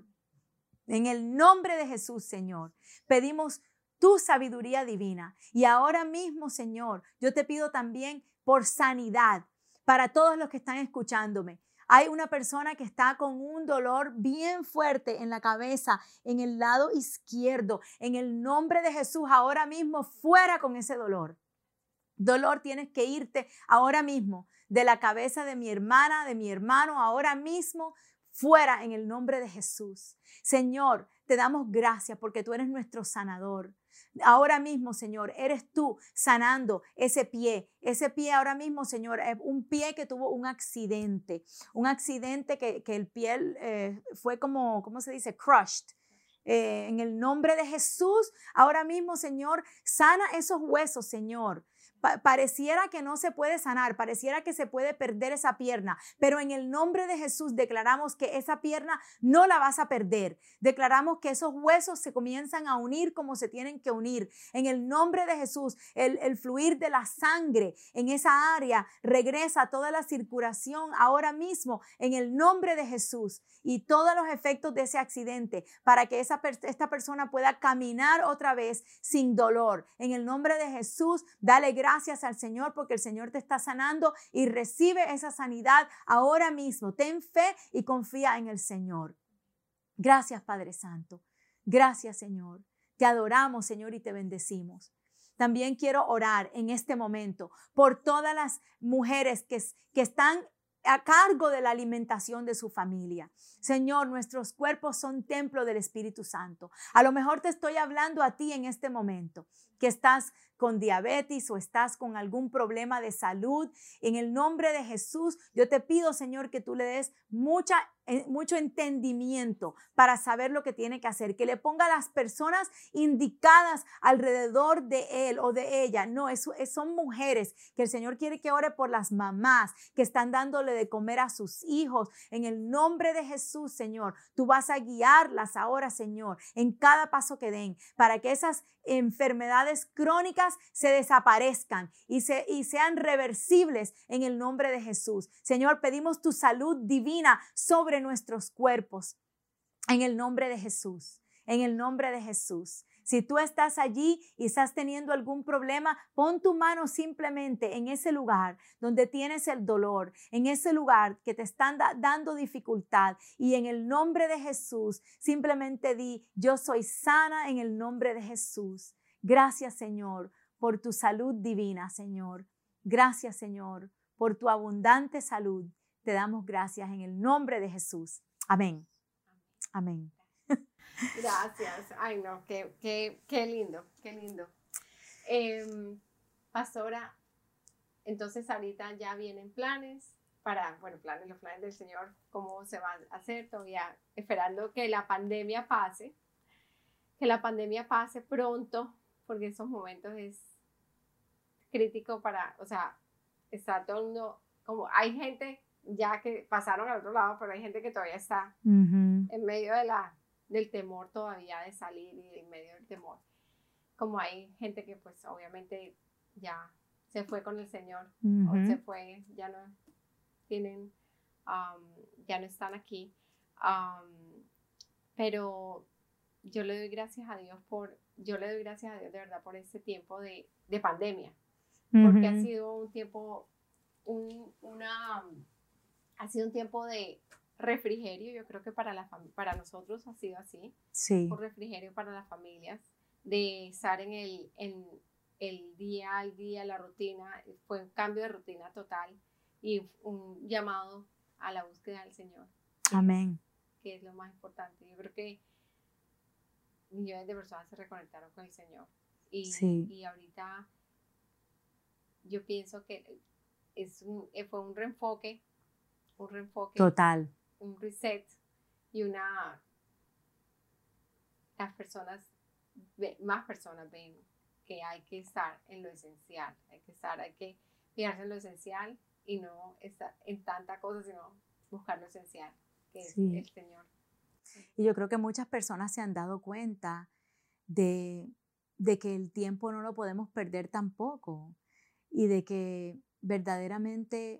En el nombre de Jesús, Señor, pedimos tu sabiduría divina. Y ahora mismo, Señor, yo te pido también por sanidad para todos los que están escuchándome. Hay una persona que está con un dolor bien fuerte en la cabeza, en el lado izquierdo. En el nombre de Jesús, ahora mismo, fuera con ese dolor. Dolor, tienes que irte ahora mismo de la cabeza de mi hermana, de mi hermano, ahora mismo, fuera en el nombre de Jesús. Señor, te damos gracias porque tú eres nuestro sanador. Ahora mismo, Señor, eres tú sanando ese pie. Ese pie ahora mismo, Señor, es un pie que tuvo un accidente. Un accidente que, que el pie eh, fue como, ¿cómo se dice? Crushed. Eh, en el nombre de Jesús, ahora mismo, Señor, sana esos huesos, Señor. Pa- pareciera que no se puede sanar, pareciera que se puede perder esa pierna, pero en el nombre de Jesús declaramos que esa pierna no la vas a perder. Declaramos que esos huesos se comienzan a unir como se tienen que unir. En el nombre de Jesús, el, el fluir de la sangre en esa área regresa toda la circulación ahora mismo en el nombre de Jesús y todos los efectos de ese accidente para que esa, esta persona pueda caminar otra vez sin dolor. En el nombre de Jesús, dale gracias. Gracias al Señor porque el Señor te está sanando y recibe esa sanidad ahora mismo. Ten fe y confía en el Señor. Gracias, Padre Santo. Gracias, Señor. Te adoramos, Señor, y te bendecimos. También quiero orar en este momento por todas las mujeres que, que están a cargo de la alimentación de su familia. Señor, nuestros cuerpos son templo del Espíritu Santo. A lo mejor te estoy hablando a ti en este momento, que estás con diabetes o estás con algún problema de salud. En el nombre de Jesús, yo te pido, Señor, que tú le des mucha, eh, mucho entendimiento para saber lo que tiene que hacer, que le ponga las personas indicadas alrededor de él o de ella. No, es, es, son mujeres que el Señor quiere que ore por las mamás que están dándole de comer a sus hijos. En el nombre de Jesús, Señor, tú vas a guiarlas ahora, Señor, en cada paso que den para que esas enfermedades crónicas se desaparezcan y, se, y sean reversibles en el nombre de Jesús. Señor, pedimos tu salud divina sobre nuestros cuerpos en el nombre de Jesús, en el nombre de Jesús. Si tú estás allí y estás teniendo algún problema, pon tu mano simplemente en ese lugar donde tienes el dolor, en ese lugar que te están da- dando dificultad y en el nombre de Jesús, simplemente di, yo soy sana en el nombre de Jesús. Gracias, Señor, por tu salud divina, Señor. Gracias, Señor, por tu abundante salud. Te damos gracias en el nombre de Jesús. Amén. Amén. Gracias. Ay, no, qué, qué, qué lindo, qué lindo. Eh, Pastora, entonces ahorita ya vienen planes para, bueno, planes, los planes del Señor, cómo se van a hacer, todavía esperando que la pandemia pase, que la pandemia pase pronto, porque esos momentos es crítico para, o sea, está todo el mundo, como hay gente ya que pasaron al otro lado, pero hay gente que todavía está Uh-huh. en medio de la, del temor todavía de salir y en medio del temor. Como hay gente que pues obviamente ya se fue con el Señor, Uh-huh. o se fue, ya no tienen, um, ya no están aquí. Um, pero yo le doy gracias a Dios por, yo le doy gracias a Dios de verdad por este tiempo de, de pandemia, porque Uh-huh. ha sido un tiempo, un, una, ha sido un tiempo de refrigerio. Yo creo que para, la fam- para nosotros ha sido así, Sí. un refrigerio para las familias, de estar en el, en el día al día, la rutina. Fue un cambio de rutina total y un llamado a la búsqueda del Señor, que, Amén. que es lo más importante. Yo creo que millones de personas se reconectaron con el Señor y, Sí. y ahorita yo pienso que es un, fue un reenfoque, un reenfoque, Total. un reset y una, las personas, más personas ven que hay que estar en lo esencial, hay que estar, hay que fijarse en lo esencial y no estar en tanta cosa, sino buscar lo esencial, que es Sí. el Señor. Y yo creo que muchas personas se han dado cuenta de, de que el tiempo no lo podemos perder tampoco y de que verdaderamente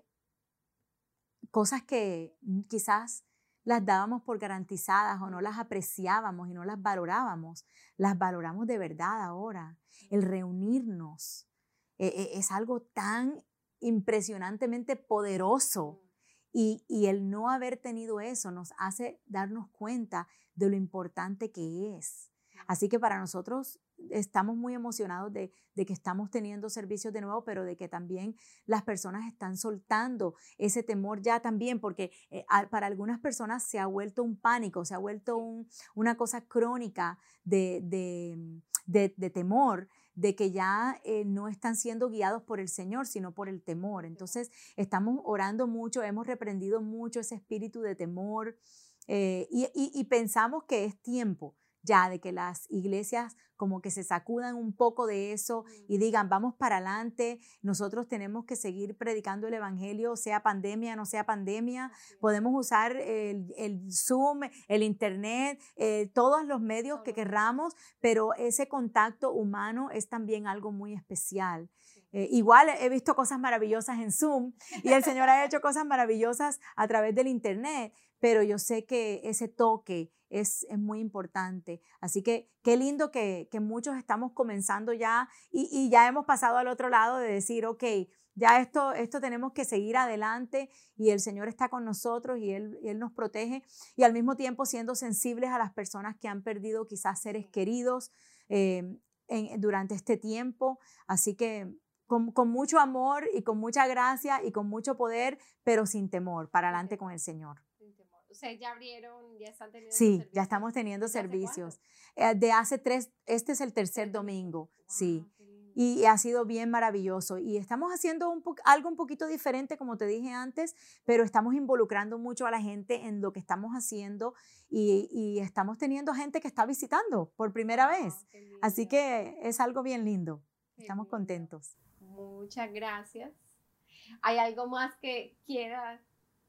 cosas que quizás las dábamos por garantizadas o no las apreciábamos y no las valorábamos, las valoramos de verdad ahora. El reunirnos eh, eh, es algo tan impresionantemente poderoso y, y el no haber tenido eso nos hace darnos cuenta de lo importante que es. Así que para nosotros estamos muy emocionados de, de que estamos teniendo servicios de nuevo, pero de que también las personas están soltando ese temor ya también, porque eh, para algunas personas se ha vuelto un pánico, se ha vuelto un, una cosa crónica de, de, de, de temor, de que ya eh, no están siendo guiados por el Señor, sino por el temor. Entonces estamos orando mucho, hemos reprendido mucho ese espíritu de temor eh, y, y, y pensamos que es tiempo ya de que las iglesias como que se sacudan un poco de eso y digan, vamos para adelante, nosotros tenemos que seguir predicando el evangelio, sea pandemia, no sea pandemia, podemos usar el, el Zoom, el internet, eh, todos los medios que querramos, pero ese contacto humano es también algo muy especial. Eh, igual he visto cosas maravillosas en Zoom y el Señor ha hecho cosas maravillosas a través del internet, pero yo sé que ese toque es, es muy importante. Así que qué lindo que, que muchos estamos comenzando ya y, y ya hemos pasado al otro lado de decir, ok, ya esto, esto tenemos que seguir adelante y el Señor está con nosotros y Él, y Él nos protege y al mismo tiempo siendo sensibles a las personas que han perdido quizás seres queridos eh, en, durante este tiempo. Así que con, con mucho amor y con mucha gracia y con mucho poder, pero sin temor, para adelante con el Señor. Ustedes ya abrieron, ya están teniendo Sí, servicios. ya estamos teniendo ¿Desde servicios. hace Eh, de hace tres, este es el tercer El domingo, domingo. Wow, sí. qué lindo. Y, y ha sido bien maravilloso. Y estamos haciendo un po- algo un poquito diferente, como te dije antes, pero estamos involucrando mucho a la gente en lo que estamos haciendo y, y estamos teniendo gente que está visitando por primera Wow, vez. qué lindo. Así que es algo bien lindo. Qué Estamos lindo. contentos. Muchas gracias. ¿Hay algo más que quieras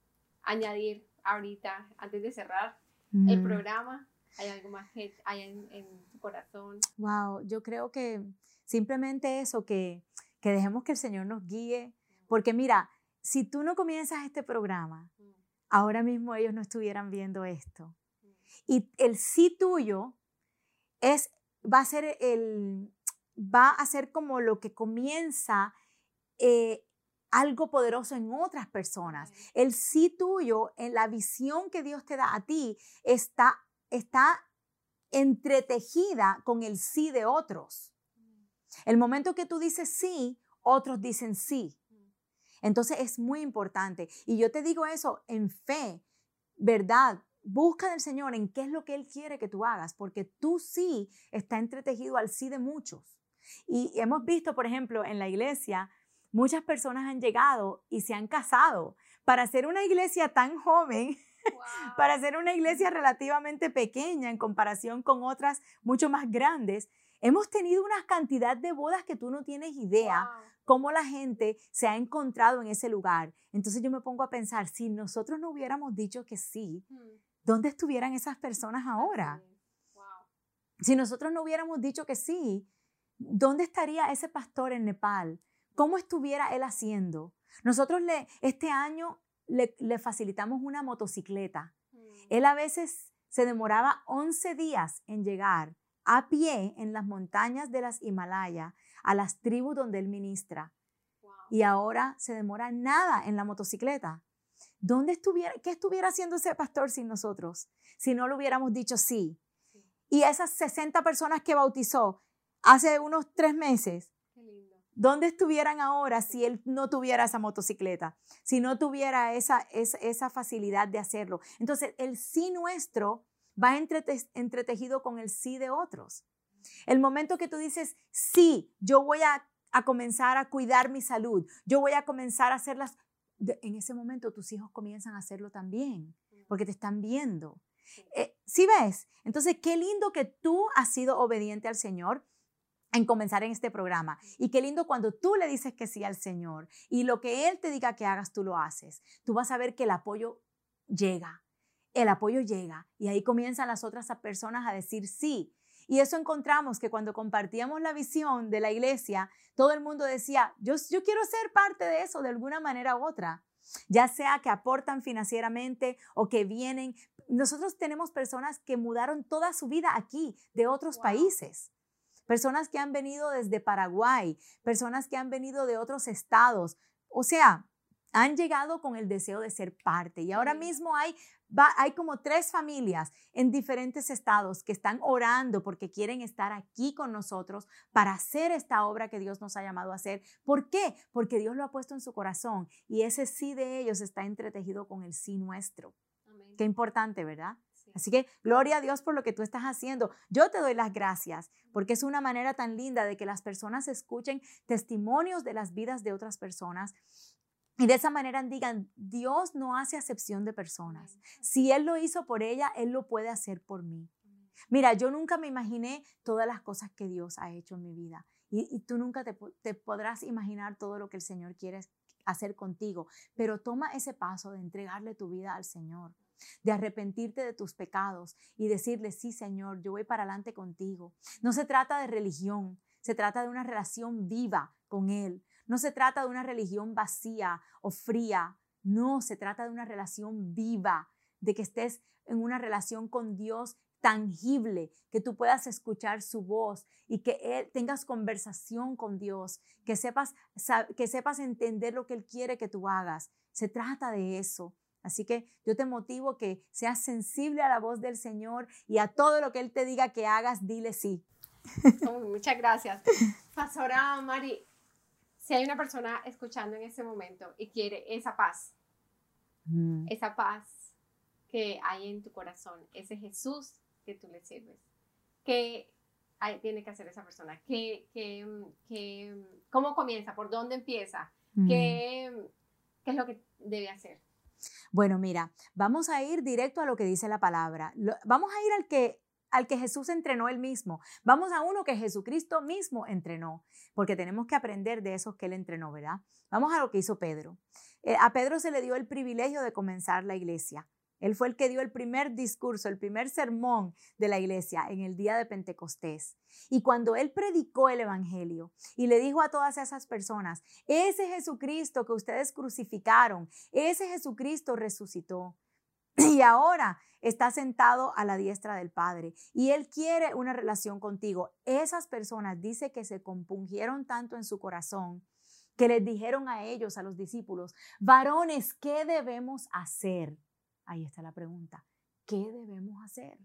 añadir ahorita antes de cerrar el Mm. programa? ¿Hay algo más que hay en, en tu corazón? Wow, yo creo que simplemente eso, que, que dejemos que el Señor nos guíe, porque mira, si tú no comienzas este programa, Mm, ahora mismo ellos no estuvieran viendo esto. mm, Y el sí tuyo es, va a ser el, va a ser como lo que comienza eh, algo poderoso en otras personas. Amén. El sí tuyo, en la visión que Dios te da a ti, está, está entretejida con el sí de otros. Mm, El momento que tú dices sí, otros dicen sí. mm, Entonces es muy importante. Y yo te digo eso en fe, ¿verdad? Busca del Señor en qué es lo que Él quiere que tú hagas, porque tú sí está entretejido al sí de muchos. Y hemos visto, por ejemplo, en la iglesia, muchas personas han llegado y se han casado. Para ser una iglesia tan joven, wow. para ser una iglesia relativamente pequeña en comparación con otras mucho más grandes, hemos tenido una cantidad de bodas que tú no tienes idea Wow. cómo la gente se ha encontrado en ese lugar. Entonces yo me pongo a pensar, si nosotros no hubiéramos dicho que sí, Mm, ¿dónde estuvieran esas personas ahora? así es. Wow. Si nosotros no hubiéramos dicho que sí, ¿dónde estaría ese pastor en Nepal? ¿Cómo estuviera él haciendo? Nosotros le, este año le, le facilitamos una motocicleta. Mm, Él a veces se demoraba once días en llegar a pie en las montañas de las Himalaya a las tribus donde él ministra. wow. Y ahora se demora nada en la motocicleta. ¿Dónde estuviera, qué estuviera haciendo ese pastor sin nosotros? Si no le hubiéramos dicho sí. Sí. Y esas sesenta personas que bautizó hace unos tres meses, Qué lindo. ¿dónde estuvieran ahora si él no tuviera esa motocicleta? Si no tuviera esa, esa, esa facilidad de hacerlo. Entonces, el sí nuestro va entrete, entretejido con el sí de otros. El momento que tú dices, sí, yo voy a, a comenzar a cuidar mi salud, yo voy a comenzar a hacerlas, de, en ese momento tus hijos comienzan a hacerlo también, porque te están viendo. Sí. Eh, ¿Sí ves? Entonces, qué lindo que tú has sido obediente al Señor en comenzar en este programa. Y qué lindo cuando tú le dices que sí al Señor y lo que Él te diga que hagas, tú lo haces. Tú vas a ver que el apoyo llega. El apoyo llega y ahí comienzan las otras personas a decir sí. Y eso encontramos que cuando compartíamos la visión de la iglesia, todo el mundo decía, yo, yo quiero ser parte de eso de alguna manera u otra. Ya sea que aportan financieramente o que vienen. Nosotros tenemos personas que mudaron toda su vida aquí, de otros wow. países. Personas que han venido desde Paraguay, personas que han venido de otros estados. O sea, han llegado con el deseo de ser parte. Y ahora mismo hay, va, hay como tres familias en diferentes estados que están orando porque quieren estar aquí con nosotros para hacer esta obra que Dios nos ha llamado a hacer. ¿Por qué? Porque Dios lo ha puesto en su corazón y ese sí de ellos está entretejido con el sí nuestro. Amén. Qué importante, ¿verdad? Sí. Así que gloria a Dios por lo que tú estás haciendo. Yo te doy las gracias porque es una manera tan linda de que las personas escuchen testimonios de las vidas de otras personas. Y de esa manera digan, Dios no hace acepción de personas. Si Él lo hizo por ella, Él lo puede hacer por mí. Mira, yo nunca me imaginé todas las cosas que Dios ha hecho en mi vida. Y, y tú nunca te, te podrás imaginar todo lo que el Señor quiere hacer contigo. Pero toma ese paso de entregarle tu vida al Señor, de arrepentirte de tus pecados y decirle, sí, Señor, yo voy para adelante contigo. No se trata de religión, se trata de una relación viva con Él. No se trata de una religión vacía o fría, no, se trata de una relación viva, de que estés en una relación con Dios tangible, que tú puedas escuchar su voz y que él, tengas conversación con Dios, que sepas, que sepas entender lo que Él quiere que tú hagas. Se trata de eso. Así que yo te motivo que seas sensible a la voz del Señor y a todo lo que Él te diga que hagas, dile sí. Oh, muchas gracias. Pastora Mari, si hay una persona escuchando en ese momento y quiere esa paz, mm. esa paz que hay en tu corazón, ese Jesús que tú le sirves, ¿qué hay, tiene que hacer esa persona? ¿Qué, qué, qué, ¿Cómo comienza? ¿Por dónde empieza? Mm. ¿Qué, ¿Qué es lo que debe hacer? Bueno, mira, vamos a ir directo a lo que dice la palabra. Lo, vamos a ir al que... al que Jesús entrenó Él mismo. Vamos a uno que Jesucristo mismo entrenó, porque tenemos que aprender de esos que Él entrenó, ¿verdad? Vamos a lo que hizo Pedro. Eh, a Pedro se le dio el privilegio de comenzar la iglesia. Él fue el que dio el primer discurso, el primer sermón de la iglesia en el día de Pentecostés. Y cuando Él predicó el evangelio y le dijo a todas esas personas, ese Jesucristo que ustedes crucificaron, ese Jesucristo resucitó. Y ahora está sentado a la diestra del Padre y Él quiere una relación contigo. Esas personas dice que se compungieron tanto en su corazón que les dijeron a ellos, a los discípulos, varones, ¿qué debemos hacer? Ahí está la pregunta, ¿qué debemos hacer?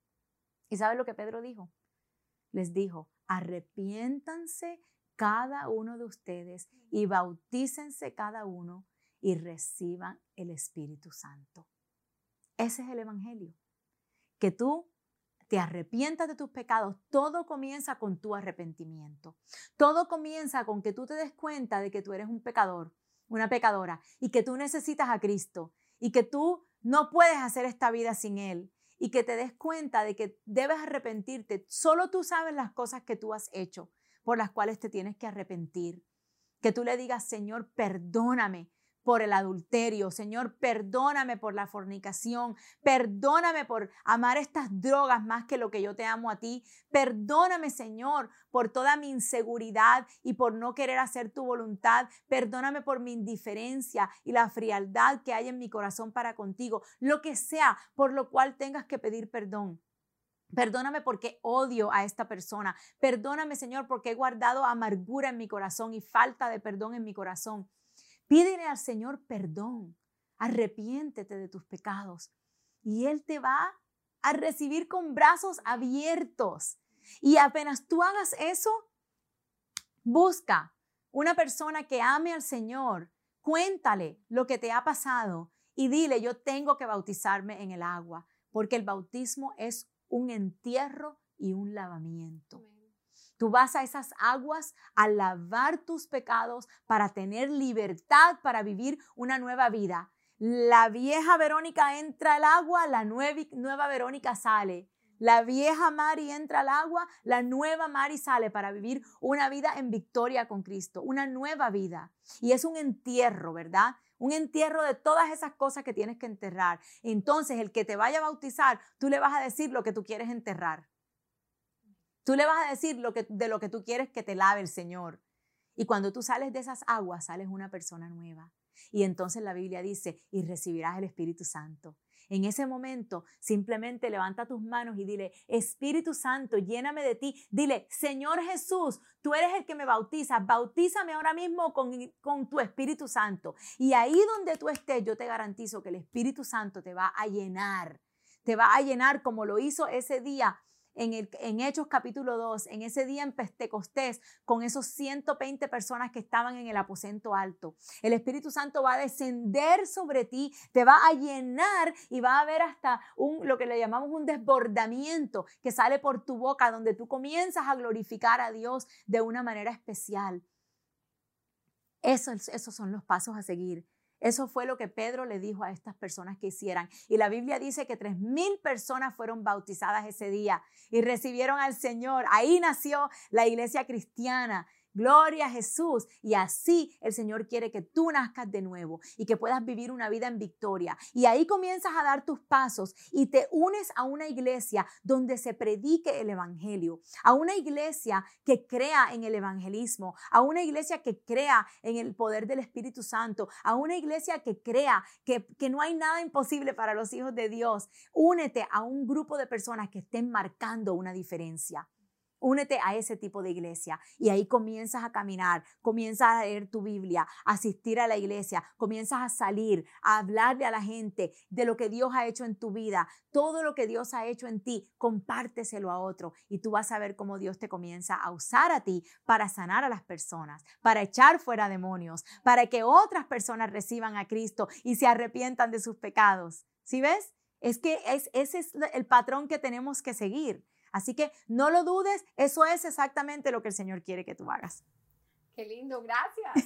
¿Y sabes lo que Pedro dijo? Les dijo, arrepiéntanse cada uno de ustedes y bautícense cada uno y reciban el Espíritu Santo. Ese es el evangelio, que tú te arrepientas de tus pecados. Todo comienza con tu arrepentimiento. Todo comienza con que tú te des cuenta de que tú eres un pecador, una pecadora, y que tú necesitas a Cristo, y que tú no puedes hacer esta vida sin Él, y que te des cuenta de que debes arrepentirte. Solo tú sabes las cosas que tú has hecho por las cuales te tienes que arrepentir. Que tú le digas, Señor, perdóname por el adulterio, Señor, perdóname por la fornicación, perdóname por amar estas drogas más que lo que yo te amo a ti, perdóname, Señor, por toda mi inseguridad y por no querer hacer tu voluntad, perdóname por mi indiferencia y la frialdad que hay en mi corazón para contigo, lo que sea por lo cual tengas que pedir perdón. Perdóname porque odio a esta persona, perdóname, Señor, porque he guardado amargura en mi corazón y falta de perdón en mi corazón. Pídele al Señor perdón, arrepiéntete de tus pecados y Él te va a recibir con brazos abiertos. Y apenas tú hagas eso, busca una persona que ame al Señor, cuéntale lo que te ha pasado y dile, yo tengo que bautizarme en el agua, porque el bautismo es un entierro y un lavamiento. Amén. Tú vas a esas aguas a lavar tus pecados para tener libertad, para vivir una nueva vida. La vieja Verónica entra al agua, la nueva, nueva Verónica sale. La vieja Mari entra al agua, la nueva Mari sale para vivir una vida en victoria con Cristo, una nueva vida. Y es un entierro, ¿verdad? Un entierro de todas esas cosas que tienes que enterrar. Entonces, el que te vaya a bautizar, tú le vas a decir lo que tú quieres enterrar. Tú le vas a decir lo que, de lo que tú quieres que te lave el Señor. Y cuando tú sales de esas aguas, sales una persona nueva. Y entonces la Biblia dice, y recibirás el Espíritu Santo. En ese momento, simplemente levanta tus manos y dile, Espíritu Santo, lléname de ti. Dile, Señor Jesús, tú eres el que me bautiza. Bautízame ahora mismo con, con tu Espíritu Santo. Y ahí donde tú estés, yo te garantizo que el Espíritu Santo te va a llenar. Te va a llenar como lo hizo ese día En, el, en Hechos capítulo dos, en ese día en Pentecostés, con esos ciento veinte personas que estaban en el aposento alto. El Espíritu Santo va a descender sobre ti, te va a llenar y va a haber hasta un, lo que le llamamos un desbordamiento que sale por tu boca, donde tú comienzas a glorificar a Dios de una manera especial. Eso, esos son los pasos a seguir. Eso fue lo que Pedro le dijo a estas personas que hicieran. Y la Biblia dice que tres mil personas fueron bautizadas ese día y recibieron al Señor. Ahí nació la iglesia cristiana. Gloria a Jesús. Y así el Señor quiere que tú nazcas de nuevo y que puedas vivir una vida en victoria. Y ahí comienzas a dar tus pasos y te unes a una iglesia donde se predique el evangelio, a una iglesia que crea en el evangelismo, a una iglesia que crea en el poder del Espíritu Santo, a una iglesia que crea que, que no hay nada imposible para los hijos de Dios. Únete a un grupo de personas que estén marcando una diferencia. Únete a ese tipo de iglesia y ahí comienzas a caminar, comienzas a leer tu Biblia, a asistir a la iglesia, comienzas a salir, a hablarle a la gente de lo que Dios ha hecho en tu vida. Todo lo que Dios ha hecho en ti, compárteselo a otro y tú vas a ver cómo Dios te comienza a usar a ti para sanar a las personas, para echar fuera demonios, para que otras personas reciban a Cristo y se arrepientan de sus pecados. ¿Sí ves? Es que es, ese es el patrón que tenemos que seguir. Así que no lo dudes, eso es exactamente lo que el Señor quiere que tú hagas. Qué lindo, gracias.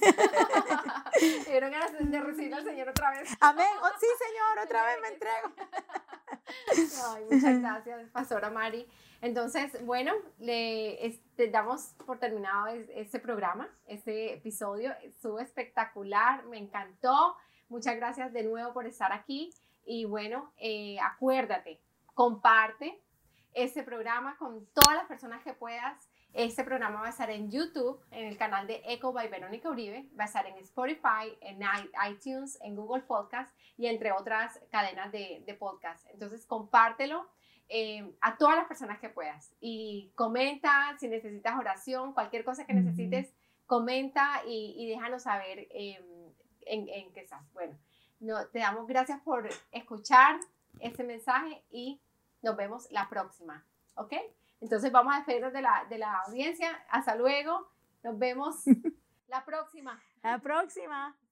Dieron ganas de recibir al Señor otra vez. Amén. Oh, sí, Señor, otra vez me entrego. Ay, muchas gracias, Pastora Mari. Entonces, bueno, le este, damos por terminado este programa, este episodio. Estuvo espectacular, me encantó. Muchas gracias de nuevo por estar aquí. Y bueno, eh, acuérdate, comparte este programa con todas las personas que puedas. Este programa va a estar en YouTube, en el canal de Eco by Verónica Uribe, va a estar en Spotify, en iTunes, en Google Podcast y entre otras cadenas de, de podcast. Entonces compártelo eh, a todas las personas que puedas y comenta si necesitas oración, cualquier cosa que necesites, comenta y, y déjanos saber eh, en, en qué estás. Bueno, no, te damos gracias por escuchar este mensaje y nos vemos la próxima, ¿ok? Entonces vamos a despedirnos de la, de la audiencia. Hasta luego. Nos vemos la próxima. La próxima.